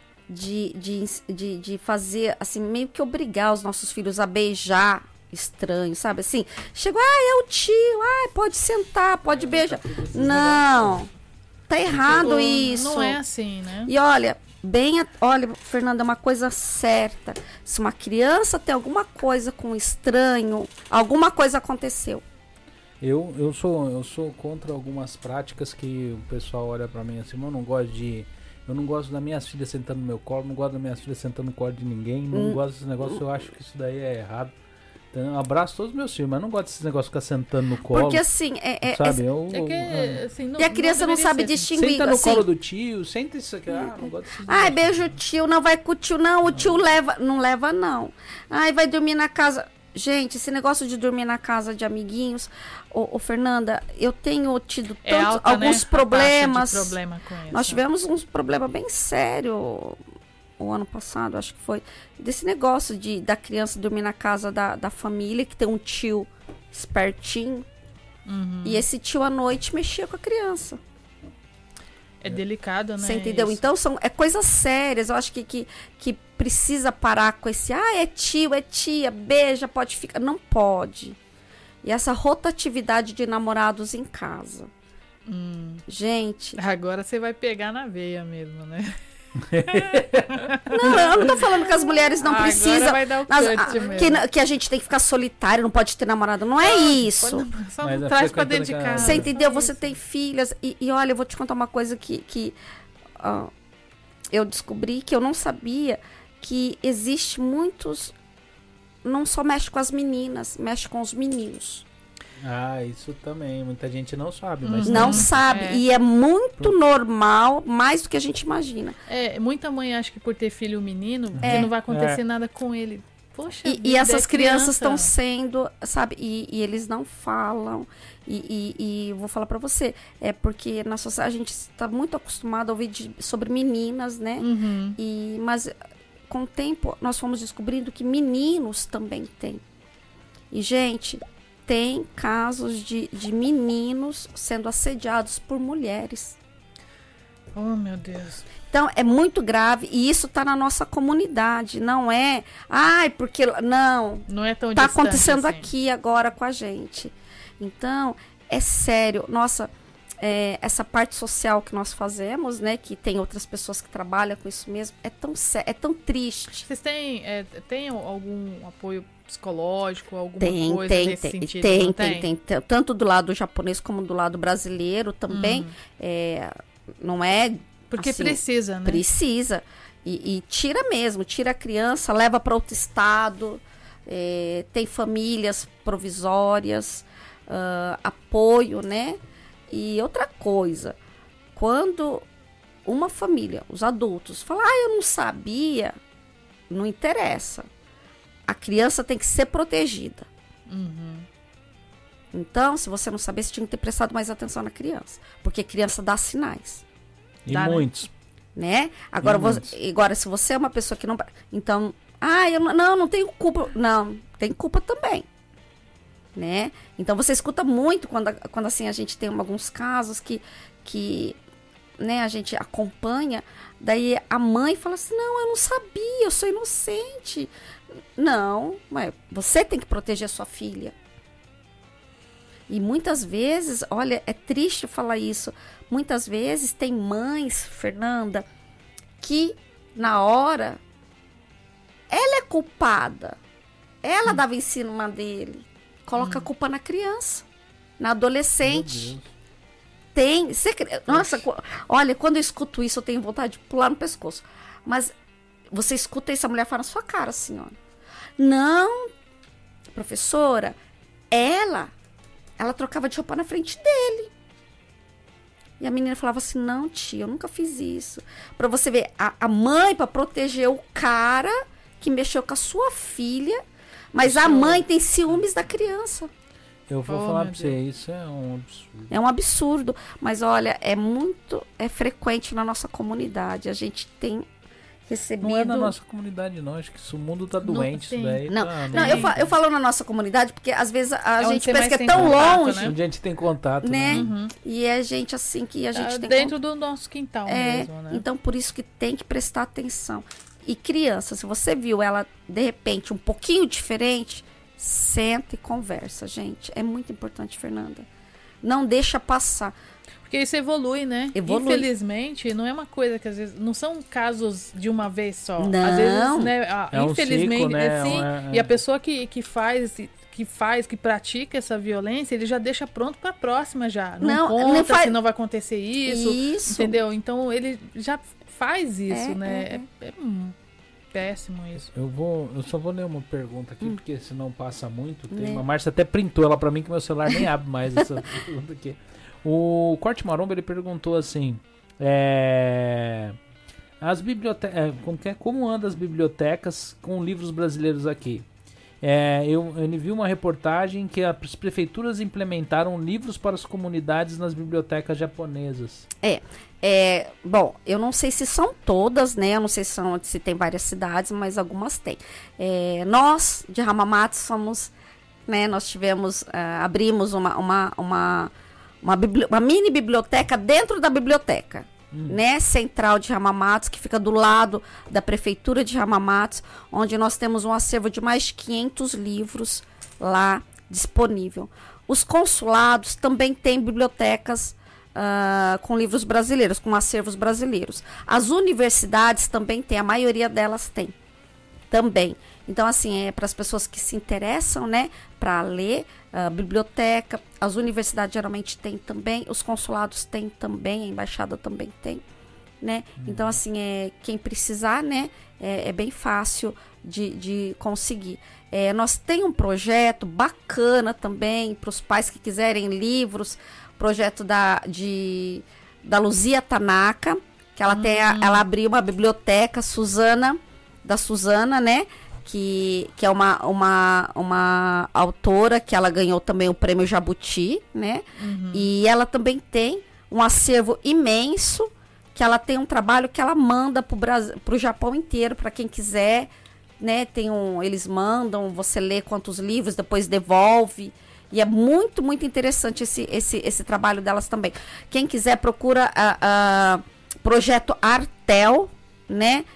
de fazer, assim, meio que obrigar os nossos filhos a beijar estranho, sabe? Assim, chegou, é o tio, pode sentar, pode beijar. Não. Tá errado isso. Não é assim, né? E olha, Fernanda, é uma coisa certa. Se uma criança tem alguma coisa com estranho, alguma coisa aconteceu. Eu sou contra algumas práticas que o pessoal olha pra mim assim, eu não gosto das minhas filhas sentando no meu colo, não gosto das minhas filhas sentando no colo de ninguém, não gosto desses negócios, eu acho que isso daí é errado. Então, eu abraço todos os meus filhos, mas não gosto desses negócios de ficar sentando no colo. Porque assim, sabe? Assim, e a criança não sabe distinguir. Senta no assim, colo do tio, senta isso aqui. Não gosto desses beijo o tio, não vai com o tio, não. O tio leva. Não leva, não. Vai dormir na casa. Gente, esse negócio de dormir na casa de amiguinhos. Ô Fernanda, eu tenho tido alguns problemas. Problema com isso. Nós tivemos um problema bem sério o ano passado, acho que foi, desse negócio da criança dormir na casa da família, que tem um tio espertinho, e esse tio à noite mexia com a criança. É delicado, né? Você entendeu? Isso. Então, são coisas sérias, eu acho que precisa parar com esse, é tio, é tia, beija, pode ficar, não pode. E essa rotatividade de namorados em casa. Gente... Agora você vai pegar na veia mesmo, né? Não, eu não tô falando que as mulheres não precisam. Vai dar o cut mesmo. Que a gente tem que ficar solitário, não pode ter namorado. Não é isso. Só traz pra dentro de casa. Você entendeu? Você tem filhas. E olha, eu vou te contar uma coisa que eu descobri que eu não sabia, que existe muitos. Não só mexe com as meninas, mexe com os meninos. Isso também. Muita gente não sabe, mas não sabe. E é muito normal, mais do que a gente imagina. Muita mãe acha que por ter filho menino, que não vai acontecer nada com ele. Poxa, e essas crianças estão sendo, sabe, e eles não falam. E vou falar pra você, porque na sociedade a gente está muito acostumado a ouvir sobre meninas, né? Mas com o tempo nós fomos descobrindo que meninos também têm. E, gente... Tem casos de meninos sendo assediados por mulheres. Oh, meu Deus. Então, é muito grave. E isso está na nossa comunidade. Não é... porque... Não. Não é tão está distante acontecendo assim. aqui agora com a gente. Então, é sério. Nossa, essa parte social que nós fazemos, né? Que tem outras pessoas que trabalham com isso mesmo. É tão triste. Vocês têm algum apoio psicológico, alguma coisa nesse sentido? Tem. Tanto do lado japonês como do lado brasileiro também. Não é... Porque assim, precisa, né? Precisa. E tira mesmo. Tira a criança, leva para outro estado. Tem famílias provisórias. Apoio, né? E outra coisa. Quando uma família, os adultos, falar, eu não sabia, não interessa. A criança tem que ser protegida. Então, se você não sabia, você tinha que ter prestado mais atenção na criança. Porque a criança dá sinais. E Dá, né? muitos. Né? Agora, se você é uma pessoa que não... Então, eu não tenho culpa. Não, tem culpa também. Né? Então, você escuta muito quando assim, a gente tem alguns casos que né, a gente acompanha. Daí a mãe fala assim, não, eu não sabia, eu sou inocente. Não, mas você tem que proteger a sua filha. E muitas vezes, olha, é triste falar isso, muitas vezes tem mães, Fernanda, que na hora, ela é culpada. Ela dava em cima dele. Coloca a culpa na criança, na adolescente. Nossa, olha, quando eu escuto isso, eu tenho vontade de pular no pescoço. Mas você escuta isso, a mulher fala na sua cara assim, olha. Não, professora, ela trocava de roupa na frente dele. E a menina falava assim, não, tia, eu nunca fiz isso. Pra você ver, a mãe, pra proteger o cara que mexeu com a sua filha, mas a mãe tem ciúmes da criança. Eu vou falar pra você, isso é um absurdo. É um absurdo, mas olha, é frequente na nossa comunidade. A gente tem recebido... Não é na nossa comunidade, não. Acho que o mundo tá doente, isso daí. Não, tá, eu falo na nossa comunidade porque às vezes a gente pensa que é tão contato, longe. né? Onde a gente tem contato, né? né? E é gente assim que a gente tem dentro do nosso quintal mesmo, né? Então por isso que tem que prestar atenção. E criança, se você viu ela de repente um pouquinho diferente, senta e conversa, gente. É muito importante, Fernanda. Não deixa passar. Porque isso evolui, né? Evolui. Infelizmente, não é uma coisa que às vezes... Não são casos de uma vez só. Não. Às vezes, né? É um Infelizmente, ciclo, né? assim. E a pessoa que pratica essa violência, ele já deixa pronto para a próxima já. Não conta se não vai acontecer isso. Entendeu? Então, ele já faz isso, né? É péssimo isso. Eu só vou ler uma pergunta aqui, porque senão passa muito tempo. A Márcia até printou ela pra mim, que meu celular nem abre mais essa pergunta aqui. O Corte Maromba, ele perguntou assim, as bibliotecas, como andam as bibliotecas com livros brasileiros aqui? Ele viu uma reportagem que as prefeituras implementaram livros para as comunidades nas bibliotecas japonesas. Bom, eu não sei se são todas, né? Eu não sei se tem várias cidades, mas algumas tem. Nós, de Hamamatsu, somos, né? Nós abrimos uma mini biblioteca dentro da biblioteca, né? Central de Hamamatsu, que fica do lado da prefeitura de Hamamatsu, onde nós temos um acervo de mais de 500 livros lá disponível. Os consulados também têm bibliotecas com livros brasileiros, com acervos brasileiros. As universidades também têm, a maioria delas tem também. Então, assim, para as pessoas que se interessam, né, para ler, biblioteca, as universidades geralmente têm também, os consulados têm também, a embaixada também tem, né? Então, assim, quem precisar, né, é bem fácil de conseguir. Nós temos um projeto bacana também para os pais que quiserem livros, projeto da Luzia Tanaka, que ela abriu uma biblioteca da Suzana, né? Que é uma autora que ela ganhou também o prêmio Jabuti, né? E ela também tem um acervo imenso, que ela tem um trabalho que ela manda pro Japão inteiro, para quem quiser, né? Eles mandam, você lê quantos livros, depois devolve. E é muito, muito interessante esse trabalho delas também. Quem quiser, procura Projeto Artel, né?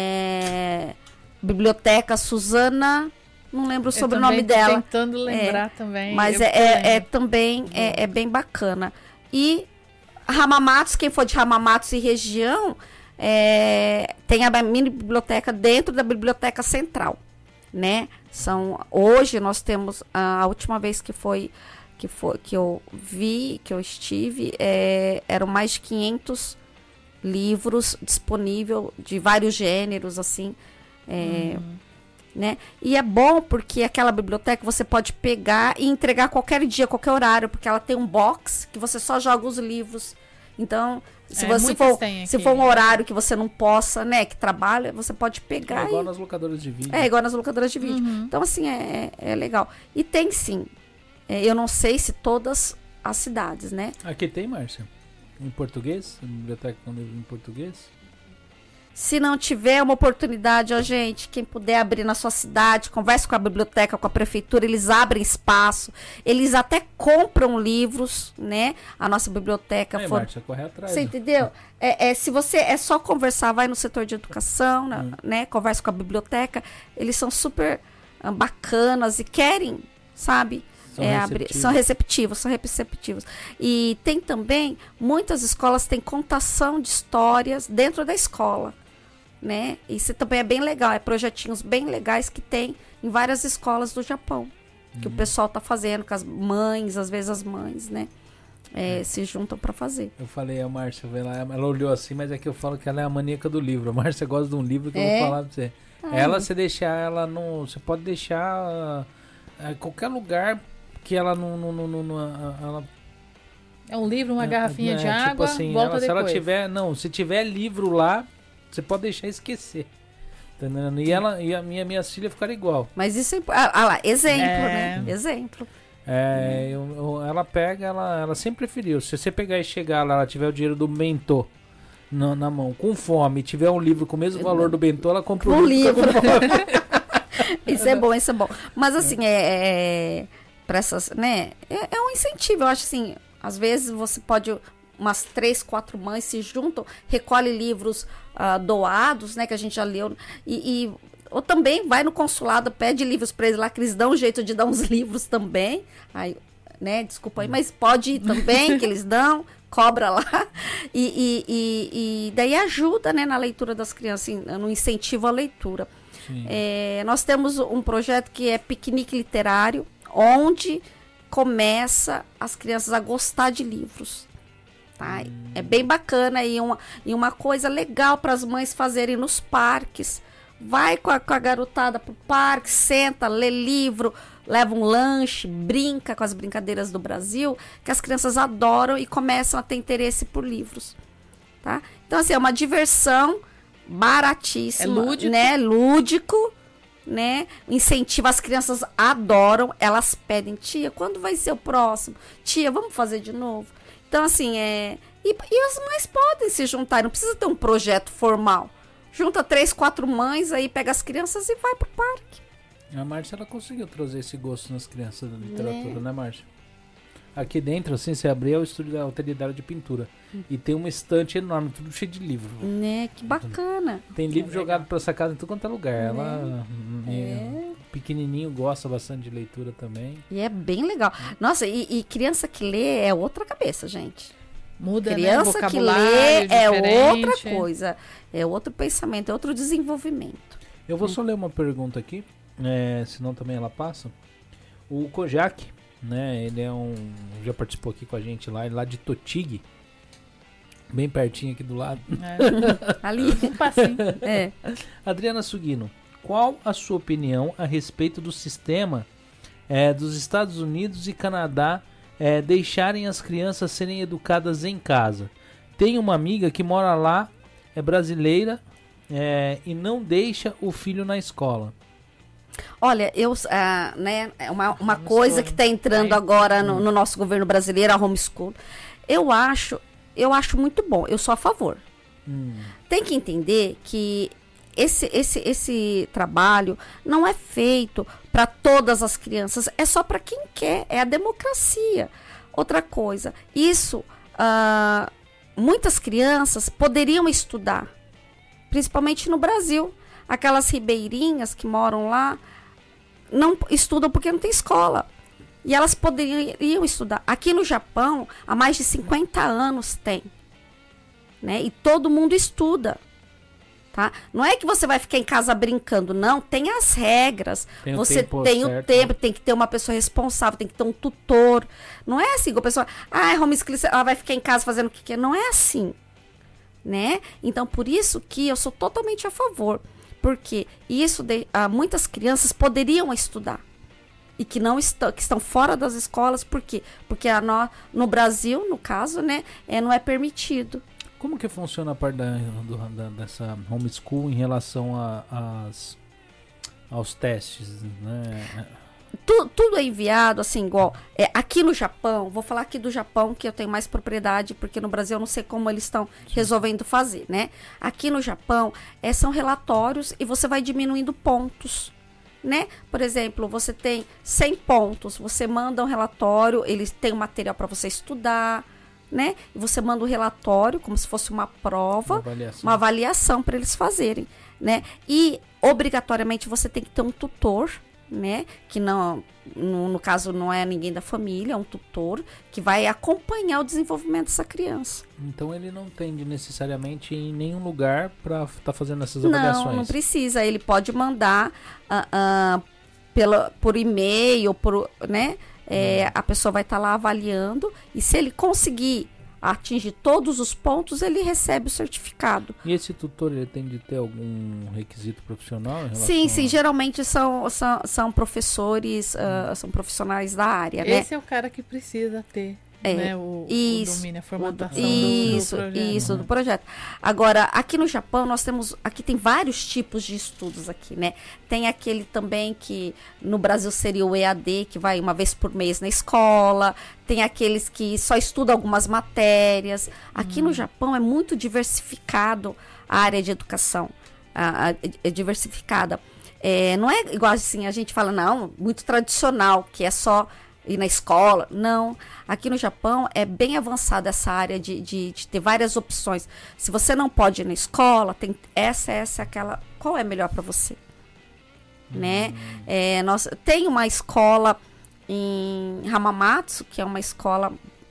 Biblioteca Suzana, não lembro o sobrenome dela. Tentando lembrar também. Mas também é bem bacana. E Hamamatsu, quem for de Hamamatsu e região, tem a mini biblioteca dentro da biblioteca central, né? Hoje nós temos, a última vez que eu estive, eram mais de 500 livros disponíveis de vários gêneros, assim, né? E é bom porque aquela biblioteca você pode pegar e entregar qualquer dia, qualquer horário, porque ela tem um box que você só joga os livros Então, se muitas tem se aqui. for um horário que você não possa, né, que trabalha, você pode pegar. É igual nas locadoras de vídeo. É igual nas locadoras de vídeo. Então, assim, é legal. E tem sim. Eu não sei se todas as cidades, né? Aqui tem, Márcia? Em português? A biblioteca com livro em português? Se não tiver uma oportunidade, ó, gente, quem puder abrir na sua cidade, converse com a biblioteca, com a prefeitura, eles abrem espaço, eles até compram livros, né? A nossa biblioteca Aí, for... Márcia, corre atrás. Você entendeu? Se você é só conversar, vai no setor de educação, né? Converse com a biblioteca, eles são super bacanas e querem, sabe? São receptivos. E tem também, muitas escolas têm contação de histórias dentro da escola, né? Isso também é bem legal, é projetinhos bem legais que tem em várias escolas do Japão, que o pessoal tá fazendo com as mães, às vezes as mães, né? Se juntam para fazer. Eu falei, a Márcia, ela olhou assim, mas é que eu falo que ela é a maníaca do livro. A Márcia gosta de um livro que eu vou falar pra você. Ela, você deixar ela no... Você pode deixar em qualquer lugar que ela não... ela, É um livro, uma garrafinha de água, tipo assim, volta se ela depois. tiver... Não, se tiver livro lá, você pode deixar esquecer. Entendeu? E ela e a minha filha ficaram igual. Mas isso é... lá, exemplo, né? Exemplo. Ela pega, ela sempre preferiu. Se você pegar e chegar lá, ela tiver o dinheiro do bentô na mão, com fome, e tiver um livro com o mesmo valor do bentô, ela compra um livro. Com fome. Isso é bom. Mas assim, para essas, né? É um incentivo. Eu acho assim, às vezes você pode, umas 3, 4 mães se juntam, recolhe livros doados, né? Que a gente já leu. Ou também vai no consulado, pede livros para eles lá, que eles dão um jeito de dar uns livros também. Aí, né? Desculpa aí, mas pode ir também, que eles dão, cobra lá. E daí ajuda, né? Na leitura das crianças, assim, no incentivo à leitura. Nós temos um projeto que é piquenique literário, onde começa as crianças a gostar de livros. Tá? É bem bacana e uma coisa legal para as mães fazerem nos parques. Vai com a garotada pro parque, senta, lê livro, leva um lanche, brinca com as brincadeiras do Brasil, que as crianças adoram e começam a ter interesse por livros. Tá? Então, assim, é uma diversão baratíssima, lúdico. Né? Lúdico, né? Incentiva, as crianças adoram, elas pedem, tia, quando vai ser o próximo? Tia, vamos fazer de novo? Então, assim, E as mães podem se juntar, não precisa ter um projeto formal. Junta 3, 4 mães, aí pega as crianças e vai pro parque. A Márcia, ela conseguiu trazer esse gosto nas crianças da literatura, né, Márcia? Aqui dentro, assim, você abrir é o estúdio da Alteridade de Pintura. E tem uma estante enorme, tudo cheio de livro. Né, que bacana. Tem livro jogado pra essa casa em tudo quanto é lugar. Ela, pequenininho, gosta bastante de leitura também. E é bem legal. Nossa, e criança que lê é outra cabeça, gente. Muda, criança né? que lê é outra coisa. É outro pensamento, é outro desenvolvimento. Eu vou só ler uma pergunta aqui, senão também ela passa. O Kojak, né, ele já participou aqui com a gente lá de Totig, bem pertinho aqui do lado. Ali. Passinho. Adriana Sugino, qual a sua opinião a respeito do sistema dos Estados Unidos e Canadá deixarem as crianças serem educadas em casa? Tem uma amiga que mora lá, é brasileira, e não deixa o filho na escola. Olha, né, uma coisa que está entrando agora no nosso governo brasileiro, a homeschool, eu acho muito bom, eu sou a favor. Tem que entender que esse trabalho não é feito para todas as crianças, é só para quem quer, é a democracia. Outra coisa, muitas crianças poderiam estudar, principalmente no Brasil. Aquelas ribeirinhas que moram lá não estudam porque não tem escola. E elas poderiam estudar. Aqui no Japão, há mais de 50 anos tem. Né? E todo mundo estuda. Tá? Não é que você vai ficar em casa brincando, não. Tem as regras. Você tem o tempo, tem que ter uma pessoa responsável, tem que ter um tutor. Não é assim que a pessoa... homeschool, ela vai ficar em casa fazendo o que quer. Não é assim. Né? Então, por isso que eu sou totalmente a favor. Porque muitas crianças poderiam estudar. e que não estão, que estão fora das escolas. Por quê? Porque no Brasil, no caso, né, não é permitido. Como que funciona a parte dessa homeschool em relação aos testes, né? Tudo é enviado, assim, igual. Aqui no Japão, vou falar aqui do Japão, que eu tenho mais propriedade, porque no Brasil eu não sei como eles estão resolvendo fazer, né? Aqui no Japão, são relatórios e você vai diminuindo pontos, né? Por exemplo, você tem 100 pontos, você manda um relatório, eles têm um material para você estudar, né? E você manda um relatório, como se fosse uma prova, uma avaliação para eles fazerem, né? E, obrigatoriamente, você tem que ter um tutor, né, que não, no caso não é ninguém da família, é um tutor que vai acompanhar o desenvolvimento dessa criança. Então ele não tende necessariamente em nenhum lugar para estar fazendo essas avaliações? Não precisa, ele pode mandar por e-mail, né, a pessoa vai estar lá avaliando e se ele conseguir atingir todos os pontos, ele recebe o certificado. E esse tutor, ele tem de ter algum requisito profissional? Sim, geralmente são professores, são profissionais da área, né? Esse é o cara que precisa ter, né, o domínio, a formatação do projeto. Agora, aqui no Japão, aqui tem vários tipos de estudos aqui, né? Tem aquele também que no Brasil seria o EAD, que vai uma vez por mês na escola. Tem aqueles que só estudam algumas matérias. Aqui no Japão é muito diversificado a área de educação. É diversificada. Não é igual assim, a gente fala, não, muito tradicional, que é só ir na escola. Não. Aqui no Japão é bem avançada essa área de ter várias opções. Se você não pode ir na escola, tem essa, aquela. Qual é melhor para você? Né? Tem uma escola em Hamamatsu, que é uma escola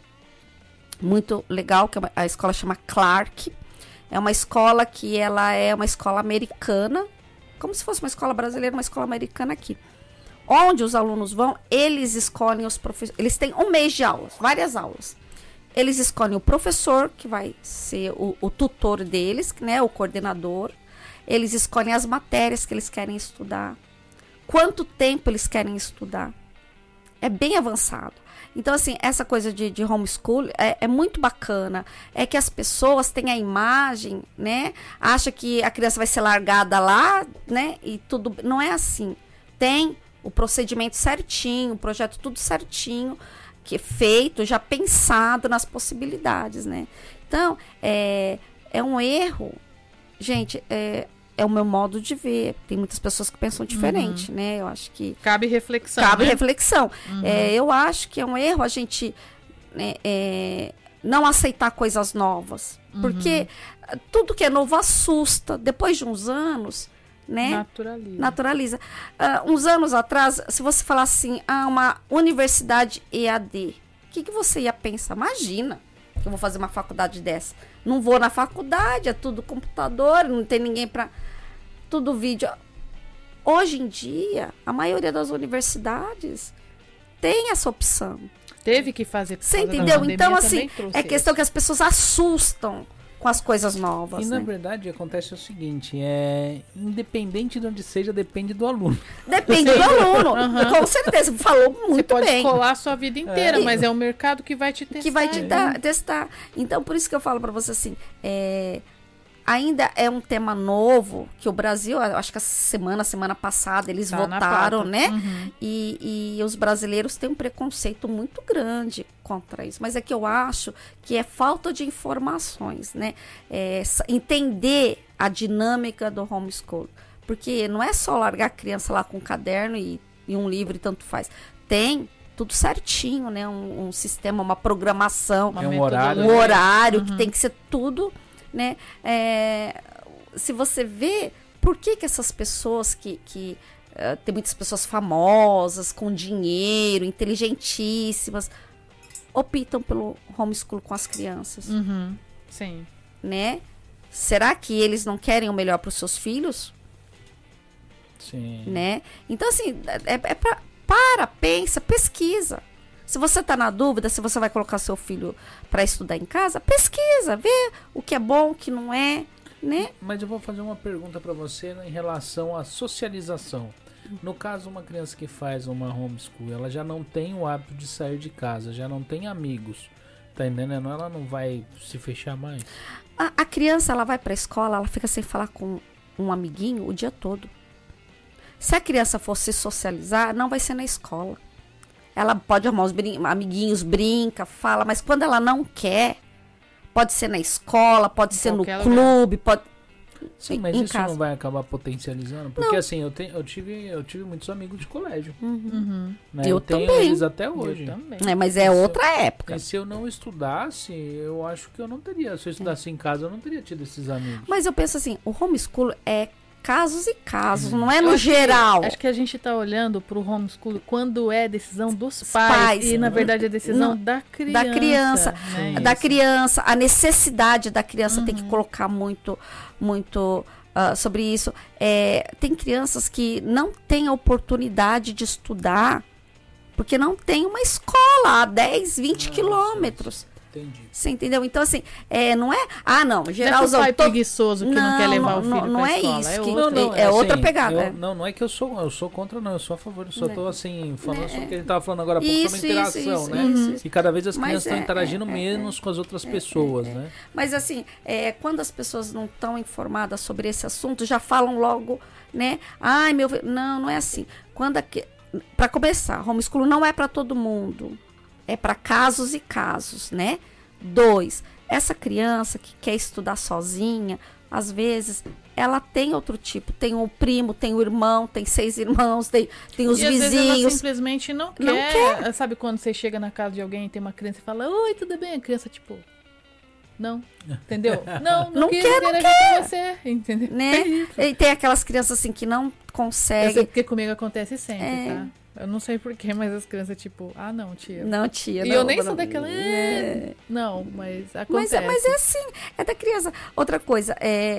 muito legal, que a escola chama Clark. É uma escola que ela é uma escola americana, como se fosse uma escola brasileira, uma escola americana aqui. Onde os alunos vão, eles escolhem os professores. Eles têm um mês de aulas, várias aulas. Eles escolhem o professor, que vai ser o tutor deles, né, o coordenador. Eles escolhem as matérias que eles querem estudar. Quanto tempo eles querem estudar. É bem avançado. Então, assim, essa coisa de homeschool é muito bacana. É que as pessoas têm a imagem, né? Acha que a criança vai ser largada lá, né? E tudo. Não é assim. Tem o procedimento certinho, o projeto tudo certinho, que é feito, já pensado nas possibilidades, né? Então, é um erro. Gente, é o meu modo de ver. Tem muitas pessoas que pensam diferente, né? Eu acho que... Cabe reflexão, Cabe né? reflexão. Eu acho que é um erro a gente não aceitar coisas novas. Porque tudo que é novo assusta. Depois de uns anos, né? Naturaliza. Uns anos atrás, se você falar assim, uma universidade EAD, o que você ia pensar? Imagina que eu vou fazer uma faculdade dessa. Não vou na faculdade, é tudo computador, não tem ninguém para... Tudo vídeo. Hoje em dia, a maioria das universidades tem essa opção. Teve que fazer. Você entendeu? Então, assim, é questão que as pessoas assustam com as coisas novas. E, na verdade, acontece o seguinte, independente de onde seja, depende do aluno. Depende do aluno, com certeza. Falou muito bem. Você pode colar a sua vida inteira, mas é o mercado que vai te testar. Que vai te testar. Então, por isso que eu falo para você assim, ainda é um tema novo, que o Brasil, acho que a semana passada, eles votaram, né? E os brasileiros têm um preconceito muito grande contra isso. Mas é que eu acho que é falta de informações, né? Entender a dinâmica do homeschool. Porque não é só largar a criança lá com um caderno e um livro e tanto faz. Tem tudo certinho, né? Um sistema, uma programação. Um horário. Um horário que tem que ser tudo... Né? Se você vê por que essas pessoas que tem muitas pessoas famosas, com dinheiro, inteligentíssimas, optam pelo homeschool com as crianças. Sim. Né? Será que eles não querem o melhor para os seus filhos? Sim. Né? Então, assim, pensa, pesquisa. Se você está na dúvida, se você vai colocar seu filho para estudar em casa, pesquisa, vê o que é bom, o que não é, né? Mas eu vou fazer uma pergunta para você em relação à socialização. No caso, uma criança que faz uma homeschool, ela já não tem o hábito de sair de casa, já não tem amigos, tá entendendo? Ela não vai se fechar mais. A criança, ela vai pra escola, ela fica sem falar com um amiguinho o dia todo. Se a criança for se socializar, não vai ser na escola. Ela pode arrumar os amiguinhos, brinca, fala, mas quando ela não quer, pode ser na escola, pode ser no clube, pode... Sim, mas isso não vai acabar potencializando? Porque assim, eu tive muitos amigos de colégio. Né? Eu tenho também. eles até hoje. Mas é outra época. E se eu não estudasse, eu acho que eu não teria. Se eu estudasse em casa, eu não teria tido esses amigos. Mas eu penso assim, o homeschool é casos e casos, não é no geral. Acho que a gente está olhando para o homeschool quando é decisão dos pais e, na verdade, é decisão da criança. Da criança, a necessidade da criança tem que colocar muito sobre isso. Tem crianças que não têm a oportunidade de estudar porque não tem uma escola a 10, 20 quilômetros. Entendi. Você entendeu? Então, assim, não é... não, geralzão... Não é o pai preguiçoso que não quer levar o filho pra não é escola. Isso. É outra assim, pegada. Não é que eu sou contra, não. Eu sou a favor. Eu só tô, assim, falando sobre o que a gente tava falando agora há pouco, sobre interação, né? Isso. E cada vez as crianças estão interagindo menos com as outras pessoas, né? Mas, assim, quando as pessoas não estão informadas sobre esse assunto, já falam logo, né? Ai, meu... Não é assim. Para começar, homeschooling não é para todo mundo. É para casos e casos, né? 2, essa criança que quer estudar sozinha, às vezes, ela tem outro tipo. Tem um primo, tem um irmão, tem 6 irmãos, tem os e vizinhos. Às vezes ela simplesmente não quer. Sabe quando você chega na casa de alguém e tem uma criança e fala, oi, tudo bem? A criança, tipo... Não, entendeu? Não quer com você, entendeu? Né? E tem aquelas crianças assim que não conseguem. Eu sei porque comigo acontece sempre, tá? Eu não sei porquê, mas as crianças, tipo, não, tia. Não, tia. E não, eu nem sou daquela. Não, mas acontece. Mas é assim, é da criança. Outra coisa,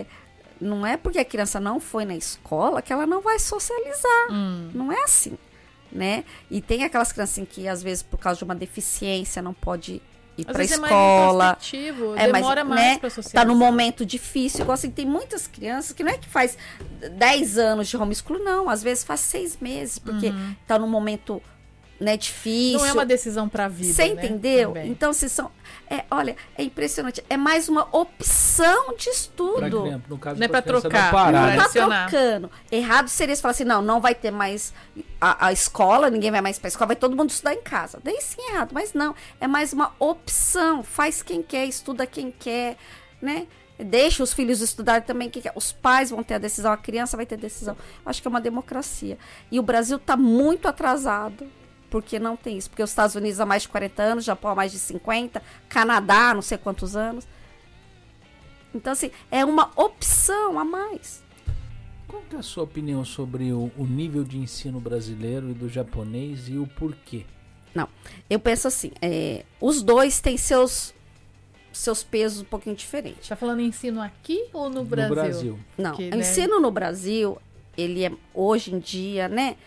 não é porque a criança não foi na escola que ela não vai socializar. Não é assim, né? E tem aquelas crianças assim, que, às vezes, por causa de uma deficiência, não pode ir para a escola. Demora mais para socializar. Tá num momento difícil. Igual assim, tem muitas crianças que não é que faz 10 anos de homeschool, não. Às vezes faz 6 meses, porque tá num momento, né, difícil. Não é uma decisão para a vida. Você entendeu? Também. Então, se são. Olha, é impressionante. É mais uma opção de estudo. No caso, não é para trocar. Não tá trocando. Errado seria se falar assim, não vai ter mais a escola, ninguém vai mais pra escola, vai todo mundo estudar em casa. Daí sim é errado, mas não. É mais uma opção. Faz quem quer, estuda quem quer, né? Deixa os filhos estudar também quem quer. Os pais vão ter a decisão, a criança vai ter a decisão. Acho que é uma democracia. E o Brasil tá muito atrasado. Porque não tem isso. Porque os Estados Unidos há mais de 40 anos, Japão há mais de 50, Canadá, não sei quantos anos. Então, assim, é uma opção a mais. Qual que é a sua opinião sobre o nível de ensino brasileiro e do japonês e o porquê? Não, eu penso assim, os dois têm seus pesos um pouquinho diferentes. Tá falando em ensino aqui ou no Brasil? No Brasil. Não, o ensino no Brasil, ele é, hoje em dia, né,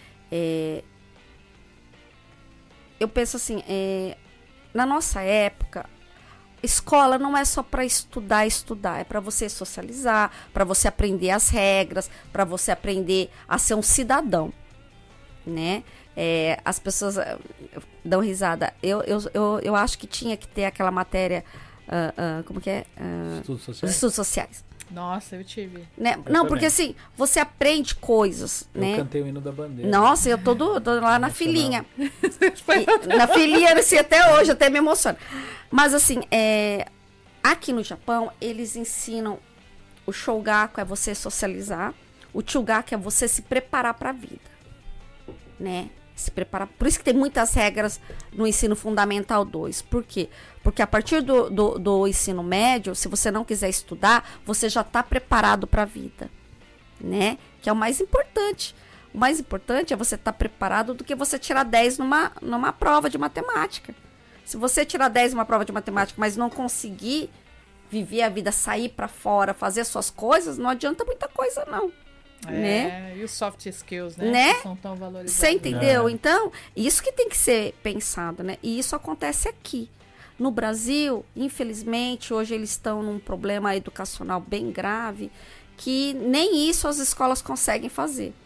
eu penso assim, na nossa época, escola não é só para estudar, é para você socializar, para você aprender as regras, para você aprender a ser um cidadão, né? As pessoas dão risada. Eu acho que tinha que ter aquela matéria, como que é? Estudos sociais. Nossa, eu tive. Né? Não, porque assim, você aprende coisas, né? Eu cantei o hino da bandeira. Nossa, eu tô lá na filinha. Na filinha, assim, até hoje, até me emociona. Mas assim, aqui no Japão, eles ensinam o shogaku é você socializar, o chugaku é você se preparar para a vida, né? Se preparar. Por isso que tem muitas regras no ensino fundamental 2. Por quê? Porque a partir do ensino médio, se você não quiser estudar, você já está preparado para a vida, né? Que é o mais importante. O mais importante é você estar preparado do que você tirar 10 numa prova de matemática. Se você tirar 10 numa prova de matemática, mas não conseguir viver a vida, sair para fora, fazer suas coisas, não adianta muita coisa, não. Né? E os soft skills, né? Que são tão valorizados. Você entendeu? Então, isso que tem que ser pensado, né? E isso acontece aqui. No Brasil, infelizmente, hoje eles estão num problema educacional bem grave, que nem isso as escolas conseguem fazer.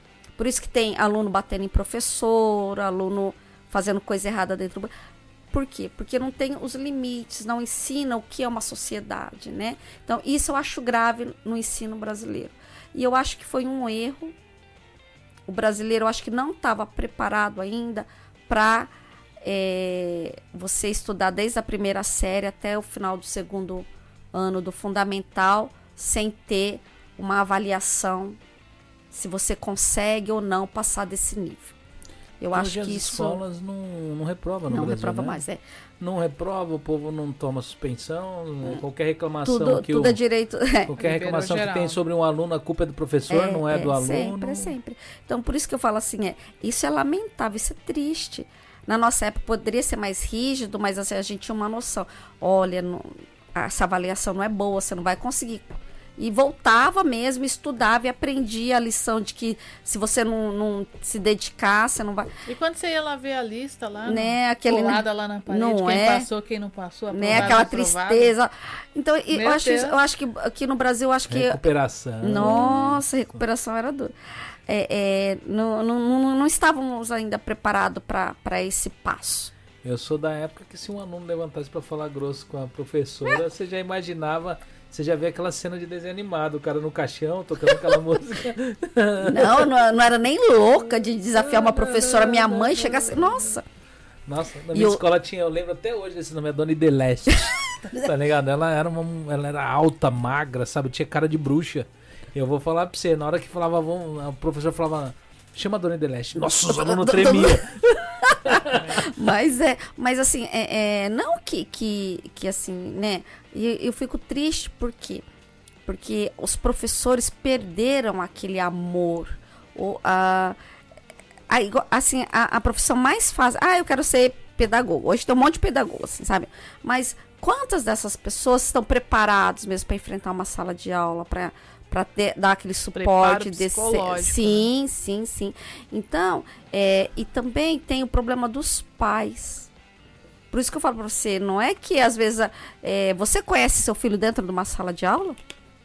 Por isso que tem aluno batendo em professor, aluno fazendo coisa errada dentro do... Por quê? Porque não tem os limites, não ensina o que é uma sociedade, né? Então, isso eu acho grave no ensino brasileiro. E eu acho que foi um erro. O brasileiro, eu acho que não estava preparado ainda para você estudar desde a primeira série até o final do segundo ano do fundamental, sem ter uma avaliação se você consegue ou não passar desse nível. Eu acho que as isso... escolas não reprovam no não Brasil, reprova né? mais, Não reprova, o povo não toma suspensão, qualquer reclamação tudo é direito... Qualquer reclamação que geral. tem sobre um aluno, a culpa é do professor, não é do aluno. Sempre. Então, por isso que eu falo assim, isso é lamentável, isso é triste. Na nossa época poderia ser mais rígido, mas assim, a gente tinha uma noção. Olha, essa avaliação não é boa, você não vai conseguir. E voltava mesmo, estudava e aprendia a lição de que se você não se dedicar, você não vai... E quando você ia lá ver a lista lá, né, colada lá na parede, não quem passou, quem não passou, aprovado, né, aquela aprovado. tristeza. Então, Meu eu acho Deus. que aqui no Brasil, eu acho que... Recuperação. Nossa, recuperação era dura. Não estávamos ainda preparados para esse passo. Eu sou da época que se um aluno levantasse para falar grosso com a professora, você já imaginava, você já vê aquela cena de desenho animado, o cara no caixão, tocando aquela música. Não era nem louca de desafiar uma professora. Minha mãe chegasse... Nossa, Nossa, na minha escola tinha, eu lembro até hoje desse nome, é Dona Ideleste. Tá ligado? Ela era alta, magra, sabe? Tinha cara de bruxa. Eu vou falar pra você, na hora que falava, a professora falava, chama a Dona Ideleste. Nossa, os alunos tremiam. mas assim, não que assim, né? E eu fico triste porque os professores perderam aquele amor. Assim, a profissão mais fácil. Eu quero ser pedagogo. Hoje tem um monte de pedagogo, assim, sabe? Mas quantas dessas pessoas estão preparadas mesmo para enfrentar uma sala de aula, para dar aquele suporte psicológico, sim. Então, e também tem o problema dos pais. Por isso que eu falo para você, não é que às vezes você conhece seu filho dentro de uma sala de aula?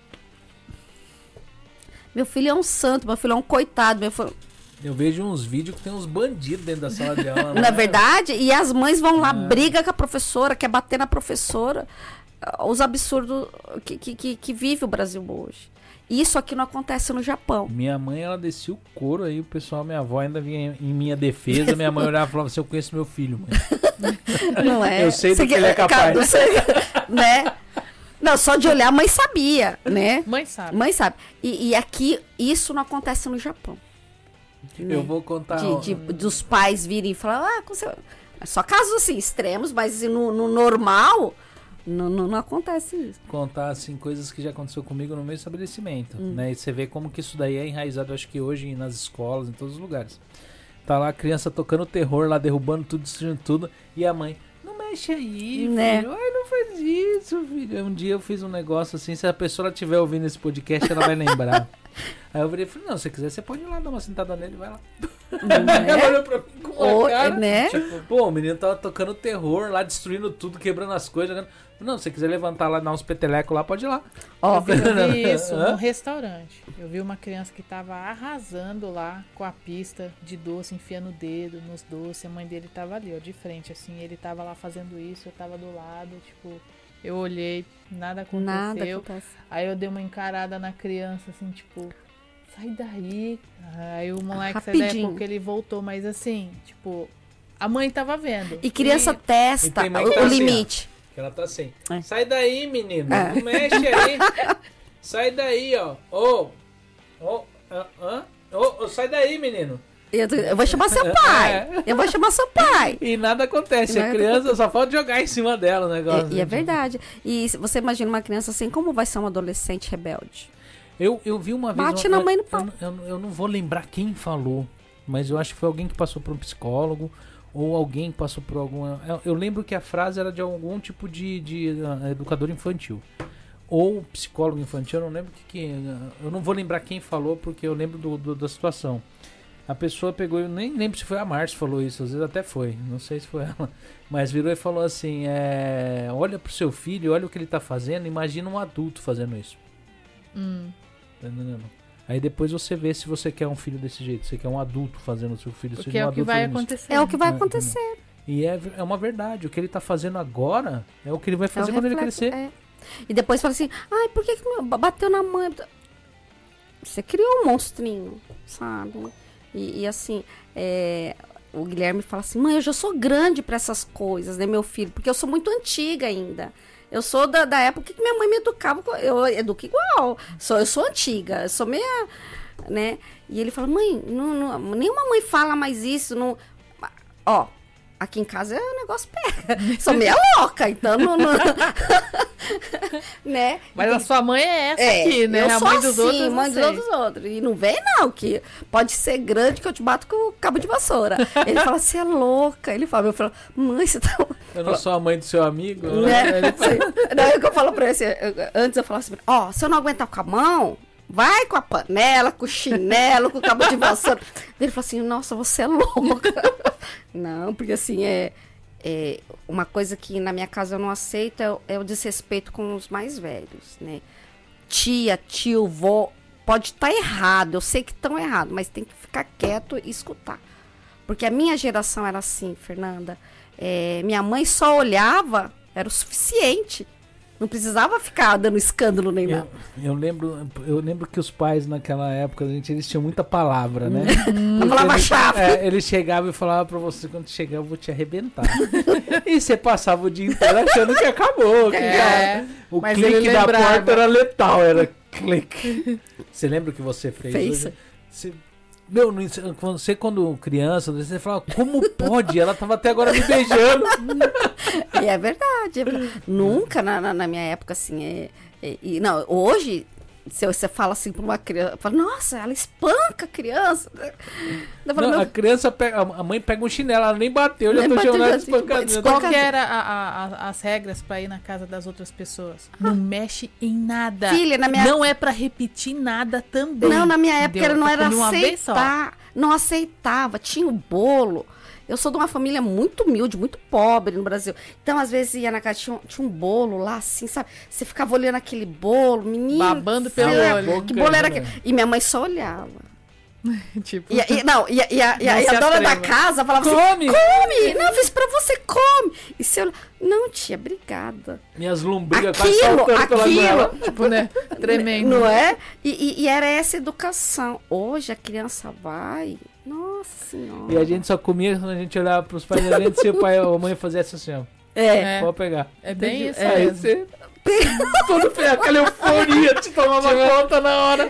Meu filho é um santo, meu filho é um coitado, Eu vejo uns vídeos que tem uns bandidos dentro da sala de aula. Na verdade, e as mães vão lá, briga com a professora, quer bater na professora. Os absurdos que vive o Brasil hoje. Isso aqui não acontece no Japão. Minha mãe, ela descia o couro aí, o pessoal, minha avó ainda vinha em minha defesa, minha mãe olhava e falava assim, eu conheço meu filho, mãe. Não é? Eu sei do que ele é capaz. Né? Não, só de olhar a mãe sabia, né? Mãe sabe. Mãe sabe. E aqui, isso não acontece no Japão. Eu vou contar... Dos pais virem e falar, só casos assim, extremos, mas no normal... Não acontece isso. Contar, assim, coisas que já aconteceu comigo no meu estabelecimento, né? E você vê como que isso daí é enraizado, eu acho que hoje nas escolas, em todos os lugares. Tá lá a criança tocando terror, lá derrubando tudo, destruindo tudo, e a mãe, não mexe aí, né? filho. Ai, não faz isso, filho. Um dia eu fiz um negócio assim, se a pessoa estiver ouvindo esse podcast, ela vai lembrar. Aí eu virei e falei, não, se você quiser, você pode ir lá dar uma sentada nele, vai lá. Ela olhou pra mim com uma cara, né? Tipo, pô, o menino tava tocando terror lá, destruindo tudo, quebrando as coisas, jogando... Não, se você quiser levantar lá, dar uns petelecos lá, pode ir lá. Eu vi isso num restaurante. Eu vi uma criança que tava arrasando lá com a pista de doce, enfiando o dedo nos doces. A mãe dele tava ali, ó, de frente, assim. Ele tava lá fazendo isso, eu tava do lado, tipo... Eu olhei, nada aconteceu. Aí eu dei uma encarada na criança, assim, tipo... Sai daí. Aí o moleque saiu daí porque ele voltou, mas assim, tipo... A mãe tava vendo. E criança testa o limite. Que ela tá assim. Sai daí, menino. Não mexe aí. Sai daí, ó. Sai daí, menino. Eu vou chamar seu pai. Eu vou chamar seu pai. E nada acontece. A criança só falta jogar em cima dela o negócio. E é verdade. E você imagina uma criança assim, como vai ser um adolescente rebelde? Eu vi uma vez... Bate na mãe no pau. Eu não vou lembrar quem falou, mas eu acho que foi alguém que passou por um psicólogo ou alguém que passou por alguma... Eu lembro que a frase era de algum tipo de educador infantil. Ou psicólogo infantil, eu não lembro eu não vou lembrar quem falou, porque eu lembro da situação. A pessoa pegou, eu nem lembro se foi a Márcia que falou isso, às vezes até foi, não sei se foi ela, mas virou e falou assim, olha pro seu filho, olha o que ele tá fazendo, imagina um adulto fazendo isso. Tá entendendo? Aí depois você vê se você quer um filho desse jeito, você quer um adulto fazendo o seu filho. Porque seja é um o que adulto vai fazendo isso. acontecer. É o que vai acontecer. E é uma verdade. O que ele tá fazendo agora é o que ele vai É o fazer quando ele reflexo, crescer. é. E depois fala assim, ai, por que bateu na mãe? Você criou um monstrinho, sabe? E assim, o Guilherme fala assim, mãe, eu já sou grande pra essas coisas, né, meu filho? Porque eu sou muito antiga ainda. Eu sou da época que minha mãe me educava, eu educo igual. Eu sou antiga, eu sou meia, né? E ele fala, mãe, nenhuma mãe fala mais isso, não... Ó, aqui em casa o negócio pega. Sou meia louca, então não... né? Mas a sua mãe é essa aqui, né? Eu A sou mãe dos assim, outros, mãe dos outros. E não vem não, que pode ser grande que eu te bato com o cabo de vassoura. Ele fala, você é louca. Ele fala, eu falo, mãe, você tá... Eu não sou a mãe do seu amigo? Né? Daí o que eu falo pra ele, assim, antes eu falava assim, ó, se eu não aguentar com a mão, vai com a panela, com o chinelo, com o cabo de vassoura. Ele falou assim, nossa, você é louca. Não, porque assim, uma coisa que na minha casa eu não aceito é o desrespeito com os mais velhos, né? Tia, tio, vô, pode estar errado, eu sei que estão errado, mas tem que ficar quieto e escutar. Porque a minha geração era assim, Fernanda. Minha mãe só olhava, era o suficiente. Não precisava ficar dando escândalo nem nada. Eu lembro que os pais naquela época, eles tinham muita palavra, né? A palavra-chave. Eles chegavam e falavam pra você, quando chegar eu vou te arrebentar. E você passava o dia inteiro achando que acabou. O mas clique ele da lembrava. porta era letal, era clique. Você lembra o que você fez hoje? Quando criança, você fala, como pode? Ela tava até agora me beijando. E é verdade. Nunca na minha época, assim, não, hoje, se você fala assim pra uma criança, fala, nossa, ela espanca a criança. Eu falo, Não, a criança pega, a mãe pega um chinelo, ela nem bateu, já Nem tô bateu, chamando já, de espancadinha. Qual que era as regras pra ir na casa das outras pessoas? Não mexe em nada. Filha, na minha... Não é pra repetir nada também. Não, na minha época entendeu? não era Eu comi uma vez só. aceitar. Não aceitava. Tinha o bolo. Eu sou de uma família muito humilde, muito pobre no Brasil. Então, às vezes, ia na casa, tinha um bolo lá, assim, sabe? Você ficava olhando aquele bolo, menino. Babando pelo olho. Que bolo era aquele? E minha mãe só olhava. Tipo, E a dona da casa falava Come! assim, come! Não, eu fiz pra você, come! E se eu... Não, tia, obrigada. Minhas lombrigas quase saltando pela goela. tipo, né? Tremendo. Não é? E era essa educação. Hoje a criança vai... Nossa Senhora. E a gente só comia quando a gente olhava pros pais da gente, se o pai ou a mãe fizesse assim, ó. Pode pegar. É bem isso Aí mesmo. você... Todo aquela euforia te tomava conta na hora.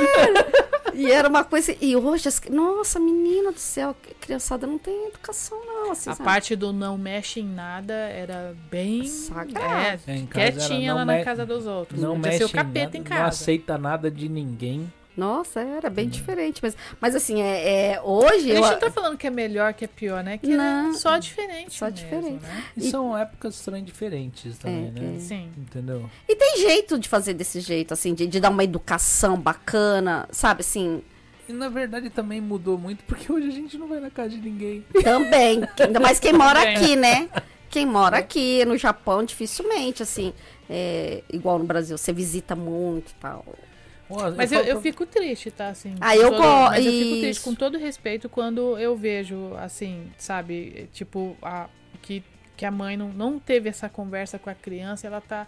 E era uma coisa... E hoje, nossa, menina do céu, a criançada não tem educação, não. Assim, A sabe? parte do não mexe em nada era bem Sagrado. Em casa quietinha era, lá não na casa dos outros. Não Podia mexe ser o capeta em em nada, casa. não aceita nada de ninguém. Nossa, era bem diferente. Mas assim, hoje... A gente não tá falando que é melhor, que é pior, né? Que Não. é só diferente Só mesmo, diferente. né? E são épocas também diferentes também, né? Sim. Entendeu? E tem jeito de fazer desse jeito, assim, de dar uma educação bacana, sabe, assim... E na verdade também mudou muito, porque hoje a gente não vai na casa de ninguém. Também. Ainda mais quem mora Também. aqui, né? Quem mora aqui, no Japão, dificilmente, assim, igual no Brasil, você visita muito e tal. Mas eu fico triste, tá? Assim, Ah, eu gosto. Mas eu fico triste, com todo respeito, quando eu vejo, assim, sabe, tipo, que a mãe não teve essa conversa com a criança, ela tá,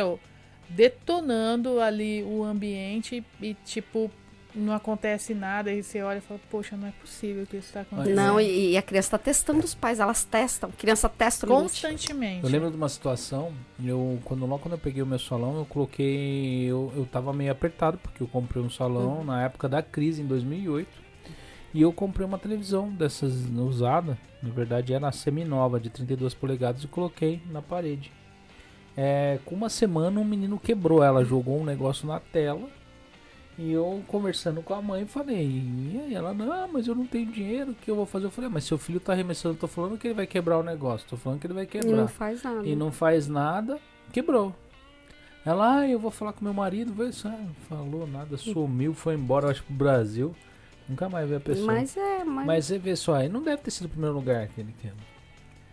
detonando ali o ambiente e, tipo, não acontece nada, e você olha e fala, poxa, não é possível que isso tá acontecendo. Não, e a criança tá testando os pais, elas testam, criança testa o limite. Constantemente. Eu lembro de uma situação, logo quando eu peguei o meu salão, eu tava meio apertado, porque eu comprei um salão na época da crise, em 2008, e eu comprei uma televisão dessas usada, na verdade era semi-nova, de 32 polegadas, e coloquei na parede. Com uma semana um menino quebrou ela, jogou um negócio na tela, e eu conversando com a mãe falei, e aí ela, não, mas eu não tenho dinheiro, o que eu vou fazer? Eu falei, mas seu filho tá arremessando, tô falando que ele vai quebrar o negócio, tô falando que ele vai E quebrar. não faz nada. E não faz nada, quebrou. Ela, eu vou falar com meu marido, falou nada, sumiu, foi embora, acho, pro Brasil. Nunca mais vi a pessoa. Mas Mas você vê só, aí não deve ter sido o primeiro lugar que ele quebrou.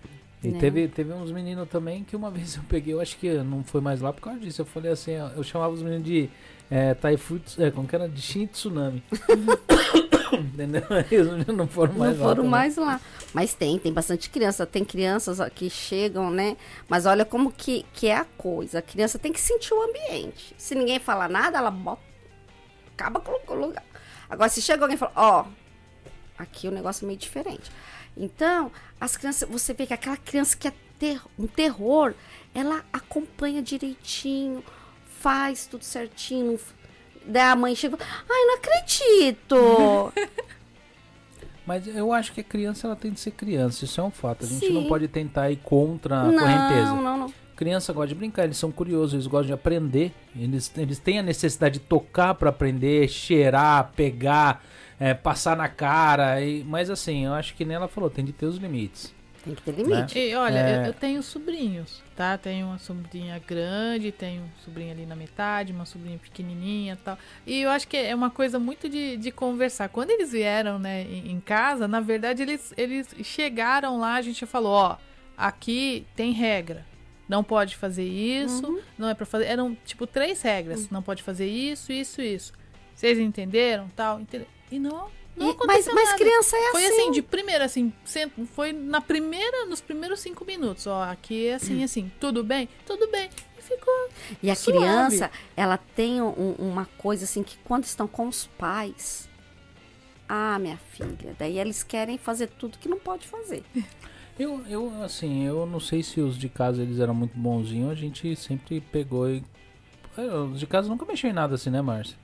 E Né? teve uns meninos também que uma vez eu peguei, eu acho que não foi mais lá por causa disso. Eu falei assim, eu chamava os meninos de Taifutsu, como que era? De Shin Tsunami. Entendeu? Aí os meninos não foram mais Não lá. foram também. mais lá. Mas tem bastante criança. Tem crianças ó, que chegam, né? Mas olha como que é a coisa. A criança tem que sentir o ambiente. Se ninguém falar nada, ela acaba com o lugar. Agora, se chega alguém e fala, ó, aqui o negócio é meio diferente. Então, as crianças, você vê que aquela criança que é um terror, ela acompanha direitinho, faz tudo certinho. Daí a mãe chega, ai, não acredito. Mas eu acho que a criança ela tem de ser criança, isso é um fato. A gente Sim. não pode tentar ir contra a correnteza. Não. Criança gosta de brincar, eles são curiosos, eles gostam de aprender. Eles têm a necessidade de tocar para aprender, cheirar, pegar, passar na cara. Mas assim, eu acho que nem ela falou, tem de ter os limites. Tem que ter limite. E olha, eu tenho sobrinhos, tá? Tenho uma sobrinha grande, tenho um sobrinho ali na metade, uma sobrinha pequenininha e tal. E eu acho que é uma coisa muito de conversar. Quando eles vieram, né, em casa, na verdade, eles chegaram lá, a gente falou, ó, aqui tem regra. Não pode fazer isso, não é pra fazer... Eram, tipo, 3 regras. Não pode fazer isso, isso, isso. Vocês entenderam? Tal, e não aconteceu Mas nada. criança é Foi assim. assim, de primeira, assim, foi nos primeiros 5 minutos, ó, aqui é assim, tudo bem? Tudo bem. E ficou E a suave. criança, ela tem uma coisa assim, que quando estão com os pais, minha filha, daí eles querem fazer tudo que não pode fazer. Eu não sei se os de casa eles eram muito bonzinhos, a gente sempre pegou e... Os de casa nunca mexeu em nada assim, né, Márcia?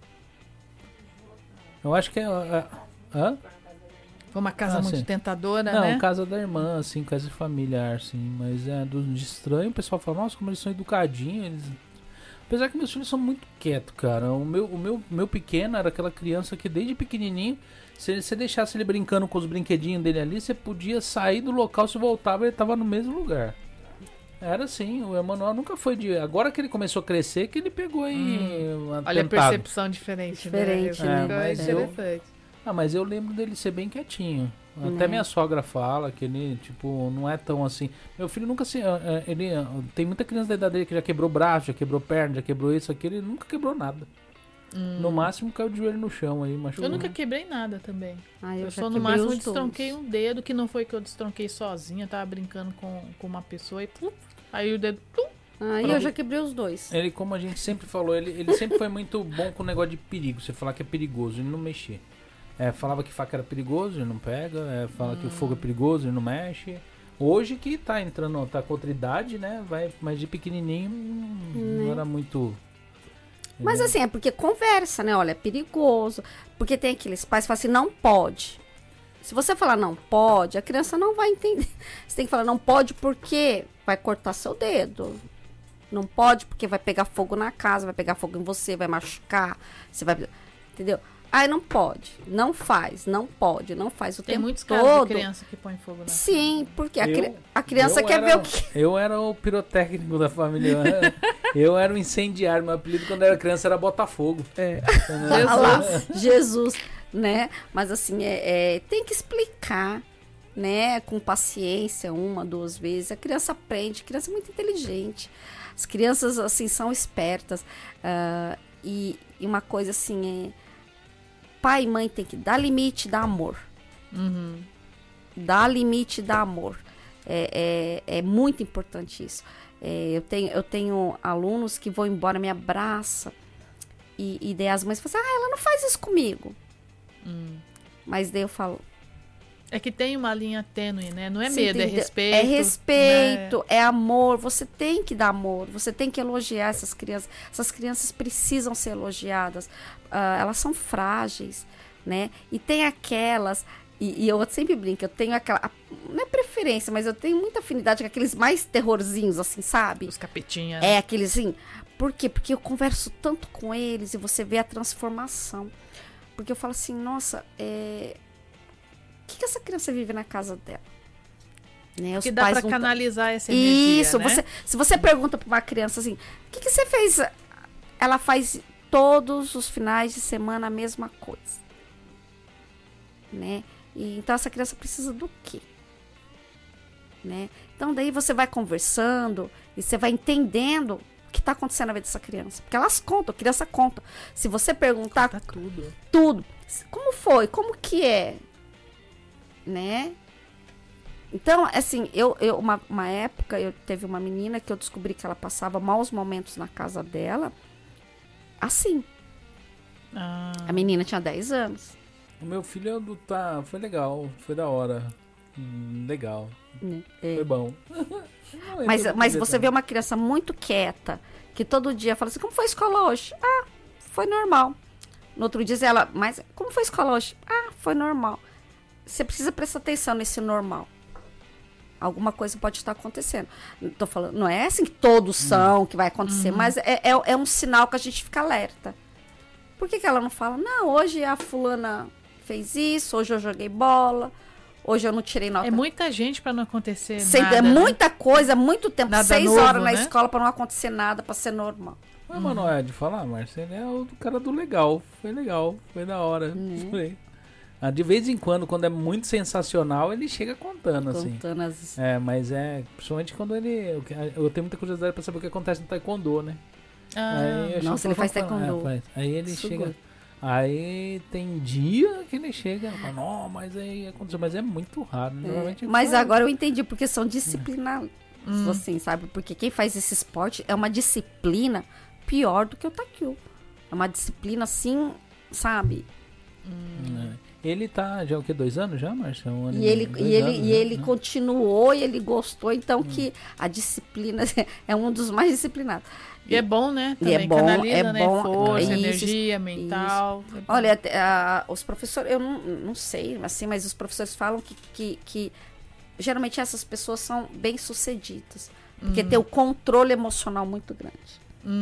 Eu acho que hã? Foi uma casa muito sim. tentadora, Não, né? casa da irmã, assim, casa familiar, assim. Mas de estranho, o pessoal fala, nossa, como eles são educadinhos. Apesar que meus filhos são muito quietos, cara. O meu pequeno era aquela criança que desde pequenininho, se você deixasse ele brincando com os brinquedinhos dele ali, você podia sair do local, se voltava, ele tava no mesmo lugar. Era assim, o Emanuel nunca foi de... Agora que ele começou a crescer, que ele pegou Olha a percepção diferente, Diferente, né? né? Mas Interessante. mas eu lembro dele ser bem quietinho. Até minha sogra fala que ele, tipo, não é tão assim. Meu filho nunca se... Ele, tem muita criança da idade dele que já quebrou braço, já quebrou perna, já quebrou isso, aquilo. Ele nunca quebrou nada. No máximo caiu de joelho no chão aí, machucou. Eu nunca quebrei nada também. Eu Eu já só no quebrei máximo os destronquei dois. um dedo, que não foi que eu destronquei sozinha, tava brincando com uma pessoa e pluf, aí o dedo pluf. E eu já quebrei os 2. Ele, como a gente sempre falou, ele sempre foi muito bom com o negócio de perigo. Você falar que é perigoso, ele não mexer. Falava que faca era perigoso, ele não pega. Fala que o fogo é perigoso, ele não mexe. Hoje que tá entrando, tá com outra idade, né? Mas de pequenininho não era muito... Mas assim, é porque conversa, né? Olha, é perigoso. Porque tem aqueles pais que falam assim, não pode. Se você falar não pode, a criança não vai entender. Você tem que falar não pode porque vai cortar seu dedo. Não pode porque vai pegar fogo na casa, vai pegar fogo em você, vai machucar. Você vai... Entendeu? Ai, não pode. Não faz. Não pode. Não faz o Tem tempo muitos todo. casos de criança que põe fogo na Sim, porque a Eu criança quer ver o que... Eu era o pirotécnico da família. Eu era o incendiário. Meu apelido quando eu era criança era Botafogo. Ah lá, Jesus, né? Mas assim, tem que explicar, né? Com paciência, 1, 2 vezes. A criança aprende, a criança é muito inteligente. As crianças, assim, são espertas. E uma coisa assim, pai e mãe tem que dar limite, dar amor. Dar limite, dar amor. É muito importante isso. Eu tenho alunos que vão embora, me abraçam. E daí as mães falam assim, ela não faz isso comigo. Mas daí eu falo... É que tem uma linha tênue, né? Não é Você medo, é entendeu? respeito. É respeito, né? é amor. Você tem que dar amor, você tem que elogiar essas crianças. Essas crianças precisam ser elogiadas. Elas são frágeis, né? E tem aquelas... E eu sempre brinco, eu tenho aquela... Não é preferência, mas eu tenho muita afinidade com aqueles mais terrorzinhos, assim, sabe? Os capetinhas. Aqueles assim... Por quê? Porque eu converso tanto com eles e você vê a transformação. Porque eu falo assim, nossa, o que essa criança vive na casa dela? Né? Que dá pra não canalizar essa energia, Isso, né? se você pergunta pra uma criança assim, o que você fez? Ela faz todos os finais de semana a mesma coisa. Né? Então essa criança precisa do quê? né? Então daí você vai conversando e você vai entendendo o que está acontecendo na vida dessa criança. Porque elas contam, a criança conta. Se você perguntar Tá tudo. tudo, como foi, como que é, né? Então, assim, uma época, teve uma menina que eu descobri que ela passava maus momentos na casa dela, assim. A menina tinha 10 anos. O meu filho foi legal, foi da hora. Legal. É. Foi bom. Mas você vê uma criança muito quieta, que todo dia fala assim, como foi a escola hoje? Ah, foi normal. No outro dia ela, mas como foi a escola hoje? Ah, foi normal. Você precisa prestar atenção nesse normal. Alguma coisa pode estar acontecendo. Tô falando, não é assim que todos são, que vai acontecer, mas é um sinal que a gente fica alerta. Por que ela não fala, não, hoje a fulana fez isso, hoje eu joguei bola, hoje eu não tirei nota. É muita gente para não acontecer nada. É muita coisa, muito tempo, Nada 6 novo, horas na né? escola para não acontecer nada, para ser normal. Mas não é de falar, Márcia, ele é o cara do legal, foi da hora. Foi. De vez em quando é muito sensacional, ele chega contando assim. As... Mas principalmente quando eu tenho muita curiosidade pra saber o que acontece no taekwondo, né? Nossa, ele faz taekwondo. Aí ele chega. Aí tem dia que ele chega e fala, não, mas aí aconteceu, mas é muito raro. Normalmente mas agora eu entendi, porque são disciplinares, assim, sabe? Porque quem faz esse esporte é uma disciplina pior do que o taekwondo. É uma disciplina assim, sabe? Ele tá já o que, 2 anos já, Márcia? E ele continuou e ele gostou, então que a disciplina é um dos mais disciplinados. E é bom, né? Também é bom, canaliza, né? bom. Força, Isso, energia mental. Isso. Olha, os professores, eu não sei, assim, mas os professores falam que geralmente essas pessoas são bem-sucedidas. Porque tem o controle emocional muito grande.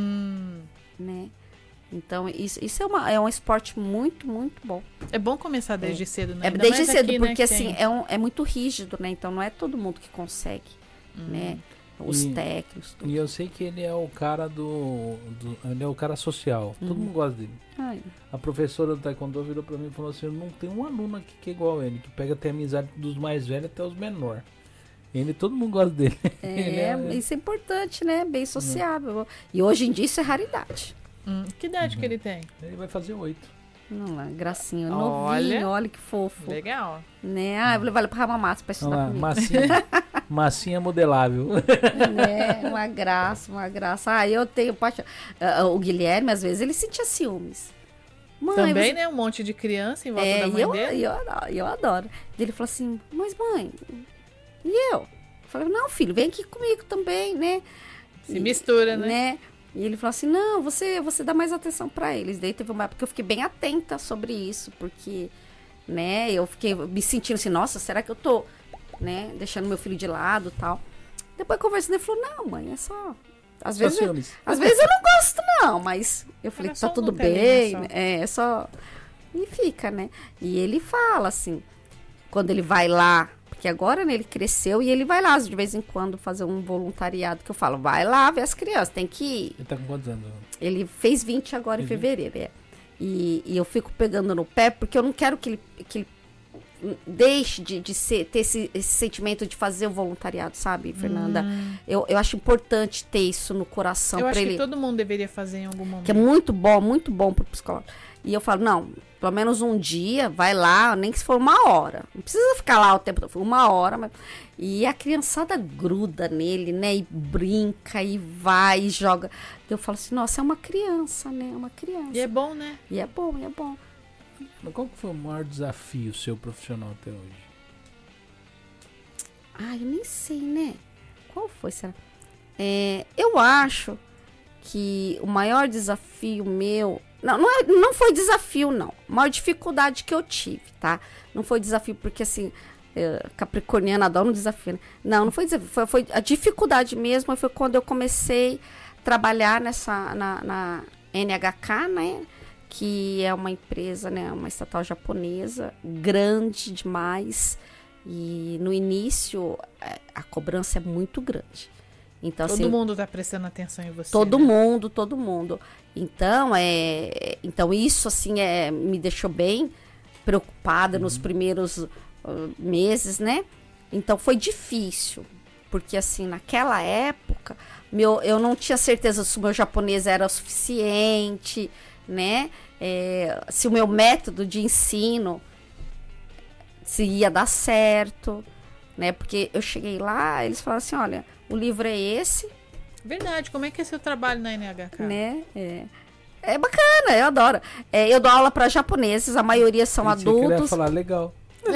Né? Então, isso é um esporte muito, muito bom. É bom começar desde cedo, né? É Ainda desde mais cedo, aqui, porque né, assim, é muito rígido, né? Então não é todo mundo que consegue, né? Os técnicos, tudo. E eu sei que ele é o cara ele é o cara social. Todo mundo gosta dele. Ai. A professora do taekwondo virou pra mim e falou assim, não tem um aluno aqui que é igual a ele, que pega até amizade dos mais velhos até os menores. Todo mundo gosta dele. Isso é importante, né? Bem sociável. E hoje em dia isso é raridade. Que idade que ele tem? Ele vai fazer 8. Não lá, gracinha, Olha. novinho, olha que fofo. Legal. Né? Ah, eu vou levar ele pra Ramamassa pra estudar comigo. Massinha modelável. Uma graça. Ah, eu tenho paixão. O Guilherme, às vezes, ele sentia ciúmes. Mãe, também, né? Um monte de criança em volta da mãe dele. Eu adoro. Ele falou assim, mas mãe, e eu? Eu falei, não, filho, vem aqui comigo também, né? Se mistura, né? E ele falou assim, não, você dá mais atenção pra eles. Daí teve uma época que eu fiquei bem atenta sobre isso, porque, né, eu fiquei me sentindo assim, nossa, será que eu tô, né, deixando meu filho de lado e tal. Depois conversando, ele falou, não, mãe, é só... Às vezes eu não gosto, não, mas eu falei, tá tudo bem, é só... E fica, né? E ele fala assim, quando ele vai lá, porque agora, né, ele cresceu e ele vai lá de vez em quando fazer um voluntariado, que eu falo, vai lá ver as crianças, tem que ir. Ele tá com quantos anos? Ele fez 20 agora em fevereiro, E eu fico pegando no pé, porque eu não quero que ele deixe de ter esse sentimento de fazer o voluntariado, sabe, Fernanda? Eu acho importante ter isso no coração para ele. Eu acho que todo mundo deveria fazer em algum momento. Que é muito bom pro psicólogo. E eu falo, não, pelo menos um dia, vai lá, nem que se for 1 hora. Não precisa ficar lá o tempo todo, 1 hora. Mas... E a criançada gruda nele, né? E brinca, e vai, e joga. Eu falo assim, nossa, é uma criança, né? É uma criança. E é bom, né? E é bom. Mas qual que foi o maior desafio seu profissional até hoje? Ah, eu nem sei, né? Qual foi, será? Eu acho que o maior desafio meu... Não foi desafio, não. A maior dificuldade que eu tive, tá? Não foi desafio porque, assim, capricorniana adora um desafio, né? Não foi desafio. Foi a dificuldade mesmo. Foi quando eu comecei a trabalhar na NHK, né? Que é uma empresa, né? Uma estatal japonesa, grande demais. E no início, a cobrança é muito grande. Então, todo mundo está prestando atenção em você. Todo mundo. Então isso assim me deixou bem preocupada nos primeiros meses, né? Então foi difícil, porque assim, naquela época, eu não tinha certeza se o meu japonês era o suficiente, né? Se o meu método de ensino se ia dar certo, né? Porque eu cheguei lá, eles falaram assim, olha, o livro é esse, Verdade, como é que é seu trabalho na NHK? né? É bacana, eu adoro. Eu dou aula para japoneses, a maioria são Pensei que ele ia adultos. falar legal.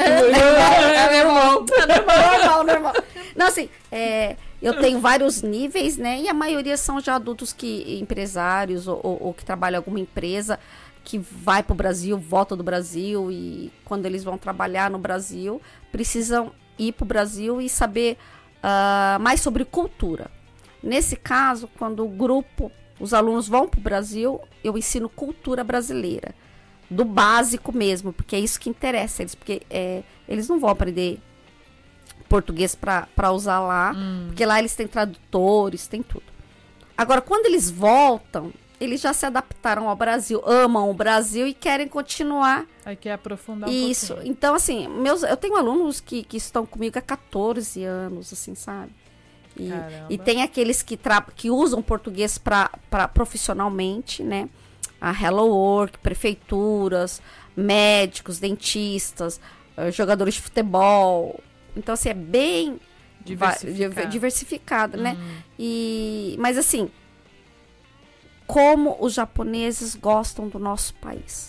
Normal. Não, assim, eu tenho vários níveis, né? E a maioria são já adultos empresários ou que trabalham em alguma empresa que vai para o Brasil, volta do Brasil e quando eles vão trabalhar no Brasil, precisam ir para o Brasil e saber mais sobre cultura. Nesse caso, quando os alunos vão para o Brasil, eu ensino cultura brasileira. Do básico mesmo, porque é isso que interessa eles, porque eles não vão aprender português para usar lá, porque lá eles têm tradutores, tem tudo. Agora, quando eles voltam, eles já se adaptaram ao Brasil, amam o Brasil e querem continuar. Aí quer aprofundar um Isso. pouquinho. Então, assim, eu tenho alunos que estão comigo há 14 anos, assim, sabe? E tem aqueles que usam português para profissionalmente, né? A Hello Work, prefeituras, médicos, dentistas, jogadores de futebol. Então, assim, é bem diversificado, né? Mas, assim, como os japoneses gostam do nosso país.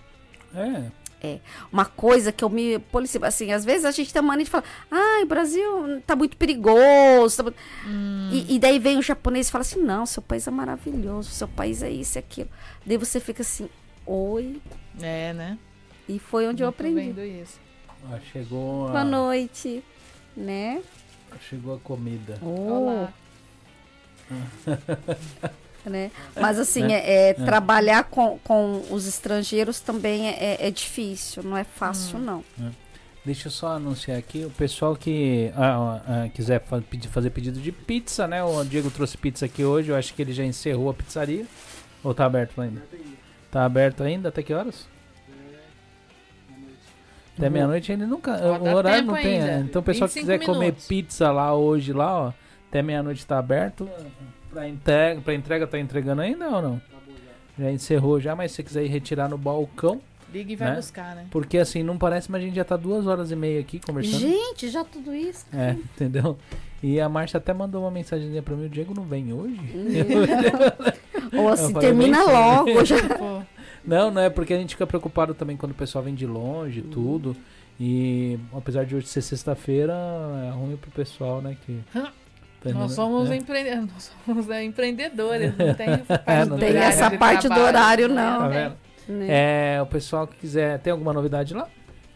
Uma coisa que eu me policio, assim, às vezes a gente tem a mania de falar, o Brasil tá muito perigoso. E daí vem o japonês e fala assim, não, seu país é maravilhoso, seu país é isso e aquilo. Daí você fica assim, oi. Né? E foi onde eu aprendi. Vendo isso. Chegou Boa noite, né? Chegou a comida. Olá. Né? Mas assim, trabalhar com os estrangeiros também é difícil, não é fácil não. Deixa eu só anunciar aqui, o pessoal que quiser fazer pedido de pizza, né? O Diego trouxe pizza aqui hoje, eu acho que ele já encerrou a pizzaria. Ou tá aberto ainda? Tá aberto ainda? Até que horas? Até meia-noite ainda nunca. O horário não tem. Então o pessoal que quiser comer pizza lá hoje, lá, ó, até meia-noite tá aberto. Pra entrega tá entregando ainda ou não? Já encerrou já, mas se você quiser ir retirar no balcão. Liga e vai buscar, né? Porque assim, não parece, mas a gente já tá 2h30 aqui conversando. Gente, já tudo isso? Entendeu? E a Márcia até mandou uma mensagenzinha pra mim, o Diego não vem hoje? Ou assim, termina logo. Já. Não é porque a gente fica preocupado também quando o pessoal vem de longe, tudo. E apesar de hoje ser sexta-feira, é ruim pro pessoal, né? Que... Nós somos empreendedores, não tem não tem essa parte do horário, não. Tá vendo? O pessoal que quiser, tem alguma novidade lá?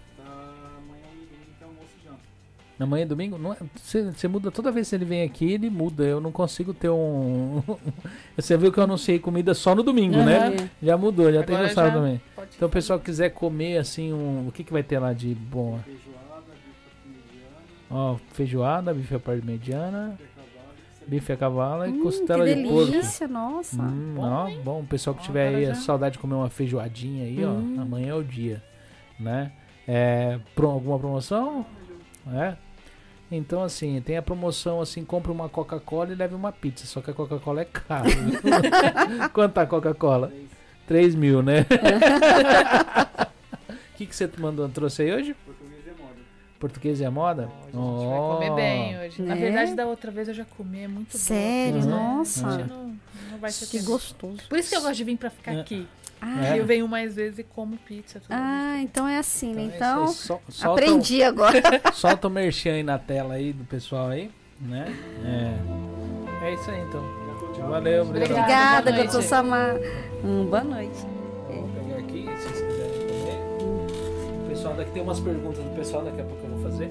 Amanhã e domingo? Não é, você muda toda vez que ele vem aqui, ele muda. Eu não consigo ter um. Você viu que eu anunciei comida só no domingo, né? Já mudou, já tem gostado também. Então, o pessoal que quiser comer assim, o que vai ter lá de bom? Feijoada, bife à parmegiana, bife a cavalo e costela de porco. Que delícia, nossa. Bom, o pessoal que tiver aí saudade de comer uma feijoadinha aí, amanhã é o dia, né? Alguma promoção? Então, assim, tem a promoção, assim, compra uma Coca-Cola e leve uma pizza, só que a Coca-Cola é cara. Quanto tá a Coca-Cola? 3 mil, né? O que você trouxe aí hoje? Português é moda? A gente vai comer bem hoje. Né? Na verdade, da outra vez eu já comi, é muito Sério? bom. Nossa. Não vai ser Que gostoso. Por isso que eu gosto de vir pra ficar aqui. Eu venho mais vezes e como pizza. Então é assim, né? Então, solta aprendi agora. Solta o merchan aí na tela aí do pessoal aí, né? É isso aí, então. Valeu, Obrigada, Gotô-sama. Boa noite. Vou pegar aqui, se vocês quiserem comer. O pessoal daqui tem umas perguntas do pessoal, daqui a pouco eu vou fazer.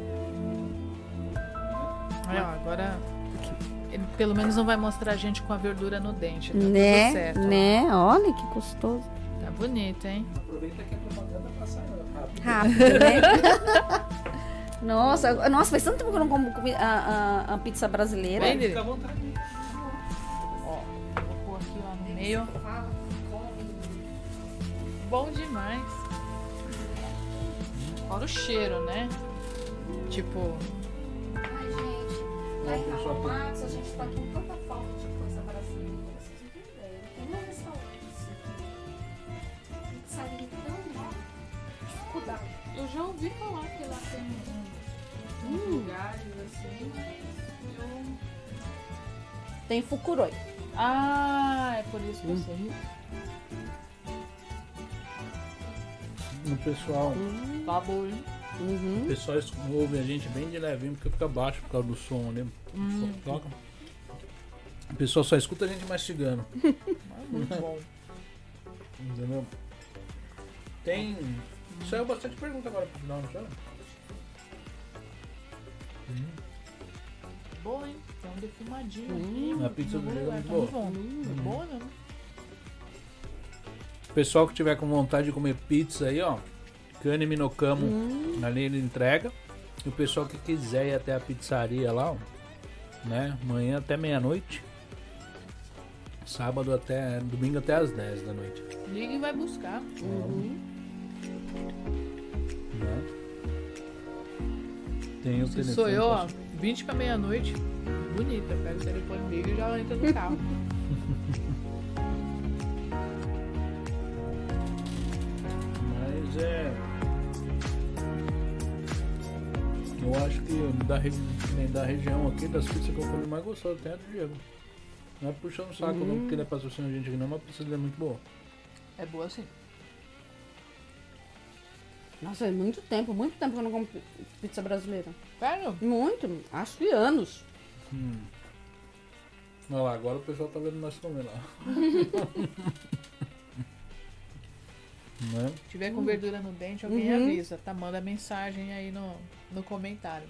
Agora, ele pelo menos não vai mostrar a gente com a verdura no dente. Tá tudo certo. Né? Olha que gostoso. Tá bonito, hein? Aproveita que a propaganda passa rápido, né? Nossa, faz tanto tempo que eu não como a pizza brasileira. Fica à vontade. Vou pôr aqui lá no meio. Bom demais. Fora o cheiro, né? Tipo, Lá em Karl Marx, a gente tá com tanta falta de coisa brasileira, vocês não têm ideia. Tem um restaurante assim, pizzaria tão mal, dificuldade. Eu já ouvi falar que lá tem uns lugares assim, mas eu... Tem Fukuroi. Ah, é por isso que eu sei. O pessoal, Tá bom, hein? o pessoal ouve a gente bem de levinho porque fica baixo por causa do som ali. Toca. O pessoal só escuta a gente mastigando. Muito bom. Entendeu? Tem. Saiu bastante pergunta agora pro final, não saiu? Boa, hein? Tem um defumadinho aqui. A pizza do Diego é muito Tá boa. bom. Boa, né? O pessoal que tiver com vontade de comer pizza aí, ó. Cane Minocamo, ali ele entrega. E o pessoal que quiser ir até a pizzaria lá, ó. Né? Amanhã até meia-noite. Sábado até. Domingo até as 10 da noite. Liga e vai buscar. Né? Tem o Se telefone. sou eu, ó, posso- 20 pra meia-noite, bonita. Pega o telefone, liga e já entra no carro. Mas é. Eu acho que da região aqui, das pizzas que eu comi mais gostosa tem a do Diego. Não é puxando o saco, não, porque ele é patrocínio a gente aqui, não, mas a pizza dele é muito boa. É boa sim. Nossa, é muito tempo que eu não como pizza brasileira. Sério? Muito, acho que anos. Olha lá, agora o pessoal tá vendo nós comer lá. Né? Se tiver com verdura no dente, alguém avisa, tá? Manda mensagem aí no comentário.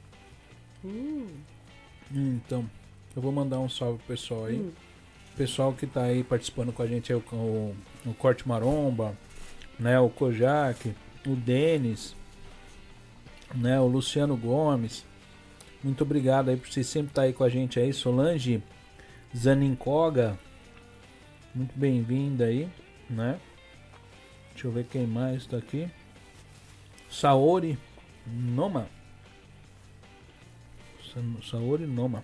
Então, eu vou mandar um salve pro pessoal aí. O pessoal que tá aí participando com a gente é o Corte Maromba, né? O Kojak, o Denis, né? O Luciano Gomes. Muito obrigado aí por vocês sempre estar aí com a gente aí. Solange Zaninkoga, muito bem-vinda aí, né? Deixa eu ver quem mais tá aqui. Saori Noma. Saori Noma.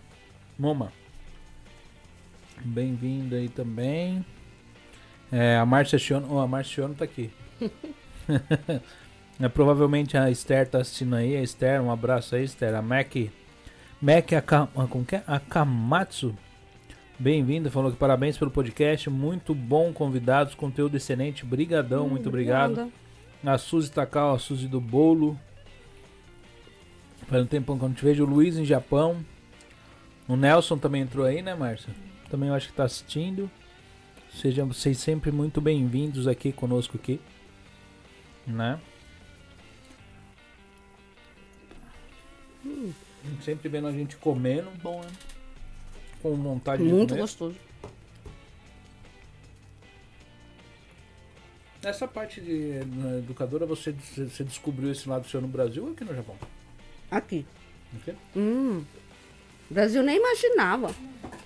Bem-vinda aí também. A Márcia Chiono. A Márcia Chiono tá aqui. Provavelmente a Esther tá assistindo aí. A Esther, um abraço aí, Esther. A Mac como que é? Akamatsu. Bem-vinda, falou que parabéns pelo podcast. Muito bom, convidados, conteúdo excelente. Brigadão, muito obrigado. Obrigada. A Suzy Takao, a Suzy do Bolo. Faz um tempão que eu não te vejo. O Luiz em Japão. O Nelson também entrou aí, né, Márcia? Também eu acho que tá assistindo. Sejam vocês sempre muito bem-vindos aqui conosco aqui. Né? Sempre vendo a gente comendo, Bom, né? com vontade de Muito comer. gostoso. Nessa parte de educadora, você descobriu esse lado seu no Brasil ou aqui no Japão? Aqui. Ok? O Brasil nem imaginava.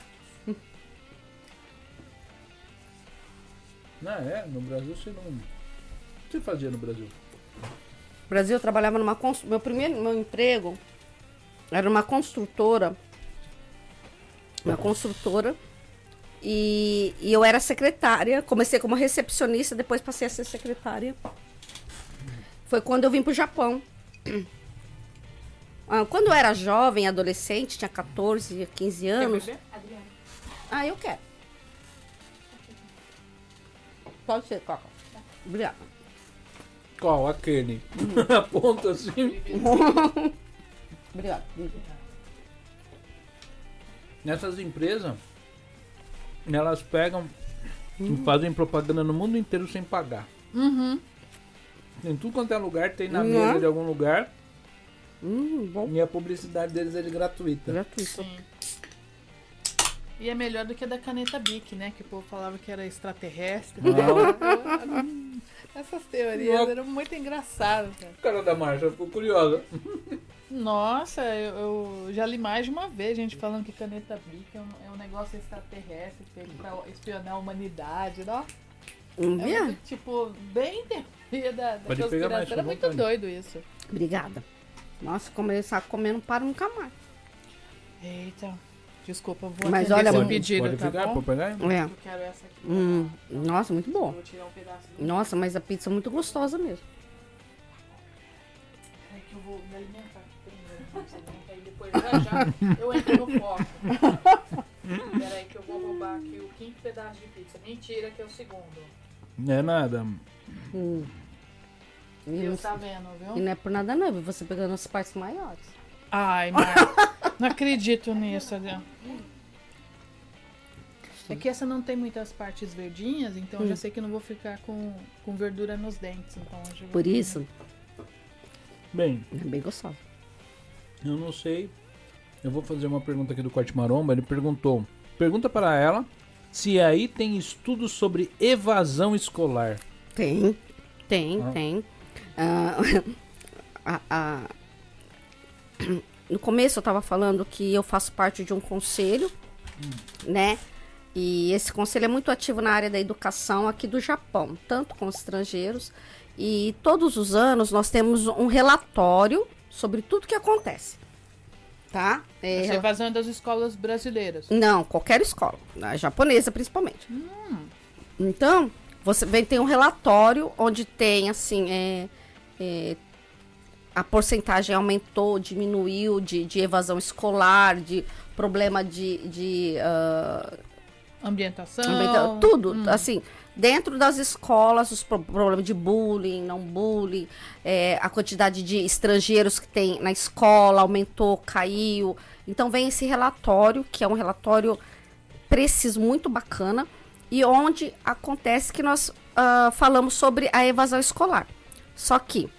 No Brasil você não... O que você fazia no Brasil? No Brasil eu trabalhava numa meu emprego era uma construtora. Uma construtora. E eu era secretária. Comecei como recepcionista, depois passei a ser secretária. Foi quando eu vim pro Japão. Quando eu era jovem, adolescente, tinha 14, 15 anos. Quer beber? Eu quero. Pode ser, Coca. Obrigada. Qual? Aquele. Aponta assim. Obrigada. Nessas empresas, elas pegam e fazem propaganda no mundo inteiro sem pagar. Em tudo quanto é lugar, tem na mesa de algum lugar. Bom. E a publicidade deles é de gratuita. Gratuito. Sim. E é melhor do que a da caneta Bic, né? Que o povo falava que era extraterrestre. Essas teorias eram muito engraçadas, cara. O cara da marcha ficou curiosa. Nossa, eu já li mais de uma vez gente falando que caneta Bic é um negócio extraterrestre feito pra espionar a humanidade, não? É muito, tipo, bem teoria da Pode pegar mais, conspiração. Era com muito vontade. doido isso. Obrigada. Nossa, começar a comer não para nunca mais. Eita, desculpa, vou Mas atender olha, seu pode pedido, tá ficar, bom? pode pegar? É. Eu quero essa aqui. Nossa, muito bom. Vou tirar um pedaço do... Nossa, mas a pizza é muito gostosa mesmo. É que eu vou me alimentar primeiro. Aí depois já eu entro no foco. Peraí que eu vou roubar aqui o 5º pedaço de pizza. Mentira que é o 2º. Não é nada. E Deus tá vendo, e viu? não é por nada não, viu? Você pegando as partes maiores. Ai, Marta, não acredito nisso, Adriano. É que essa não tem muitas partes verdinhas, então eu já sei que eu não vou ficar com verdura nos dentes. Então hoje eu vou... Por isso, Bem, é bem gostosa. eu não sei. Eu vou fazer uma pergunta aqui do Corte Maromba. Ele perguntou. Pergunta para ela se aí tem estudos sobre evasão escolar. Tem. No começo eu estava falando que eu faço parte de um conselho, né? E esse conselho é muito ativo na área da educação aqui do Japão, tanto com estrangeiros. E todos os anos nós temos um relatório sobre tudo que acontece, tá? Essa evasão é das escolas brasileiras. Não, qualquer escola, a japonesa principalmente. Então, você tem um relatório onde tem assim, a porcentagem aumentou, diminuiu de evasão escolar, de problema de Ambientação. tudo, assim, dentro das escolas, os problemas de bullying, não bullying, a quantidade de estrangeiros que tem na escola aumentou, caiu. Então vem esse relatório, que é um relatório preciso, muito bacana, e onde acontece que nós falamos sobre a evasão escolar. Só que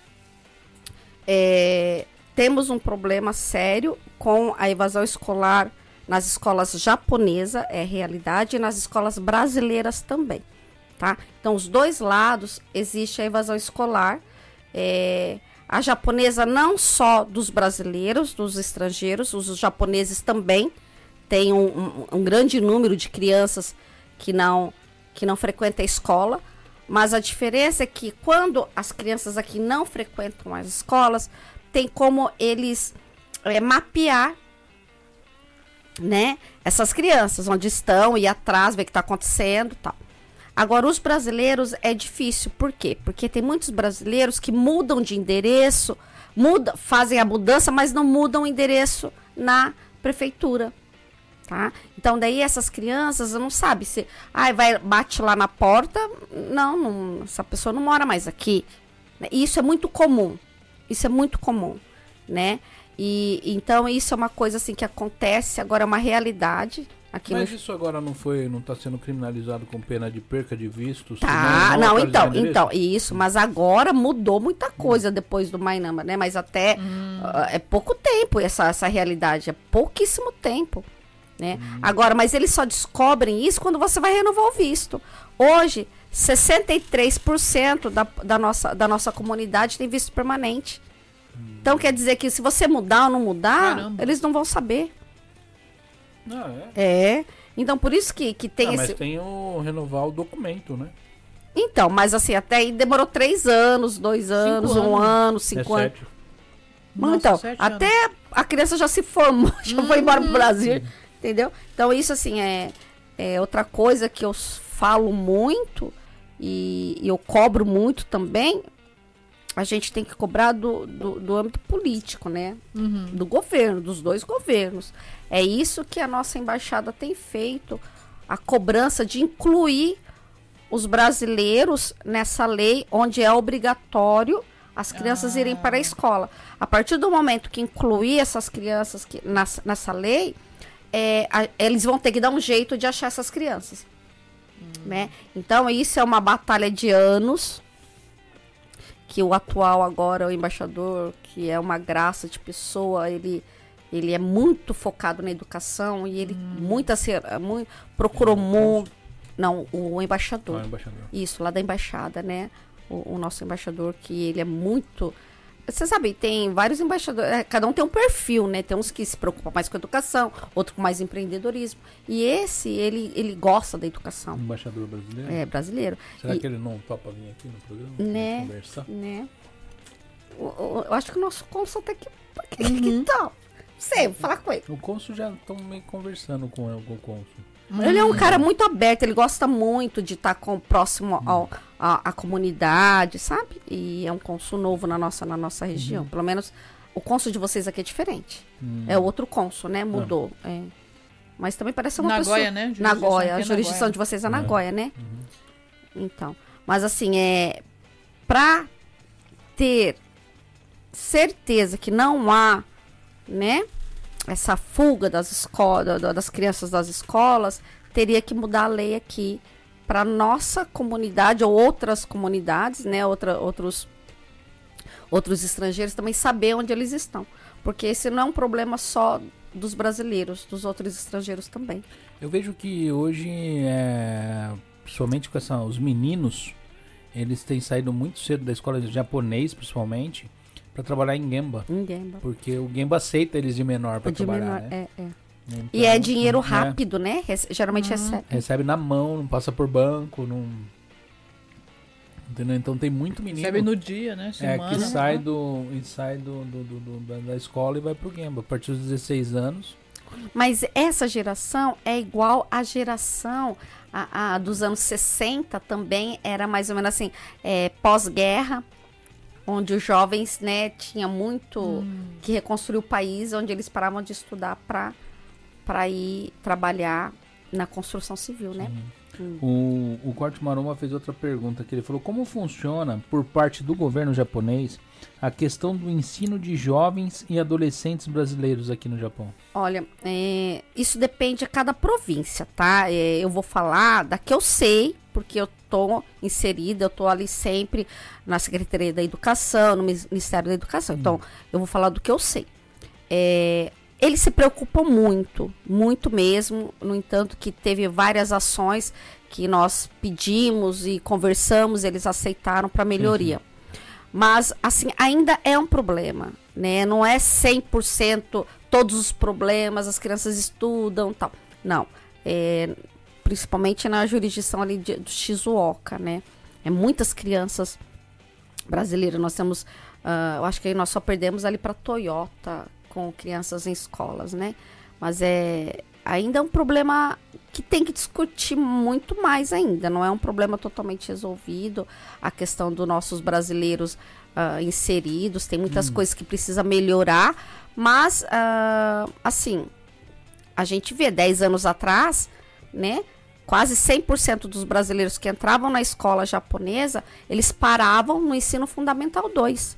temos um problema sério com a evasão escolar nas escolas japonesas, é realidade, e nas escolas brasileiras também, tá? Então, os dois lados existe a evasão escolar, a japonesa não só dos brasileiros, dos estrangeiros, os japoneses também tem um grande número de crianças que não frequentam a escola, mas a diferença é que quando as crianças aqui não frequentam as escolas, tem como eles mapear, né, essas crianças, onde estão, ir atrás, ver o que está acontecendo e tal. Agora, os brasileiros é difícil. Por quê? Porque tem muitos brasileiros que mudam de endereço, fazem a mudança, mas não mudam o endereço na prefeitura, tá? Então, daí essas crianças não sabem se... bate lá na porta, não, essa pessoa não mora mais aqui. Isso é muito comum. Né? E então isso é uma coisa assim que acontece, agora é uma realidade aqui. Mas isso agora não está sendo criminalizado com pena de perca de vistos? Tá, então, isso, mas agora mudou muita coisa depois do Mainama, né? Mas até é pouco tempo essa realidade, é pouquíssimo tempo, né? Agora, mas eles só descobrem isso quando você vai renovar o visto. Hoje, 63% da nossa comunidade tem visto permanente. Então quer dizer que se você mudar ou não mudar, Caramba. eles não vão saber. Então por isso que tem esse... Mas tem o renovar o documento, né? Então, mas assim, até aí demorou 3 anos, 2 anos, 1 ano, 5 anos. 7. Mas, então, 7 até a criança já se formou, já foi embora pro Brasil, entendeu? Então isso assim, é outra coisa que eu falo muito e eu cobro muito também. A gente tem que cobrar do âmbito político, né? Do governo, dos 2 governos. É isso que a nossa embaixada tem feito, a cobrança de incluir os brasileiros nessa lei, onde é obrigatório as crianças irem para a escola. A partir do momento que incluir essas crianças nessa lei, eles vão ter que dar um jeito de achar essas crianças. Né? Então, isso é uma batalha de anos, que o atual agora, o embaixador, que é uma graça de pessoa, ele é muito focado na educação e ele procurou muito... Não, o embaixador. Isso, lá da embaixada, né? O nosso embaixador, que ele é muito... Você sabe, tem vários embaixadores, cada um tem um perfil, né? Tem uns que se preocupam mais com a educação, outro com mais empreendedorismo. E esse, ele gosta da educação. Um embaixador brasileiro? É, brasileiro. Será que ele não topa vir aqui no programa? Né? Conversar? Né? Eu acho que o nosso cônsul tá aqui. Que tal? sei, vou falar com ele. O cônsul já estão meio conversando com o cônsul. Ele é um cara muito aberto, ele gosta muito de estar próximo à comunidade, sabe? E é um cônsul novo na nossa região. Pelo menos o cônsul de vocês aqui é diferente. É outro cônsul, né? Mudou. É. Mas também parece uma pessoa... Nagoya, né? Nagoya, a jurisdição de vocês é Nagoya, né? Então, mas assim, pra ter certeza que não há, né, essa fuga das crianças das escolas, teria que mudar a lei aqui para nossa comunidade ou outras comunidades, né, outros estrangeiros também saber onde eles estão, porque esse não é um problema só dos brasileiros, dos outros estrangeiros também. Eu vejo que hoje, principalmente com os meninos, eles têm saído muito cedo da escola de japonês, principalmente, para trabalhar em Gemba. Porque o Gemba aceita eles de menor para trabalhar, né? Então, e é dinheiro rápido, né? Geralmente recebe. Recebe na mão, não passa por banco, não... Entendeu? Então tem muito menino... Recebe no dia, né? Semana, que sai da escola e vai pro Gemba. A partir dos 16 anos... Mas essa geração é igual à geração dos anos 60, também era mais ou menos assim, pós-guerra, onde os jovens, né, tinha muito que reconstruir o país, onde eles paravam de estudar para ir trabalhar na construção civil, né? O Corte Maroma fez outra pergunta, que ele falou: como funciona, por parte do governo japonês, a questão do ensino de jovens e adolescentes brasileiros aqui no Japão? Olha, isso depende de cada província, tá? Eu vou falar da que eu sei, porque eu tô inserida, eu tô ali sempre na Secretaria da Educação, no Ministério da Educação. Então, eu vou falar do que eu sei. Eles se preocupam muito, muito mesmo. No entanto, que teve várias ações que nós pedimos e conversamos, eles aceitaram para melhoria. Mas, assim, ainda é um problema, né? Não é 100% todos os problemas, as crianças estudam e tal. Não. Principalmente na jurisdição ali do Shizuoka, né? Muitas crianças brasileiras. Nós temos, eu acho que nós só perdemos ali para Toyota, com crianças em escolas, né? Mas ainda é um problema que tem que discutir muito mais ainda. Não é um problema totalmente resolvido. A questão dos nossos brasileiros inseridos, tem muitas coisas que precisa melhorar. Mas, assim, a gente vê 10 anos atrás, né? Quase 100% dos brasileiros que entravam na escola japonesa, eles paravam no ensino fundamental 2.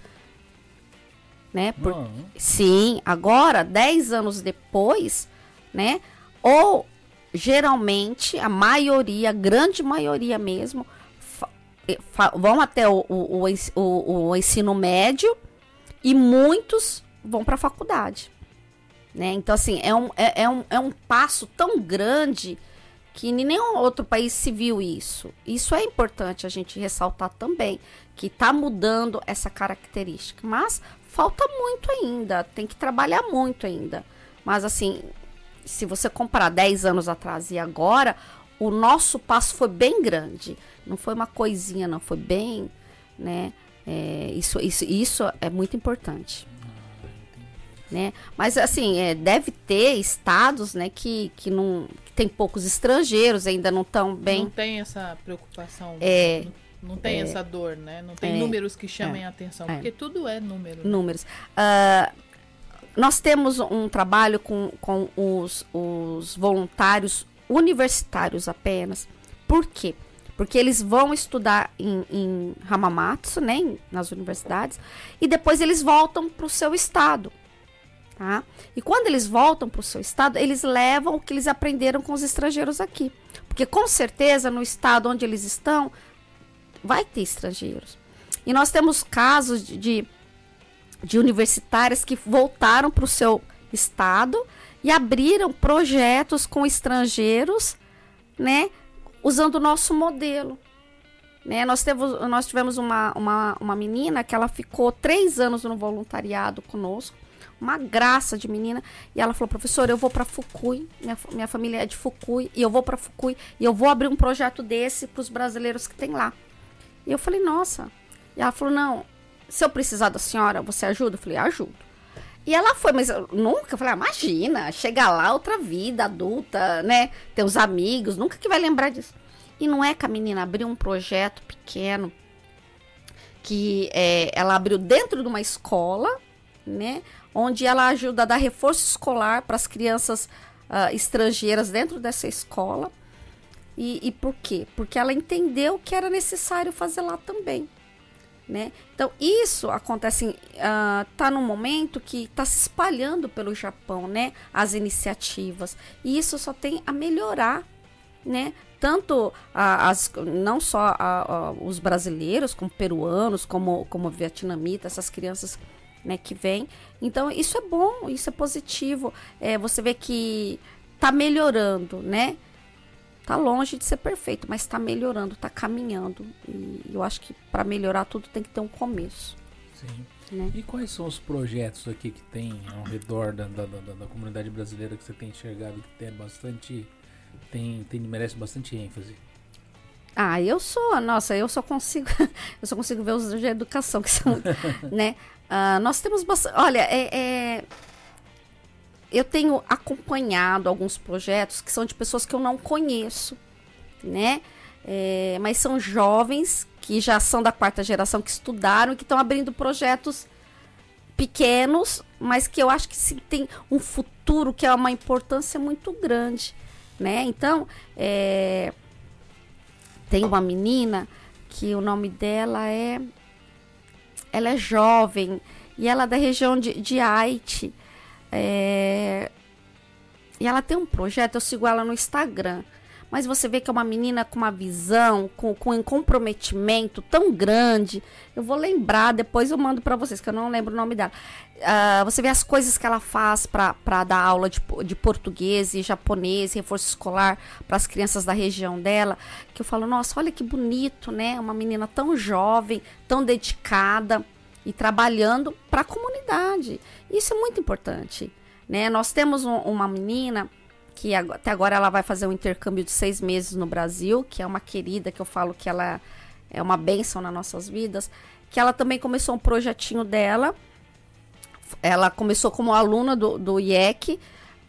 Né? Sim, agora, 10 anos depois, né? Ou, geralmente, a maioria, a grande maioria mesmo, vão até o ensino médio e muitos vão para a faculdade. Né? Então, assim, é um passo tão grande que em nenhum outro país se viu isso. Isso é importante a gente ressaltar também, que está mudando essa característica. Mas falta muito ainda, tem que trabalhar muito ainda. Mas assim, se você comparar 10 anos atrás e agora, o nosso passo foi bem grande. Não foi uma coisinha, não, foi bem, né? Isso é muito importante. Né? Mas assim, deve ter estados, né, que tem poucos estrangeiros, ainda não estão bem. Não tem essa preocupação, não tem essa dor, né? Não tem números que chamem a atenção, porque tudo é número. Né? Números. Nós temos um trabalho com os voluntários universitários apenas. Por quê? Porque eles vão estudar em Hamamatsu, né, nas universidades, e depois eles voltam para o seu estado. Tá? E quando eles voltam para o seu estado, eles levam o que eles aprenderam com os estrangeiros aqui. Porque com certeza no estado onde eles estão, vai ter estrangeiros. E nós temos casos de universitárias que voltaram para o seu estado e abriram projetos com estrangeiros, né, usando o nosso modelo. Né? Nós tivemos uma menina que ela ficou 3 anos no voluntariado conosco, uma graça de menina, e ela falou: professora, eu vou para Fukui, minha família é de Fukui, e eu vou para Fukui, e eu vou abrir um projeto desse para os brasileiros que tem lá. E eu falei: nossa. E ela falou: não, se eu precisar da senhora, você ajuda? Eu falei: ajudo. E ela foi, mas eu nunca falei, imagina, chegar lá, outra vida adulta, né? Ter os amigos, nunca que vai lembrar disso. E não é que a menina abriu um projeto pequeno, que ela abriu dentro de uma escola, né? Onde ela ajuda a dar reforço escolar para as crianças estrangeiras dentro dessa escola. E por quê? Porque ela entendeu que era necessário fazer lá também. Né? Então, isso acontece, tá num momento que está se espalhando pelo Japão, né? As iniciativas. E isso só tem a melhorar, né? Tanto não só os brasileiros, como peruanos, como vietnamitas, essas crianças, né, que vêm. Então, isso é bom, isso é positivo. Você vê que está melhorando, né? Tá longe de ser perfeito, mas está melhorando, está caminhando. E eu acho que para melhorar tudo tem que ter um começo. Sim. Né? E quais são os projetos aqui que tem ao redor da comunidade brasileira que você tem enxergado que tem bastante, merece bastante ênfase? Eu só consigo ver os de educação que são, né? Nós temos bastante, olha, eu tenho acompanhado alguns projetos que são de pessoas que eu não conheço, né? Mas são jovens que já são da 4ª geração, que estudaram e que estão abrindo projetos pequenos, mas que eu acho que sim, tem um futuro, que é uma importância muito grande, né? Então, tem uma menina que o nome dela ela é jovem e ela é da região de Haiti. E ela tem um projeto, eu sigo ela no Instagram, mas você vê que é uma menina com uma visão, com um comprometimento tão grande. Eu vou lembrar, depois eu mando para vocês, que eu não lembro o nome dela. Você vê as coisas que ela faz para dar aula de português e japonês, reforço escolar para as crianças da região dela, que eu falo, nossa, olha que bonito, né? Uma menina tão jovem, tão dedicada e trabalhando para a comunidade. Isso é muito importante, né? Nós temos uma menina que até agora ela vai fazer um intercâmbio de 6 meses no Brasil, que é uma querida, que eu falo que ela é uma bênção nas nossas vidas, que ela também começou um projetinho dela. Ela começou como aluna do IEC,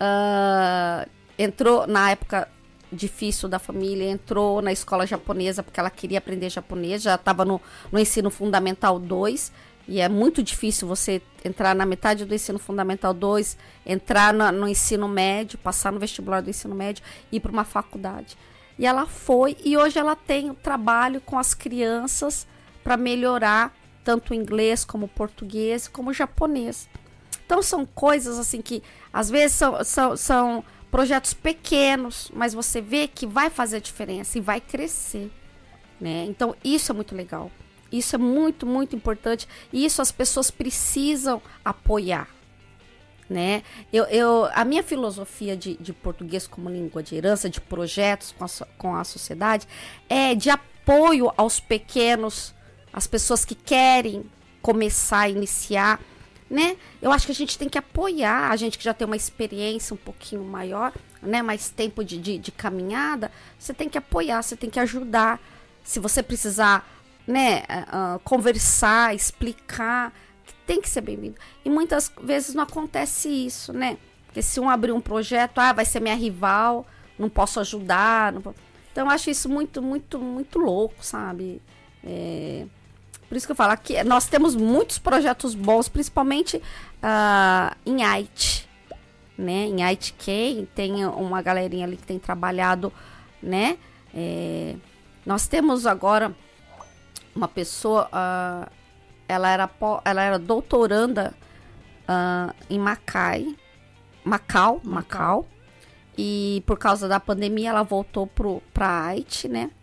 entrou na época difícil da família, entrou na escola japonesa porque ela queria aprender japonês, já estava no ensino fundamental 2, e é muito difícil você entrar na metade do ensino fundamental 2, entrar no ensino médio, passar no vestibular do ensino médio e ir para uma faculdade. E ela foi, e hoje ela tem um trabalho com as crianças para melhorar tanto o inglês como o português, como o japonês. Então são coisas assim que às vezes são projetos pequenos, mas você vê que vai fazer a diferença e vai crescer, né? Então isso é muito legal. Isso é muito, muito importante. E isso as pessoas precisam apoiar, né? A minha filosofia de português como língua de herança, de projetos com a sociedade, é de apoio aos pequenos, às pessoas que querem começar, iniciar, né? Eu acho que a gente tem que apoiar a gente que já tem uma experiência um pouquinho maior, né? Mais tempo de caminhada. Você tem que apoiar, você tem que ajudar. Se você precisar, né, conversar, explicar, tem que ser bem-vindo. E muitas vezes não acontece isso, né? Porque se um abrir um projeto, vai ser minha rival, não posso ajudar. Então, eu acho isso muito, muito, muito louco, sabe? Por isso que eu falo, aqui nós temos muitos projetos bons, principalmente em Haiti, né? Em Haiti, tem uma galerinha ali que tem trabalhado, né? Nós temos agora uma pessoa, ela era doutoranda em Macau, e por causa da pandemia ela voltou para Haiti, né?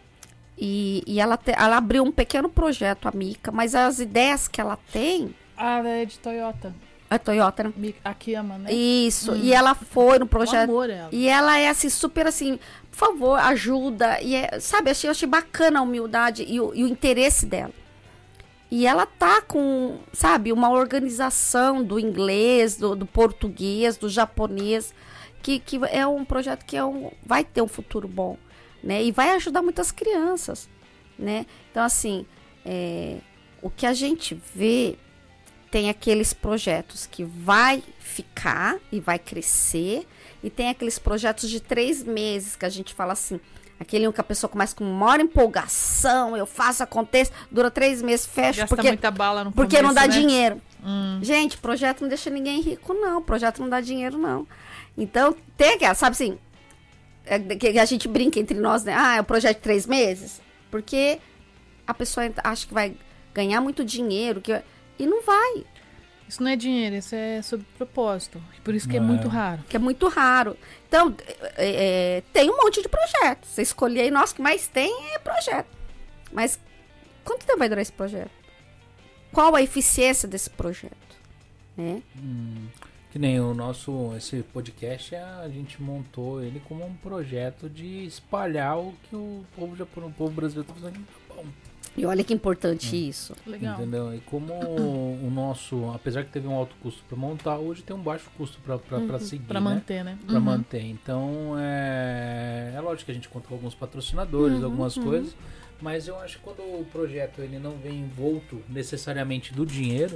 E ela abriu um pequeno projeto, a Mika, mas as ideias que ela tem... Ela é de Toyota. É Toyota, né? A Kiyama, né? Isso, e ela foi no projeto... Um amor, ela. E ela é assim, super assim, por favor, ajuda. E sabe, eu achei bacana a humildade e o interesse dela. E ela tá com, sabe, uma organização do inglês, do português, do japonês, que é um projeto que vai ter um futuro bom, né? E vai ajudar muitas crianças, né? Então, assim, o que a gente vê tem aqueles projetos que vai ficar e vai crescer, e tem aqueles projetos de 3 meses, que a gente fala assim, aquele que a pessoa começa com maior empolgação, eu faço, aconteça, dura 3 meses, fecha, Gasta muita bala no porque começo, não dá né? dinheiro. Gente, projeto não deixa ninguém rico, não. Projeto não dá dinheiro, não. Então, tem aquela, sabe assim, que a gente brinca entre nós, né? É o projeto de 3 meses, porque a pessoa acha que vai ganhar muito dinheiro, e não vai. Isso não é dinheiro, isso é sobre propósito. Por isso que é muito raro. Que é muito raro. Então, tem um monte de projetos. Você escolher aí, nossa, o que mais tem é projeto. Mas quanto tempo vai durar esse projeto? Qual a eficiência desse projeto? Né? Que nem esse podcast, a gente montou ele como um projeto de espalhar o que o povo brasileiro está fazendo no Japão. E olha que importante isso. Legal. Entendeu? E como o nosso, apesar que teve um alto custo para montar, hoje tem um baixo custo para seguir, Pra né? manter, né? Para manter. Então, é lógico que a gente conta com alguns patrocinadores, algumas coisas, mas eu acho que quando o projeto ele não vem envolto necessariamente do dinheiro,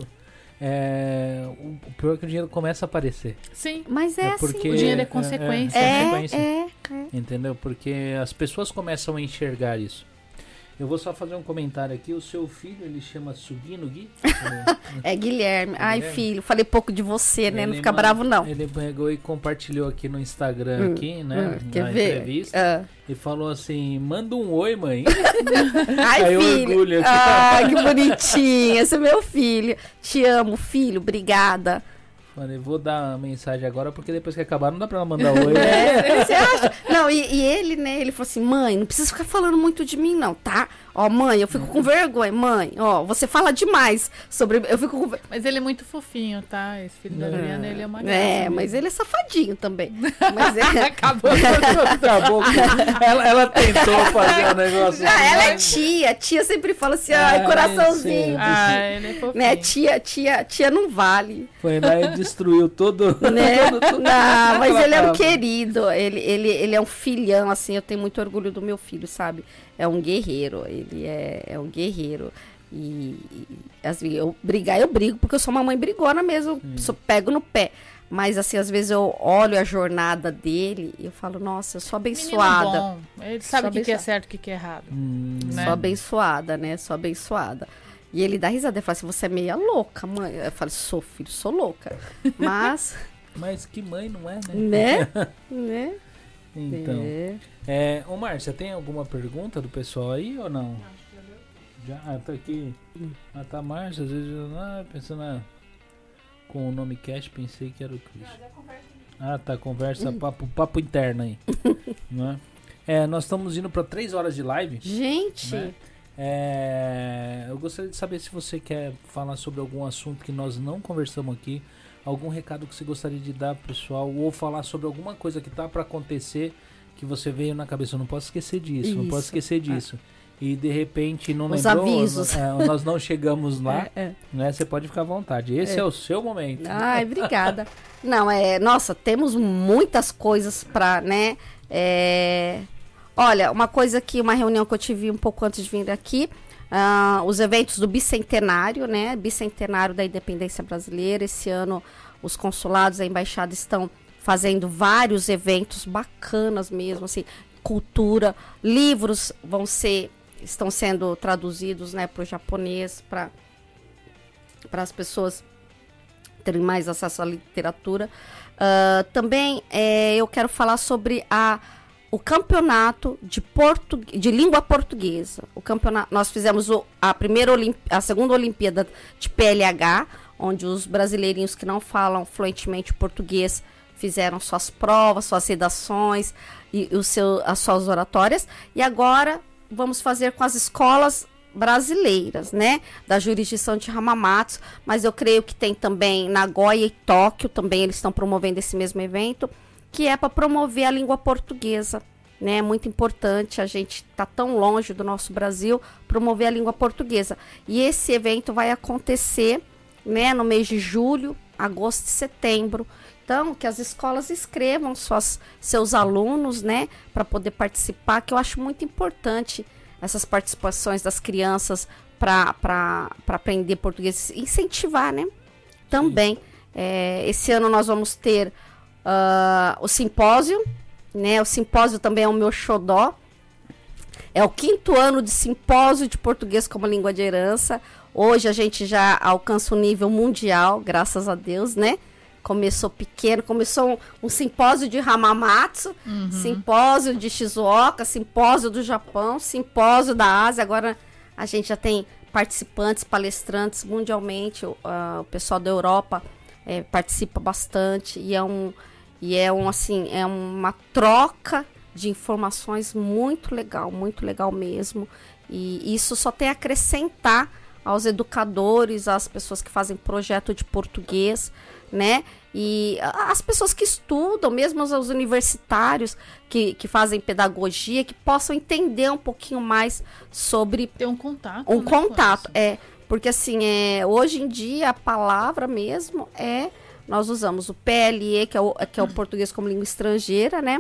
o pior é que o dinheiro começa a aparecer. Sim. Mas é porque O dinheiro é consequência. consequência. Entendeu? Porque as pessoas começam a enxergar isso. Eu vou só fazer um comentário aqui. O seu filho, ele chama Sugino Gui? É Guilherme. Ai, Guilherme. filho, falei pouco de você, né? Não Ele fica bravo, não. Ele pegou e compartilhou aqui no Instagram, aqui, né? Quer na ver? entrevista. E falou assim, manda um oi, mãe. Ai, Aí eu filho. orgulho aqui. Ai, que bonitinho. Esse é meu filho. Te amo, filho. Obrigada. Falei, vou dar uma mensagem agora, porque depois que acabar não dá pra ela mandar oi. Né? Você acha? Não, e ele, né? Ele falou assim, mãe, não precisa ficar falando muito de mim, não, tá? Ó, mãe, eu fico com vergonha. Mãe, ó, você fala demais sobre... Eu fico com... Mas ele é muito fofinho, tá? Esse filho da Juliana, ele é uma graça. mas ele é safadinho também. Mas Acabou. Acabou. Ela tentou fazer o negócio. ela é tia. Tia sempre fala assim, ai, coraçãozinho. Ele é fofinho. Né, tia não vale. Foi lá e destruiu todo... Né? Não, mas ele é um Ela querido. Ele é um filhão, assim. Eu tenho muito orgulho do meu filho, sabe? É um guerreiro. Ele é um guerreiro. E assim, eu brigo, porque eu sou uma mãe brigona mesmo. Pego no pé. Mas, assim, às vezes eu olho a jornada dele e eu falo, nossa, eu sou abençoada. Menino bom. Ele sabe Sou o que é abençoada. certo e o que é errado. Né? Sou abençoada, né? Sou abençoada. E ele dá risada. Ele fala assim, você é meia louca, mãe. Eu falo, sou, filho, sou louca. Mas... Mas que mãe, não é, né? né? Então. Ô, Márcia, tem alguma pergunta do pessoal aí ou não? Já, tá aqui. Tá Márcia, às vezes pensando com o nome Cash, pensei que era o Cris. Tá, conversa, papo interno aí. Né? Nós estamos indo para 3 horas de live. Gente... Né? Eu gostaria de saber se você quer falar sobre algum assunto que nós não conversamos aqui, algum recado que você gostaria de dar pro pessoal, ou falar sobre alguma coisa que tá para acontecer que você veio na cabeça. Eu não posso esquecer disso, não posso esquecer disso. E de repente não Os lembrou, avisos. nós não chegamos lá, né? Você pode ficar à vontade. Esse é o seu momento. Ai, obrigada. Não, nossa, temos muitas coisas para, né? Olha, uma reunião que eu tive um pouco antes de vir aqui, os eventos do Bicentenário, né? Bicentenário da Independência Brasileira. Esse ano, os consulados, a embaixada estão fazendo vários eventos bacanas mesmo, assim, cultura, livros estão sendo traduzidos, né, para o japonês, para as pessoas terem mais acesso à literatura. Também eu quero falar sobre o campeonato de língua portuguesa. O campeonato, nós fizemos a segunda Olimpíada de PLH, onde os brasileirinhos que não falam fluentemente português fizeram suas provas, suas redações e as suas oratórias. E agora vamos fazer com as escolas brasileiras, né? Da jurisdição de Hamamatsu, mas eu creio que tem também Nagoya e Tóquio, também eles estão promovendo esse mesmo evento, que é para promover a língua portuguesa, né? É muito importante, a gente está tão longe do nosso Brasil, promover a língua portuguesa. E esse evento vai acontecer, né, no mês de julho, agosto e setembro. Então, que as escolas inscrevam seus alunos, né, para poder participar, que eu acho muito importante essas participações das crianças para aprender português, incentivar, né? também. Esse ano nós vamos ter o simpósio, né? O simpósio também é o meu xodó. É o 5º ano de simpósio de português como língua de herança. Hoje a gente já alcança o nível mundial, graças a Deus, né? Começou pequeno, começou um simpósio de Hamamatsu, simpósio de Shizuoka, simpósio do Japão, simpósio da Ásia. Agora a gente já tem participantes, palestrantes mundialmente. O pessoal da Europa participa bastante e é uma troca de informações muito legal mesmo. E isso só tem a acrescentar aos educadores, às pessoas que fazem projeto de português, né? E as pessoas que estudam, mesmo os universitários que fazem pedagogia, que possam entender um pouquinho mais sobre... Ter um contato. Porque assim, hoje em dia a palavra mesmo nós usamos o PLE, que é o português como língua estrangeira, né?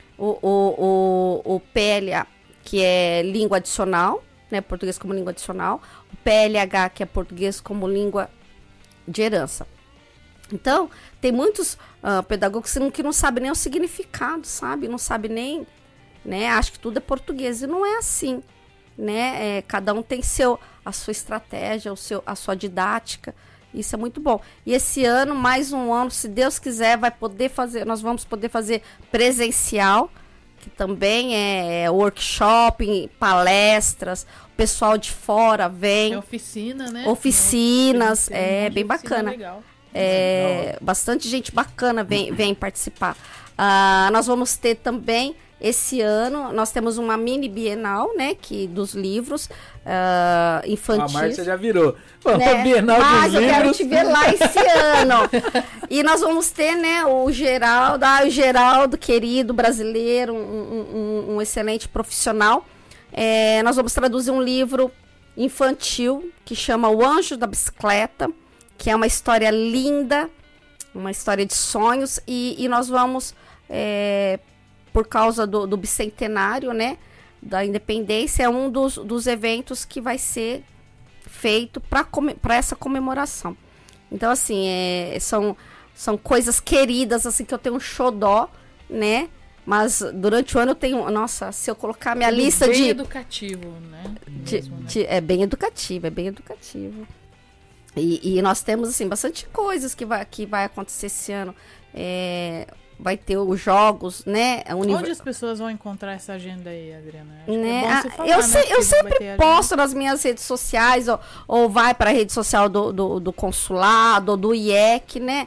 O PLA, que é língua adicional, né? Português como língua adicional. O PLH, que é português como língua de herança. Então, tem muitos pedagogos que não sabem nem o significado, sabe? Não sabem nem, né? Acho que tudo é português. E não é assim, né? Cada um tem a sua estratégia, a sua didática. Isso é muito bom. E esse ano, mais um ano, se Deus quiser, nós vamos poder fazer presencial, que também é workshop, palestras, o pessoal de fora vem. É oficina, né? Oficinas, bem oficina bacana. Legal. Bastante gente bacana vem participar. Nós vamos ter também, esse ano, nós temos uma mini bienal, né, dos livros infantis. A Márcia já virou. Né? Bienal Mas dos eu livros. quero te ver lá esse ano. E nós vamos ter, né, o Geraldo, querido brasileiro, um excelente profissional. Nós vamos traduzir um livro infantil que chama O Anjo da Bicicleta, que é uma história linda, uma história de sonhos, e nós vamos, por causa do bicentenário, né, da independência, é um dos eventos que vai ser feito para essa comemoração. Então, assim, são coisas queridas, assim, que eu tenho um xodó, né, mas durante o ano eu tenho, nossa, se eu colocar minha lista bem de... educativo, né? É bem educativo. E nós temos, assim, bastante coisas que vai acontecer esse ano. Vai ter os jogos, né? Onde as pessoas vão encontrar essa agenda aí, Adriana? Acho né? que é bom você falar, eu sempre posto nas minhas redes sociais, ou vai para a rede social do consulado, ou do IEC, né?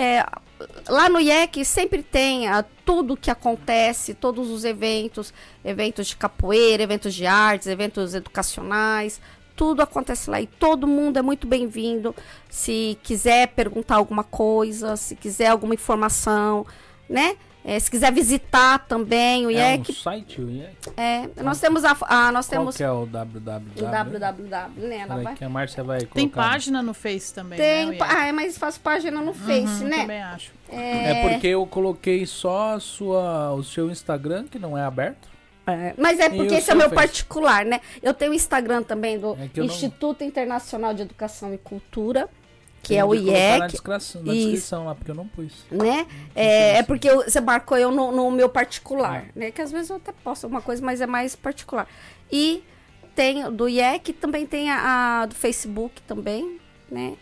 Lá no IEC sempre tem tudo que acontece, todos os eventos de capoeira, eventos de artes, eventos educacionais, tudo acontece lá e todo mundo é muito bem-vindo. Se quiser perguntar alguma coisa, se quiser alguma informação, né? Se quiser visitar também o IEC. Um site, o IEC? Nós temos Qual que é o www? O www, né? Ela vai... que a Márcia vai colocar. Tem página no Face também, Tem, né? é mais fácil página no Face, né? Também acho. Porque eu coloquei só o seu Instagram, que não é aberto. Mas é porque esse é o meu Face? particular, né? Eu tenho o Instagram também do eu Instituto Internacional de Educação e Cultura, que Tem é o de colocar IEC. na descrição lá, porque eu não pus. Né? Porque você marcou eu no meu particular, né? Que às vezes eu até posto alguma coisa, mas é mais particular. E tem do IEC, também tem a do Facebook também, né?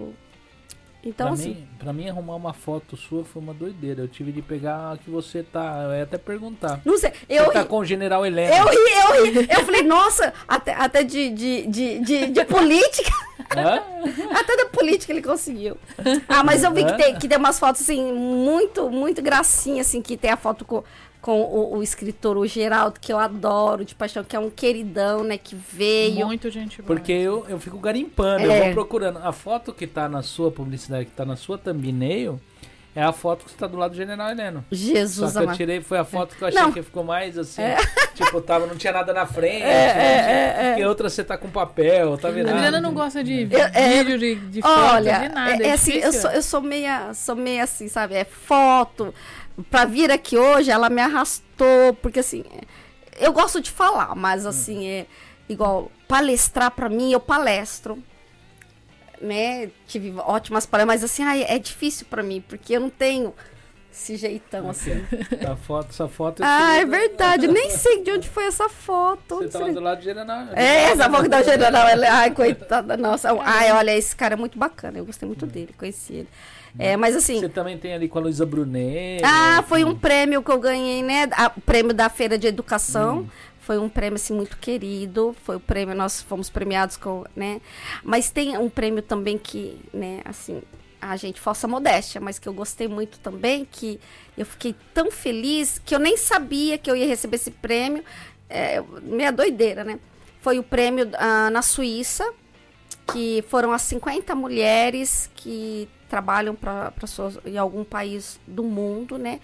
Então, Pra mim, arrumar uma foto sua foi uma doideira. Eu tive de pegar a que você tá. Eu ia até perguntar. Não sei. Você tá com o General Helena. Eu ri. Eu falei, nossa, até de política. Até da política ele conseguiu. Mas eu vi que tem umas fotos, assim, muito, muito gracinha, assim, que tem a foto com o escritor, o Geraldo, que eu adoro, de paixão, que é um queridão, né, que veio. Muito gente boa. Porque eu fico garimpando, eu vou procurando. A foto que tá na sua publicidade, que tá na sua thumbnail, é a foto que está do lado do General Heleno. Jesus Só que amado. eu tirei, foi a foto que eu achei que ficou mais assim, tipo, não tinha nada na frente, e outra você tá com papel, tá vendo? A Adriana não gosta de vídeo, de foto, olha, de nada. Assim, eu sou meia assim, sabe? Foto. Pra vir aqui hoje, ela me arrastou, porque assim, eu gosto de falar, mas assim, igual palestrar pra mim, eu palestro. né, tive ótimas palestras, mas assim, é difícil pra mim, porque eu não tenho esse jeitão assim. Essa foto... É verdade, nem sei de onde foi essa foto. Você tava do lado do General. Essa foto da General, ai, coitada, nossa. Ai, olha, esse cara é muito bacana, eu gostei muito dele, conheci ele. Mas assim... Você também tem ali com a Luísa Brunet. Foi um prêmio que eu ganhei, né, o prêmio da Feira de Educação. Foi um prêmio, assim, muito querido. Foi o prêmio, nós fomos premiados com, né? Mas tem um prêmio também que, né, assim, a gente, falsa modéstia, mas que eu gostei muito também, que eu fiquei tão feliz que eu nem sabia que eu ia receber esse prêmio. Meia doideira, né? Foi o prêmio na Suíça, que foram as 50 mulheres que trabalham em algum país do mundo, né?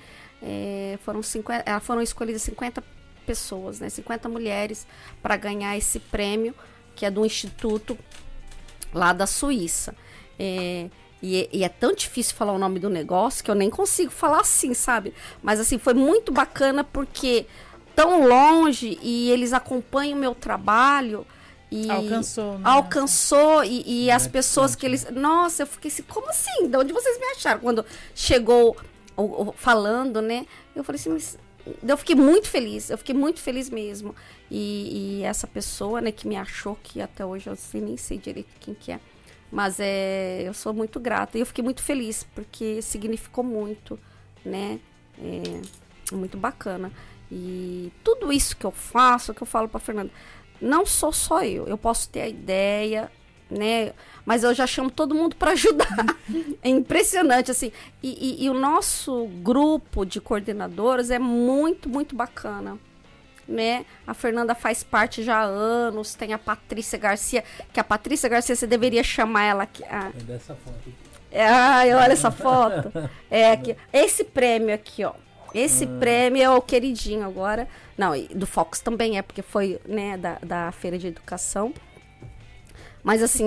Foram escolhidas 50 pessoas, né? 50 mulheres para ganhar esse prêmio, que é do instituto lá da Suíça. E é tão difícil falar o nome do negócio que eu nem consigo falar assim, sabe? Mas assim, foi muito bacana porque tão longe e eles acompanham o meu trabalho. E alcançou, né? Alcançou e as pessoas que eles... Nossa, eu fiquei assim, como assim? De onde vocês me acharam? Quando chegou falando, né? Eu falei assim, mas... Eu fiquei muito feliz mesmo. E essa pessoa, né, que me achou, que até hoje eu nem sei direito quem que é. Mas eu sou muito grata. E eu fiquei muito feliz, porque significou muito, né? Muito bacana. E tudo isso que eu faço, que eu falo pra Fernanda, não sou só eu. Eu posso ter a ideia, né? Mas eu já chamo todo mundo para ajudar. É impressionante, assim. E o nosso grupo de coordenadoras é muito, muito bacana, né? A Fernanda faz parte já há anos. Tem a Patrícia Garcia, que a Patrícia Garcia, você deveria chamar ela aqui. É dessa foto aqui. Olha essa foto. Aqui. Esse prêmio aqui, ó. Esse prêmio é o queridinho agora. Não, e do Fox também porque foi, né, da Feira de Educação. Mas assim,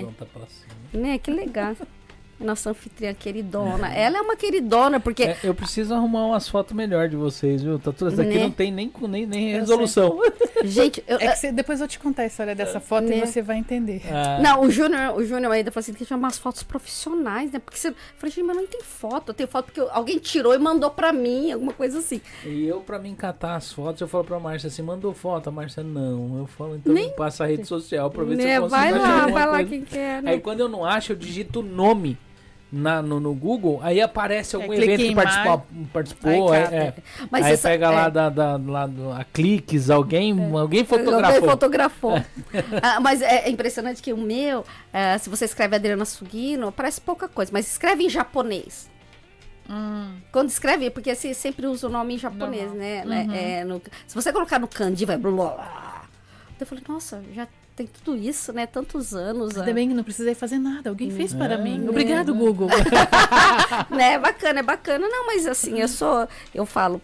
né, que legal. Nossa anfitriã queridona. Ela é uma queridona, porque... eu preciso arrumar umas fotos melhores de vocês, viu? Tá tudo aqui, né? Não tem nem resolução. Gente, depois eu vou te contar a história dessa foto, né? E você vai entender. Não, o Júnior ainda falou assim, tem que chamar umas fotos profissionais, né? Porque você... Eu falei, gente, mas não tem foto. Eu tenho foto porque alguém tirou e mandou pra mim, alguma coisa assim. E eu, pra mim catar as fotos, eu falo pra Márcia assim, mandou foto? A Márcia, não. Eu falo, então não passa a rede social pra ver se eu consigo achar vai lá coisa. quem quer, né? Aí quando eu não acho, eu digito o nome no Google, aí aparece algum evento que participou. Mas aí pega lá a Cliques, alguém fotografou. Alguém fotografou. Mas é impressionante que o meu, se você escreve Adriana Sugino, parece pouca coisa, mas escreve em japonês. Quando escreve, porque assim, sempre usa o nome em japonês, né? Se você colocar no kanji, vai... Blá, blá. Eu falei, nossa, já tem tudo isso, né? Tantos anos. Ainda bem que não precisei fazer nada. Alguém fez para mim. Obrigado, Google. Né? É bacana. Não, mas assim, eu falo,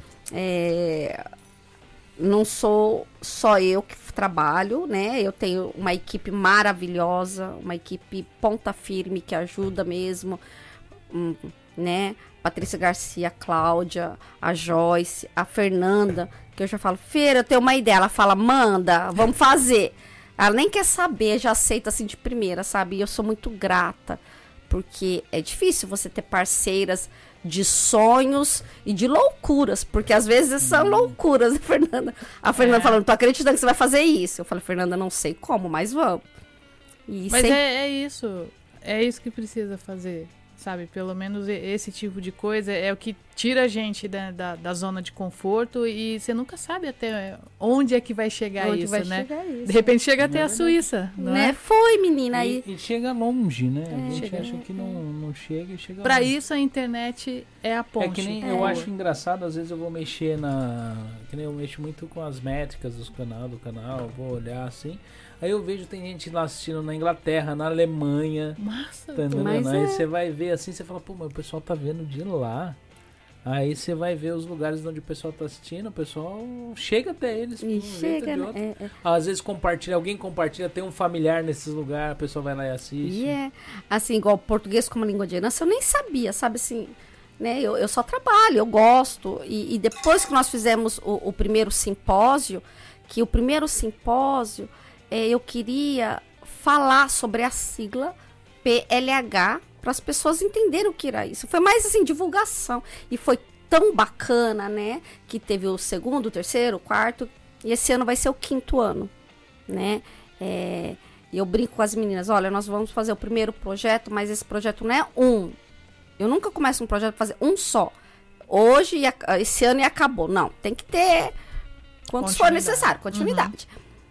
não sou só eu que trabalho, né? Eu tenho uma equipe maravilhosa, uma equipe ponta firme que ajuda mesmo, né? Patrícia Garcia, a Cláudia, a Joyce, a Fernanda, que eu já falo, Feira, eu tenho uma ideia. Ela fala, manda, vamos fazer. Ela nem quer saber, já aceita assim de primeira, sabe? E eu sou muito grata, porque é difícil você ter parceiras de sonhos e de loucuras, porque às vezes são loucuras, né, Fernanda? A Fernanda falando, tô acreditando que você vai fazer isso. Eu falo, Fernanda, não sei como, mas vamos. Mas é isso que precisa fazer, sabe? Pelo menos esse tipo de coisa é o que tira a gente da zona de conforto e você nunca sabe até onde é que vai chegar isso, né? De repente chega até a Suíça, não é? Foi, menina, aí. E chega longe, né? A gente acha que não chega e chega pra longe. Isso a internet é a ponte. É que nem eu acho engraçado, às vezes eu vou mexer que nem eu mexo muito com as métricas do canal, vou olhar assim. Aí eu vejo, tem gente lá assistindo na Inglaterra, na Alemanha. Massa! Tá entendendo? Aí você vai ver assim, você fala, pô, mas o pessoal tá vendo de lá. Aí você vai ver os lugares onde o pessoal tá assistindo, o pessoal chega até eles. E chega, né? Às vezes alguém compartilha, tem um familiar nesses lugares, a pessoa vai lá e assiste. E assim, igual português como língua de herança, eu nem sabia, sabe assim, né? Eu só trabalho, eu gosto. E depois que nós fizemos o primeiro simpósio, eu queria falar sobre a sigla PLH, para as pessoas entenderem o que era isso. Foi mais assim, divulgação. E foi tão bacana, né? Que teve o 2º, o 3º, o 4º, e esse ano vai ser o 5º ano, né? E eu brinco com as meninas, olha, nós vamos fazer o primeiro projeto, mas esse projeto não é um. Eu nunca começo um projeto para fazer um só. Hoje, esse ano e acabou. Não, tem que ter quantos for necessário, continuidade.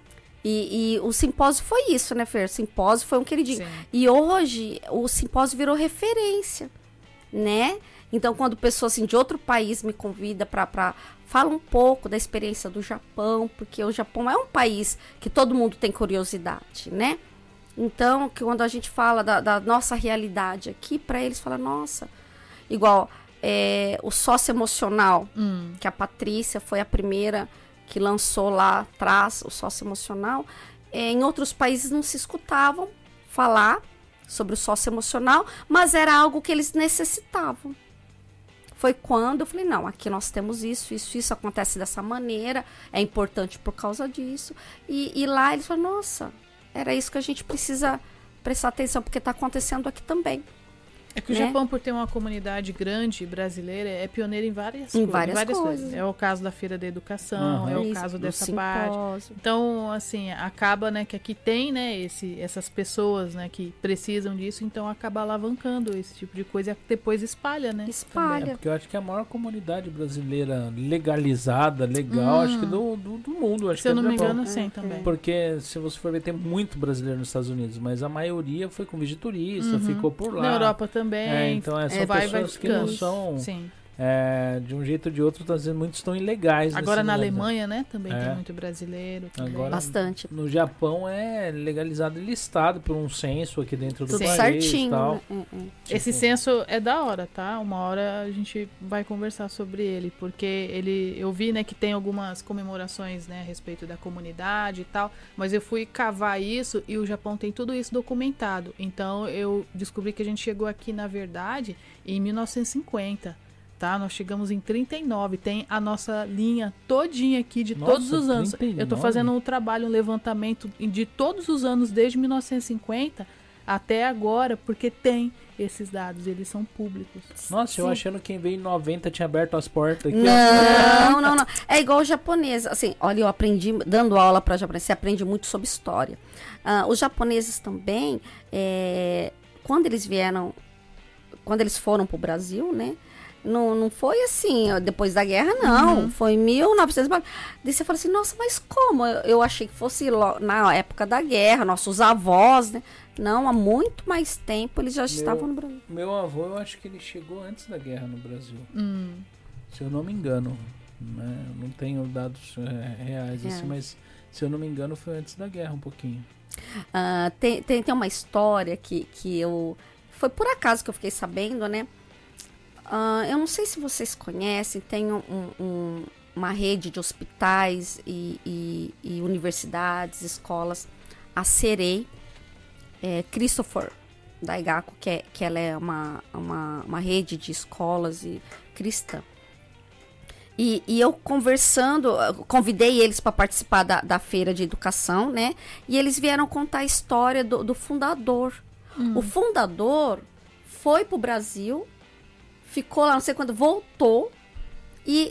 E o simpósio foi isso, né, Fer? O simpósio foi um queridinho. Sim. E hoje, o simpósio virou referência, né? Então, quando pessoas assim, de outro país me convidam para falar um pouco da experiência do Japão, porque o Japão é um país que todo mundo tem curiosidade, né? Então, que quando a gente fala da nossa realidade aqui, para eles fala, nossa, igual o socioemocional, que a Patrícia foi a primeira que lançou lá atrás, o socioemocional, em outros países não se escutavam falar sobre o socioemocional, mas era algo que eles necessitavam. Foi quando eu falei, não, aqui nós temos isso acontece dessa maneira, é importante por causa disso. E lá eles falaram, nossa, era isso que a gente precisa prestar atenção, porque está acontecendo aqui também. É que o Japão, por ter uma comunidade grande brasileira, é pioneiro em várias coisas. É o caso da Feira da Educação, é o caso dessa parte. Então, assim, acaba, né, que aqui tem, né, essas pessoas, né, que precisam disso, então acaba alavancando esse tipo de coisa e depois espalha, né? Espalha. Porque eu acho que é a maior comunidade brasileira legalizada, legal, acho que do mundo. Acho se que eu não me Japão. engano, sim, também. Porque, se você for ver, tem muito brasileiro nos Estados Unidos, mas a maioria foi com visto turista, ficou por lá. Na Europa também. Então são pessoas que não são, de um jeito ou de outro, às vezes muitos estão ilegais. Agora na Alemanha, né, também tem muito brasileiro. Agora, bastante. No Japão é legalizado e listado por um censo aqui dentro do país. Certinho. Tal. Esse censo é da hora, tá? Uma hora a gente vai conversar sobre ele, porque eu vi, né, que tem algumas comemorações, né, a respeito da comunidade e tal, mas eu fui cavar isso e o Japão tem tudo isso documentado. Então eu descobri que a gente chegou aqui, na verdade, em 1950. Tá? Nós chegamos em 39, tem a nossa linha todinha aqui de todos os anos. 39? Eu tô fazendo um trabalho, um levantamento de todos os anos, desde 1950 até agora, porque tem esses dados, eles são públicos. Nossa, sim. Eu achando que quem veio em 90 tinha aberto as portas aqui. Não. É igual o japonês. Assim, olha, eu aprendi, dando aula para japonês, você aprende muito sobre história. Os japoneses também, quando eles foram pro Brasil, né? Não foi assim, depois da guerra, não. Foi em 1900. Daí você fala assim, nossa, mas como? Eu achei que fosse na época da guerra, nossos avós, né? Não, há muito mais tempo eles já estavam no Brasil. Meu avô, eu acho que ele chegou antes da guerra no Brasil. Se eu não me engano. Né? Não tenho dados reais, assim, mas se eu não me engano, foi antes da guerra um pouquinho. Tem uma história que foi por acaso que eu fiquei sabendo, né? Eu não sei se vocês conhecem, tem uma rede de hospitais e universidades, escolas, a CEREI, Christopher Daigaku, que ela é uma rede de escolas cristã. E eu conversando, convidei eles para participar da feira de educação, né? E eles vieram contar a história do fundador. O fundador foi para o Brasil, ficou lá, não sei quando, voltou e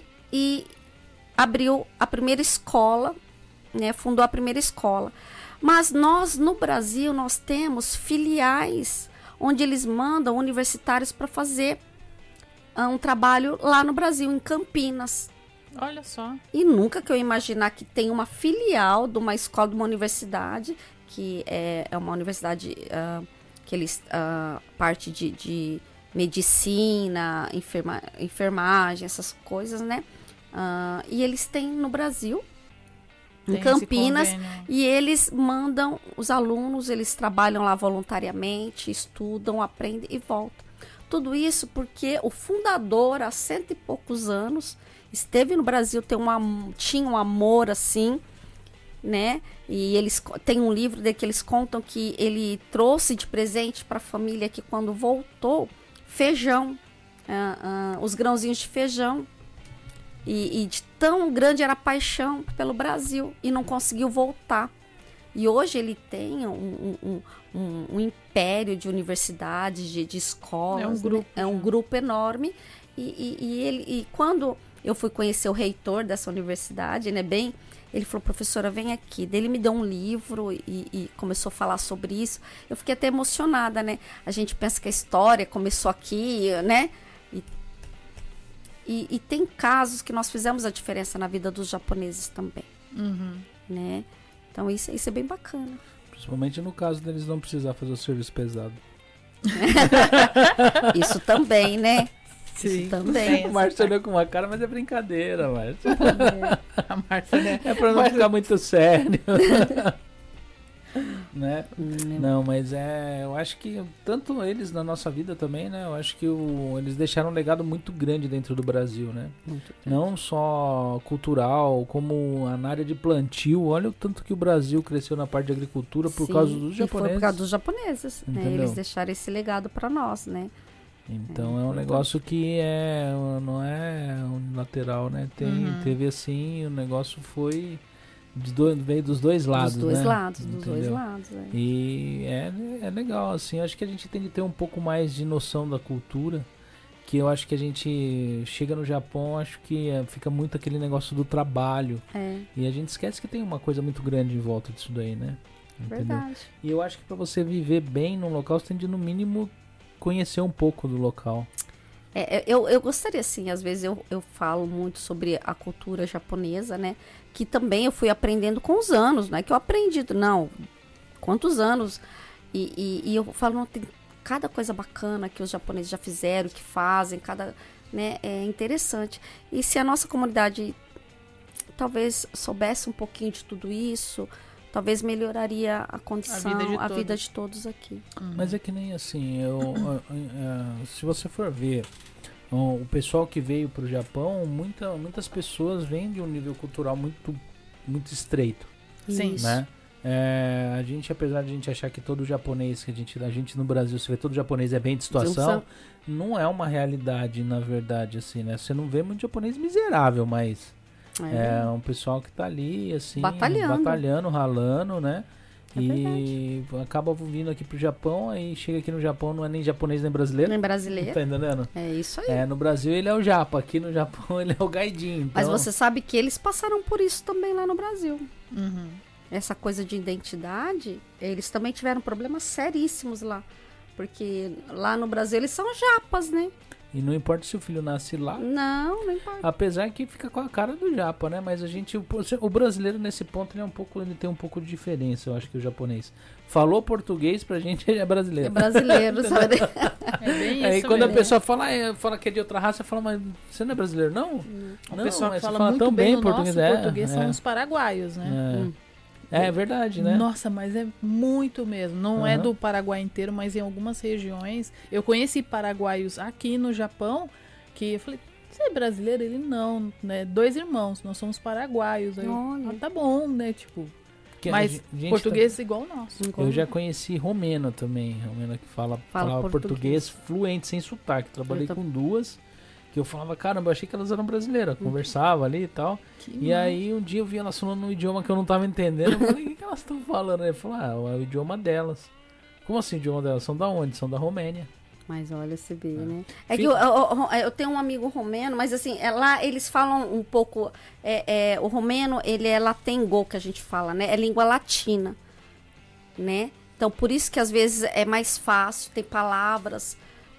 abriu a primeira escola, né? Fundou a primeira escola. Mas nós, no Brasil, nós temos filiais onde eles mandam universitários para fazer um trabalho lá no Brasil, em Campinas. Olha só. E nunca que eu ia imaginar que tem uma filial de uma escola, de uma universidade, que é uma universidade que eles parte de medicina, enfermagem, essas coisas, né? E eles têm no Brasil, em Campinas, e eles mandam os alunos, eles trabalham lá voluntariamente, estudam, aprendem e voltam. Tudo isso porque o fundador, há 100 e poucos anos, esteve no Brasil, tinha um amor assim, né? E eles tem um livro de que eles contam que ele trouxe de presente para a família, que quando voltou, feijão, os grãozinhos de feijão. E de tão grande era a paixão pelo Brasil, e não conseguiu voltar. E hoje ele tem um império de universidades, de escolas. É um grupo. Né? É um grupo enorme. E quando eu fui conhecer o reitor dessa universidade, né, ele falou, professora, vem aqui. Daí ele me deu um livro e começou a falar sobre isso. Eu fiquei até emocionada, né? A gente pensa que a história começou aqui, né? E tem casos que nós fizemos a diferença na vida dos japoneses também, né? Então isso é bem bacana. Principalmente no caso deles não precisar fazer o serviço pesado. Isso também, né? Sim. Isso também. O Márcio olhou com uma cara, mas é brincadeira, Márcio. A Márcia, né? É pra não ficar muito sério. Né? Não, mas eu acho que tanto eles na nossa vida também, né? Eu acho que eles deixaram um legado muito grande dentro do Brasil, né? Não só cultural, como na área de plantio. Olha o tanto que o Brasil cresceu na parte de agricultura por causa dos japoneses. Foi por causa dos japoneses, né? Entendeu? Eles deixaram esse legado para nós, né? Então é um negócio que não é unilateral, né? Teve assim, o negócio foi veio dos dois lados, dos dois né? lados, dos Entendeu? dois lados. É. E é legal, assim, acho que a gente tem que ter um pouco mais de noção da cultura, que eu acho que a gente chega no Japão, acho que fica muito aquele negócio do trabalho, e a gente esquece que tem uma coisa muito grande em volta disso daí, né? Entendeu? Verdade. E eu acho que para você viver bem num local, você tem de, no mínimo, conhecer um pouco do local. Eu gostaria, assim, às vezes eu falo muito sobre a cultura japonesa, né? Que também eu fui aprendendo com os anos, não é que eu aprendi, não, quantos anos. E eu falo, não, tem cada coisa bacana que os japoneses já fizeram, que fazem, né? É interessante. E se a nossa comunidade talvez soubesse um pouquinho de tudo isso, talvez melhoraria a condição, a vida de todos aqui. Mas é que nem assim, se você for ver, o pessoal que veio para o Japão, muitas pessoas vêm de um nível cultural muito, muito estreito. Sim. Né? A gente, apesar de a gente achar que todo japonês, que a gente no Brasil, se vê todo japonês é bem de situação, não é uma realidade, na verdade, assim, né? Você não vê muito japonês miserável, mas é um pessoal que tá ali, assim, batalhando, ralando, né? E acaba vindo aqui pro Japão, aí chega aqui no Japão, não é nem japonês nem brasileiro. Nem brasileiro. Tá entendendo? É isso aí. No Brasil ele é o japa, aqui no Japão ele é o gaidinho. Então... Mas você sabe que eles passaram por isso também lá no Brasil. Essa coisa de identidade, eles também tiveram problemas seríssimos lá. Porque lá no Brasil eles são japas, né? E não importa se o filho nasce lá. Não importa. Apesar que fica com a cara do japa, né? Mas o brasileiro nesse ponto ele tem um pouco de diferença, eu acho, que o japonês. Falou português, pra gente ele é brasileiro. É brasileiro, sabe? É bem isso. Aí quando a pessoa fala que é de outra raça, fala, mas você não é brasileiro, não? O Não, pessoal que mas fala você muito tão bem o português. nosso português são os paraguaios, né? É verdade, né? Nossa, mas é muito mesmo. Não é do Paraguai inteiro, mas em algumas regiões. Eu conheci paraguaios aqui no Japão, que eu falei, você é brasileiro? Ele não, né? 2 irmãos, nós somos paraguaios. Aí, tá bom, né? Tipo, mas português igual o nosso. Eu já conheci romeno também. Romeno que falava português fluente, sem sotaque. Trabalhei com 2. Que eu falava, caramba, eu achei que elas eram brasileiras. Conversava ali e tal. Aí um dia eu vi elas falando um idioma que eu não tava entendendo. Eu falei, o que elas estão falando? Aí eu falei, é o idioma delas. Como assim o idioma delas? São da onde? São da Romênia. Mas olha, você vê, né? É que eu tenho um amigo romeno, mas assim, lá eles falam um pouco... o romeno, ele é latengo, que a gente fala, né? É língua latina, né? Então, por isso que às vezes é mais fácil, tem palavras...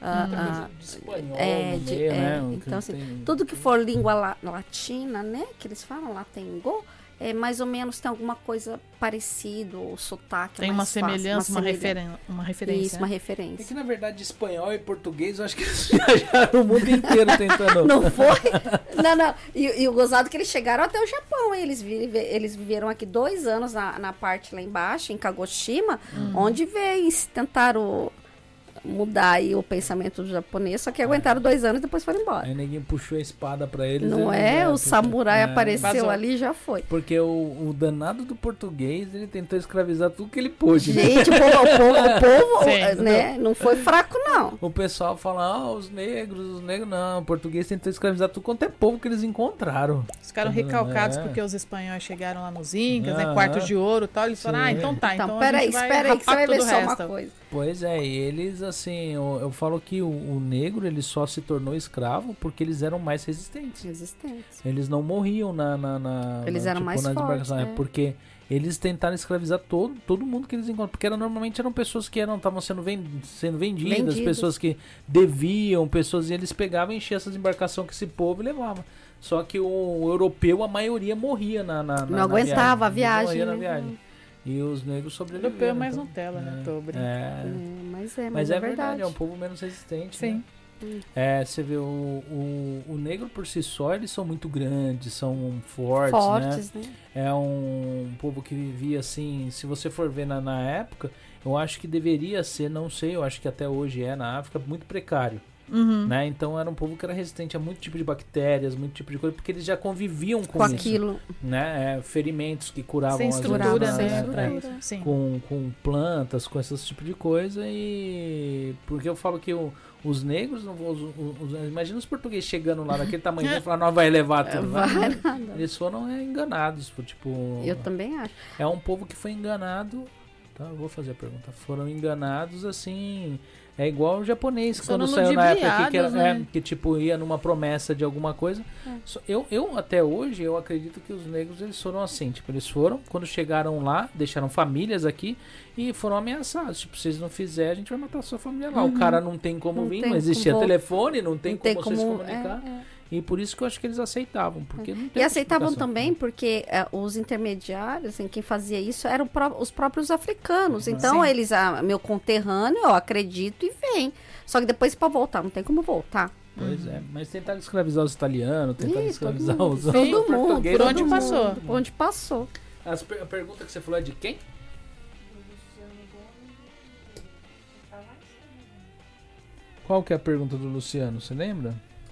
de espanhol no meio, né? Então, assim, tudo que for língua latina, né? Que eles falam, latengo, mais ou menos tem alguma coisa parecida, o sotaque tem é uma mais semelhança, fácil, uma referência. Isso, uma referência. É que, na verdade, espanhol e português, eu acho que eles viajaram o mundo inteiro tentando... Não foi? Não. E o gozado que eles chegaram até o Japão, hein? Eles viveram aqui 2 anos na parte lá embaixo, em Kagoshima, onde tentaram... mudar aí o pensamento do japonês, só que aguentaram 2 anos e depois foram embora. Aí ninguém puxou a espada pra eles. Não eles é? já- O samurai apareceu Vazou. ali e já foi. Porque o danado do português, ele tentou escravizar tudo que ele pôde. Né? Gente, o povo Sim. né, não foi fraco, não. O pessoal fala, os negros, não. O português tentou escravizar tudo quanto é povo que eles encontraram. Eles ficaram recalcados É. porque os espanhóis chegaram lá nos Incas, né? Aham. Quartos de ouro e tal. Eles falaram, Sim. então tá, Então, a peraí, gente vai espera aí que você vai rapar ver todo o só uma resto. coisa. Pois é, e eles, assim, eu falo que o negro, ele só se tornou escravo porque eles eram mais resistentes. Resistência. Eles não morriam Eles eram mais nas fortes, embarcações. é. Porque eles tentaram escravizar todo mundo que eles encontram. Porque normalmente eram pessoas que estavam sendo vendidas, pessoas que deviam, pessoas, e eles pegavam e enchiam essas embarcações com esse povo e levavam. Só que o europeu, a maioria morria Não aguentava a viagem, morria na né? viagem. E os negros sobreviveram. Europeu é mais então. Nutella, né? Tô brincando. Mas é verdade, é um povo menos resistente. Sim. Né? Você vê o negro por si só, eles são muito grandes, são fortes, né? né? É um povo que vivia assim, se você for ver na época, eu acho que deveria ser, não sei, eu acho que até hoje na África, muito precário. Uhum. Né? Então era um povo que era resistente a muito tipo de bactérias, muito tipo de coisa, porque eles já conviviam com isso, aquilo. né? Ferimentos que curavam Sem às estrutura, vezes, né? sem pra estrutura. isso. Sim. com plantas, com esse tipo de coisa. E porque eu falo que os negros, imagina os portugueses chegando lá daquele tamanho e falar, nós vai levar tudo. Vai Vai. nada. Eles foram enganados, tipo, Eu também acho. é um povo que foi enganado. Tá, eu vou fazer a pergunta. Foram enganados assim. É igual o japonês, Foram quando saiu na época que ludibriados, né? que tipo ia numa promessa de alguma coisa. Eu até hoje eu acredito que os negros eles foram assim, tipo, eles foram, quando chegaram lá, deixaram famílias aqui e foram ameaçados, tipo, se vocês não fizerem, a gente vai matar a sua família lá. O cara não tem como Não vir, tem não existia como telefone, não tem Não como tem vocês se como- comunicar. E por isso que eu acho que eles aceitavam, porque não tem E aceitavam explicação. também porque os intermediários, assim, quem fazia isso eram os próprios africanos. Então, Sim. eles, meu conterrâneo, eu acredito e vem. Só que depois para voltar, não tem como voltar. Pois é, mas tentaram escravizar os italianos, tentaram Ih, escravizar todo os mundo, todo mundo, portugueses. por onde todo passou. mundo, por onde passou. A pergunta que você falou é de quem? Qual que é a pergunta do Luciano, você lembra?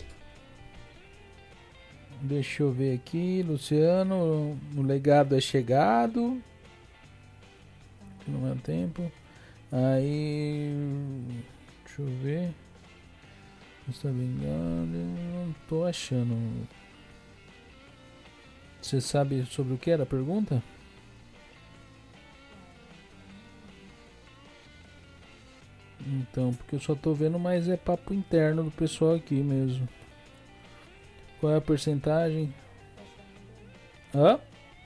Deixa eu ver aqui, Luciano, o legado é chegado. Não é o tempo. Aí, deixa eu ver. Está vingando, não tô achando. Você sabe sobre o que era a pergunta? Então, porque eu só tô vendo, mas é papo interno do pessoal aqui mesmo. Qual é a porcentagem? Hã?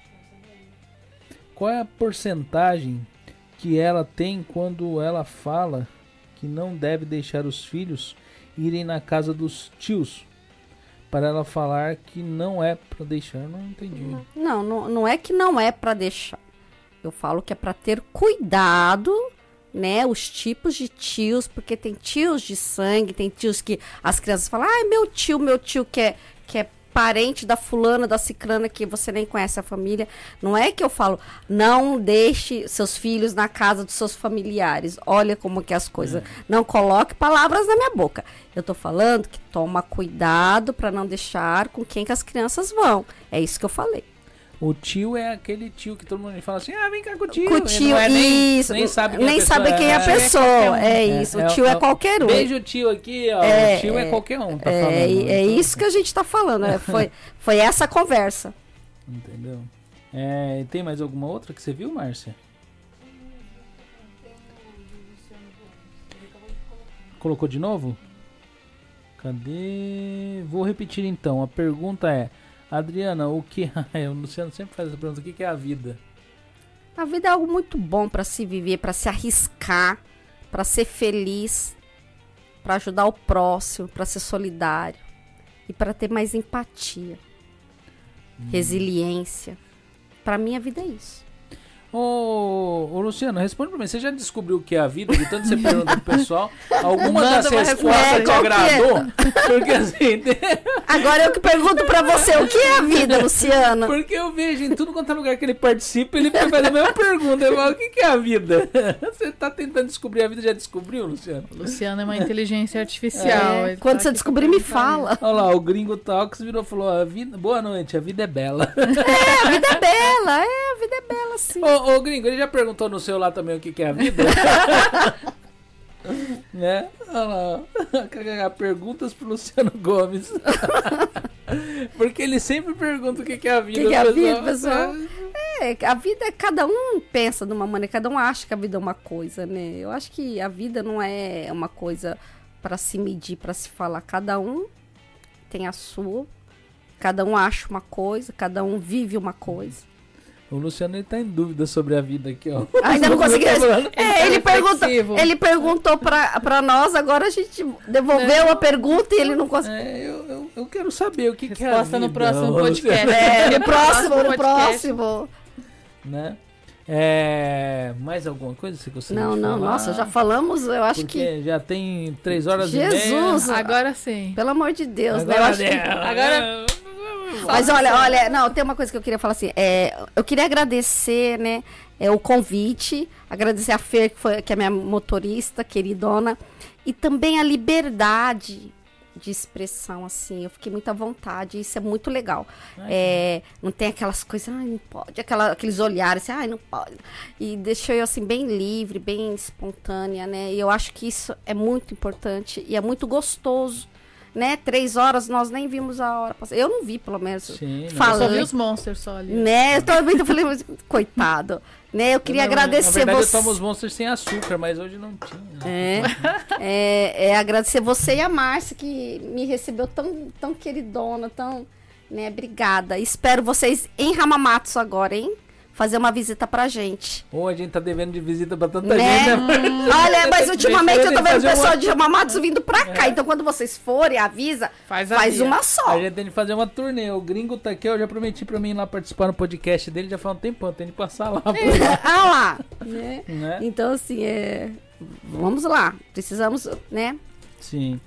Qual é a porcentagem que ela tem quando ela fala que não deve deixar os filhos irem na casa dos tios? Para ela falar que não é para deixar, não entendi. Não é que não é para deixar. Eu falo que é para ter cuidado, né? Os tipos de tios, porque tem tios de sangue, tem tios que as crianças falam, meu tio que é parente da fulana, da ciclana, que você nem conhece a família. Não é que eu falo, não deixe seus filhos na casa dos seus familiares. Olha como que é as coisas. Não coloque palavras na minha boca. Eu tô falando que toma cuidado para não deixar com quem que as crianças vão. É isso que eu falei. O tio é aquele tio que todo mundo fala assim, vem cá com o tio. Com o Ele tio, não é isso. nem sabe quem é a pessoa. É isso. O tio é qualquer um. Beijo o tio aqui, ó. O tio é qualquer um, tá falando. É Então, isso que a gente tá falando. Foi essa conversa. Entendeu? Tem mais alguma outra que você viu, Márcia? Colocou de novo? Cadê? Vou repetir então. A pergunta é, Adriana, o que... o Luciano sempre faz essa pergunta. O que é a vida? A vida é algo muito bom para se viver, para se arriscar, para ser feliz, para ajudar o próximo, para ser solidário e para ter mais empatia, resiliência. Para mim a vida é isso. Ô, Luciano, responde pra mim. Você já descobriu o que é a vida? De tanto você pergunta pro pessoal. Alguma Manda das uma respostas resposta. te agradou? Porque assim... Agora eu que pergunto pra você, o que é a vida, Luciano? Porque eu vejo em tudo quanto é lugar que ele participa, ele faz a mesma pergunta. Eu falo, o que é a vida? Você tá tentando descobrir a vida, já descobriu, Luciano? Luciano é uma inteligência artificial. ele Quando tá você aqui descobrir, pra me perguntar fala. Olha lá, o Gringo Talks virou e falou, a vida... boa noite, a vida é bela. A vida é bela, a vida é bela, sim. Ô, Gringo, ele já perguntou no seu lá também o que é a vida? Né? Olha lá, perguntas pro Luciano Gomes. Porque ele sempre pergunta o que é a vida. O que é a vida, pessoal? A vida, cada um pensa de uma maneira, cada um acha que a vida é uma coisa, né? Eu acho que a vida não é uma coisa para se medir, para se falar. Cada um tem a sua, cada um acha uma coisa, cada um vive uma coisa. O Luciano, ele tá em dúvida sobre a vida aqui, ó. Ainda não consegui responder. reflexivo. Ele perguntou pra nós, agora a gente devolveu a pergunta e ele não conseguiu. Eu quero saber o que é a vida. Resposta no próximo ô, podcast. Luciano, No próximo, no podcast. próximo. Né? Mais alguma coisa que você gostaria Não, de falar? nossa, já falamos, eu acho Porque já tem 3 horas Jesus, e meia. Agora sim. pelo amor de Deus, né? Eu Agora, acho que... Agora- Mas olha, não, tem uma coisa que eu queria falar assim, eu queria agradecer, né, o convite, agradecer a Fer, que é minha motorista, queridona, e também a liberdade de expressão, assim, eu fiquei muito à vontade, isso é muito legal. Não tem aquelas coisas, ai, não pode, aqueles olhares, assim, ai, não pode. E deixou eu, assim, bem livre, bem espontânea, né, e eu acho que isso é muito importante e é muito gostoso. Né? 3 horas, nós nem vimos a hora passar. Eu não vi, pelo menos. Sim, Eu falando. só vi os monsters só ali. Né? Eu também falei, mas, coitado. Né? Eu queria agradecer Na verdade, você. eu tomo os monstros sem açúcar, mas hoje não tinha. Agradecer você e a Márcia, que me recebeu tão queridona, tão. Né? Obrigada. Espero vocês em Ramamatsu agora, hein? Fazer uma visita pra gente. Ou a gente tá devendo de visita pra tanta Né? gente, né? Olha, mas ultimamente eu tô vendo o Fazer pessoal uma- de Ramamatsu vindo pra cá. Então, quando vocês forem, avisa, Faz uma só. A gente tem que fazer uma turnê. O Gringo tá aqui, eu já prometi pra mim ir lá participar no podcast dele, já faz um tempão, tem que passar lá. Ah lá. Né? Né? Então, assim, vamos lá. Precisamos, né? Sim.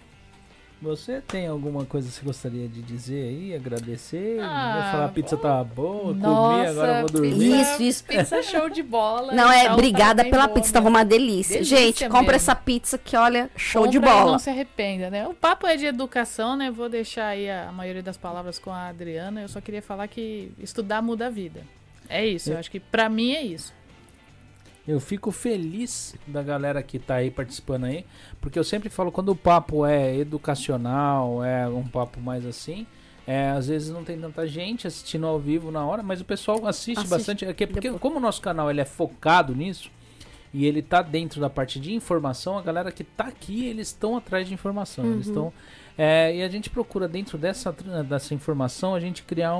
Você tem alguma coisa que você gostaria de dizer aí? Agradecer? Vai falar a pizza tá boa, comi, agora eu vou dormir. Isso. Pizza show de bola. Não, então, obrigada tá bem pela boa pizza, tava mesmo. uma delícia. Delícia Gente, compra mesmo. essa pizza que, olha, show de Compra e bola. não se arrependa, né? O papo é de educação, né? Vou deixar aí a maioria das palavras com a Adriana. Eu só queria falar que estudar muda a vida. É isso, eu acho que pra mim é isso. Eu fico feliz da galera que tá aí participando aí, porque eu sempre falo, quando o papo é educacional, é um papo mais assim, às vezes não tem tanta gente assistindo ao vivo na hora, mas o pessoal assiste bastante, porque como o nosso canal ele é focado nisso, e ele tá dentro da parte de informação, a galera que tá aqui, eles estão atrás de informação, eles estão... e a gente procura dentro dessa informação, a gente criar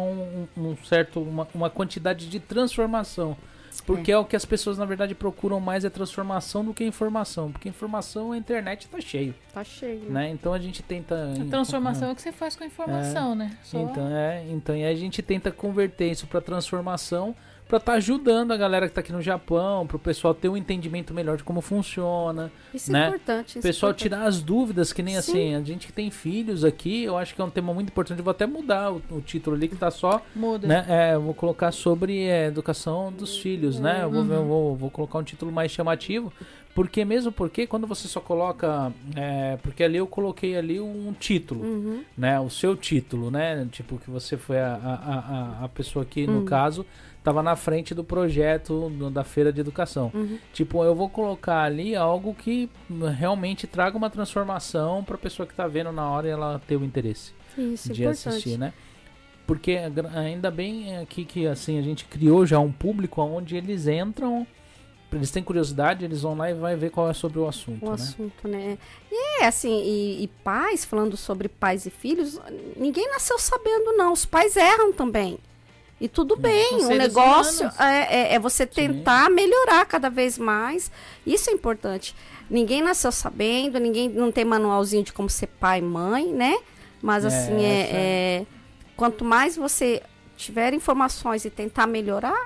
uma quantidade de transformação. Porque é o que as pessoas, na verdade, procuram mais é transformação do que informação. Porque informação, a internet tá cheio. Tá cheio. Né? Então a gente tenta... A transformação é o que você faz com a informação, né? Só- Então, e a gente tenta converter isso para transformação, para estar ajudando a galera que tá aqui no Japão, para o pessoal ter um entendimento melhor de como funciona. Isso né? é importante. O pessoal tirar as dúvidas, que nem assim, a gente que tem filhos aqui, eu acho que é um tema muito importante. Eu vou até mudar o título ali, que tá só... Muda. Né? Eu vou colocar sobre educação dos filhos, né? Eu vou colocar um título mais chamativo, porque quando você só coloca, porque ali eu coloquei ali um título, né? O seu título, né? Tipo, que você foi a pessoa que, no caso, estava na frente do projeto da feira de educação. Tipo, eu vou colocar ali algo que realmente traga uma transformação para a pessoa que está vendo na hora e ela ter o interesse Isso, de importante. assistir, né? Porque ainda bem aqui que assim a gente criou já um público onde eles entram, eles têm curiosidade, eles vão lá e vai ver qual é sobre o assunto, O né? assunto, né? E assim, e pais, falando sobre pais e filhos, ninguém nasceu sabendo, não. Os pais erram também. E tudo bem, São o seres negócio humanos. é você tentar melhorar cada vez mais. Isso é importante. Ninguém nasceu sabendo, ninguém não tem manualzinho de como ser pai e mãe, né? Mas assim, quanto mais você tiver informações e tentar melhorar,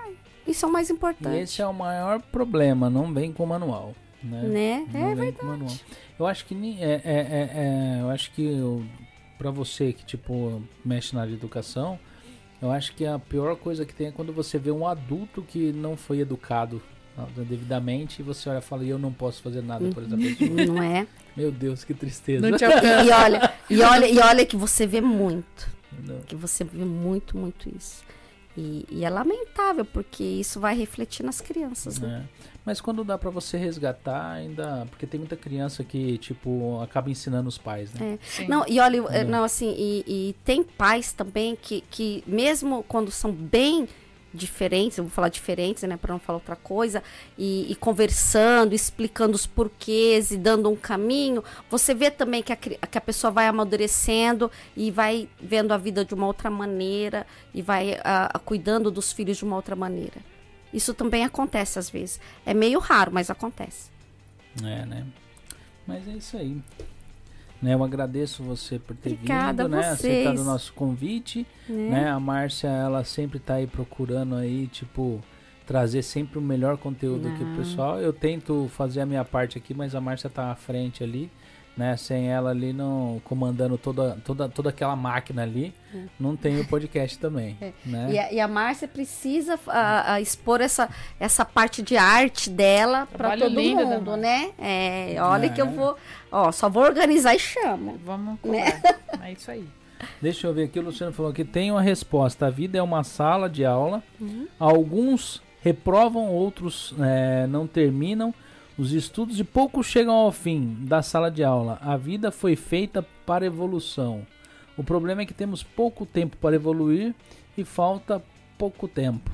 Isso é o mais E importante. esse é o maior problema, não vem com manual, né? Né? Não É vem com manual. Eu acho que eu acho que para você que tipo mexe na área de educação, eu acho que a pior coisa que tem é quando você vê um adulto que não foi educado devidamente e você olha e fala, eu não posso fazer nada por essa pessoa. Não é? Meu Deus, que tristeza. Não te alcança. E olha que você vê muito. Não. Que você vê muito, muito isso. E é lamentável, porque isso vai refletir nas crianças, né? É. Mas quando dá pra você resgatar, ainda. Porque tem muita criança que, tipo, acaba ensinando os pais, né? Sim. Não, e olha, não, assim, e tem pais também que mesmo quando são bem diferentes, eu vou falar diferentes, né, para não falar outra coisa, e conversando, explicando os porquês e dando um caminho, você vê também que a pessoa vai amadurecendo e vai vendo a vida de uma outra maneira e vai cuidando dos filhos de uma outra maneira. Isso também acontece às vezes. É meio raro, mas acontece. É, né? Mas é isso aí. Né, eu agradeço você por ter Obrigada vindo, a né? vocês. Aceitado o nosso convite. Né? Né? A Márcia, ela sempre tá aí procurando aí, tipo, trazer sempre o melhor conteúdo aqui pro pessoal. Eu tento fazer a minha parte aqui, mas a Márcia tá à frente ali, né? Sem ela ali não comandando toda aquela máquina ali, não tem o podcast também, né? E a Márcia precisa expor essa parte de arte dela para Trabalho todo lindo da mundo, Márcia. né? Olha que eu vou, só vou organizar e chamo. Vamos Né? cobrar. É isso aí. Deixa eu ver aqui, o Luciano falou que tem uma resposta. A vida é uma sala de aula. Alguns reprovam, outros não terminam os estudos e poucos chegam ao fim da sala de aula. A vida foi feita para evolução. O problema é que temos pouco tempo para evoluir e falta pouco tempo.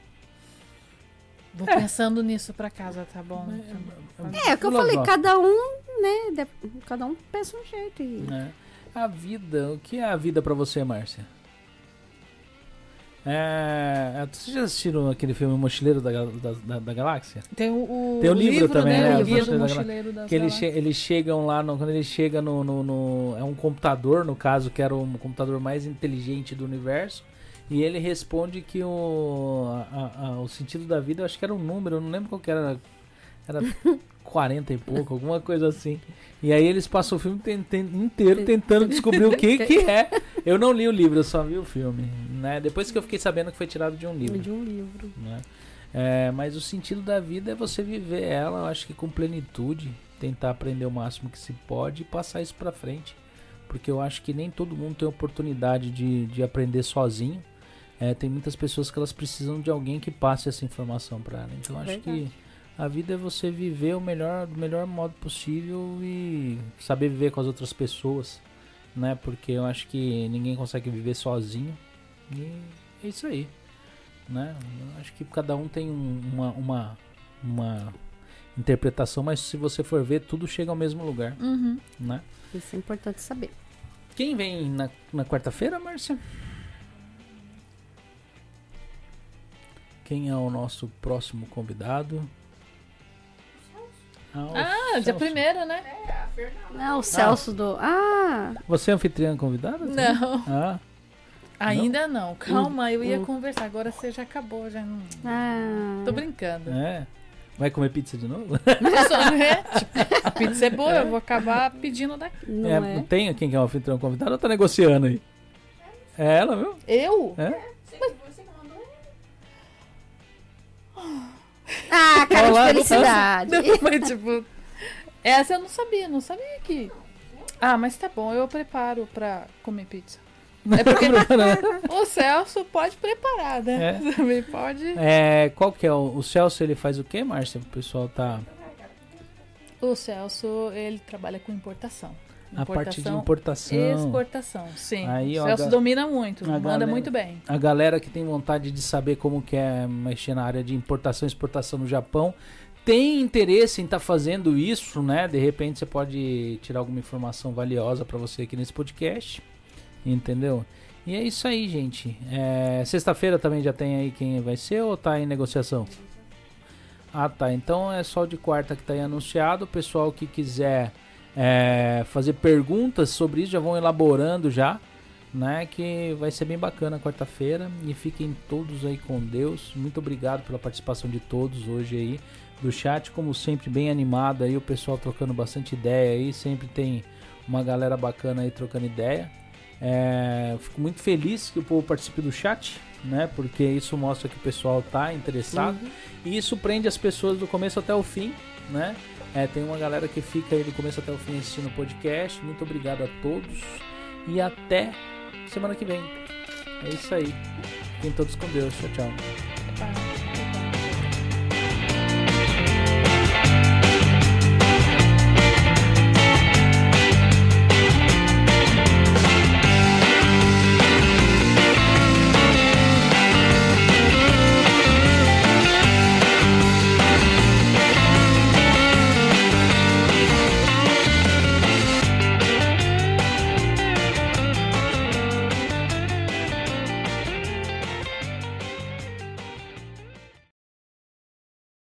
Vou pensando nisso pra casa, tá bom? É o que eu falei, cada um pensa um jeito. A vida, o que é a vida pra você, Márcia? Vocês já assistiram aquele filme Mochileiro da Galáxia? Tem o livro também, né? né? O Guia O do Mochileiro das Que Galáxias. eles chegam lá, quando ele chega é um computador, no caso, que era o computador mais inteligente do universo, e ele responde que o sentido da vida, eu acho que era um número, eu não lembro qual que era 40 e pouco, alguma coisa assim. E aí eles passam o filme inteiro tentando descobrir o que é. Eu não li o livro, eu só vi o filme, né? Depois que eu fiquei sabendo que foi tirado de um livro. Né? Mas o sentido da vida é você viver ela, eu acho que com plenitude, tentar aprender o máximo que se pode e passar isso pra frente. Porque eu acho que nem todo mundo tem oportunidade de aprender sozinho. Tem muitas pessoas que elas precisam de alguém que passe essa informação pra ela. Então acho que a vida é você viver do melhor modo possível e saber viver com as outras pessoas, né? Porque eu acho que ninguém consegue viver sozinho. E é isso aí, né? Eu acho que cada um tem uma interpretação, mas se você for ver, tudo chega ao mesmo lugar, né? Isso é importante saber. Quem vem na quarta-feira, Márcia? Quem é o nosso próximo convidado? Dia 1º, né? Não, o Celso do... Você é anfitriã convidada? Não. Ainda não. Calma, eu ia conversar. Agora você já acabou, já não... Tô brincando. Vai comer pizza de novo? A pizza é boa, eu vou acabar pedindo daqui. Tem quem que é o anfitrião convidado ou tá negociando aí? É ela, viu? Eu? Cara de felicidade. Não, mas tipo, essa eu não sabia que... mas tá bom, eu preparo pra comer pizza. É porque o Celso pode preparar, né? Também pode... Qual que é o Celso, ele faz o quê, Márcia? O pessoal tá... O Celso, ele trabalha com importação. A parte de importação. Exportação, sim. Aí, o Celso domina muito, manda muito bem. A galera que tem vontade de saber como que é mexer na área de importação e exportação no Japão, tem interesse em estar fazendo isso, né? De repente você pode tirar alguma informação valiosa para você aqui nesse podcast, entendeu? E é isso aí, gente. Sexta-feira também já tem aí quem vai ser ou tá em negociação? Tá. Então é só de quarta que tá aí anunciado. O pessoal que quiser... fazer perguntas sobre isso, já vão elaborando já, né? Que vai ser bem bacana quarta-feira. E fiquem todos aí com Deus. Muito obrigado pela participação de todos hoje aí do chat, como sempre, bem animado aí, o pessoal trocando bastante ideia aí, sempre tem uma galera bacana aí trocando ideia. Fico muito feliz que o povo participe do chat, né? Porque isso mostra que o pessoal tá interessado. E isso prende as pessoas do começo até o fim, né? Tem uma galera que fica aí do começo até o fim assistindo o podcast. Muito obrigado a todos e até semana que vem. É isso aí. Fiquem todos com Deus. Tchau, tchau.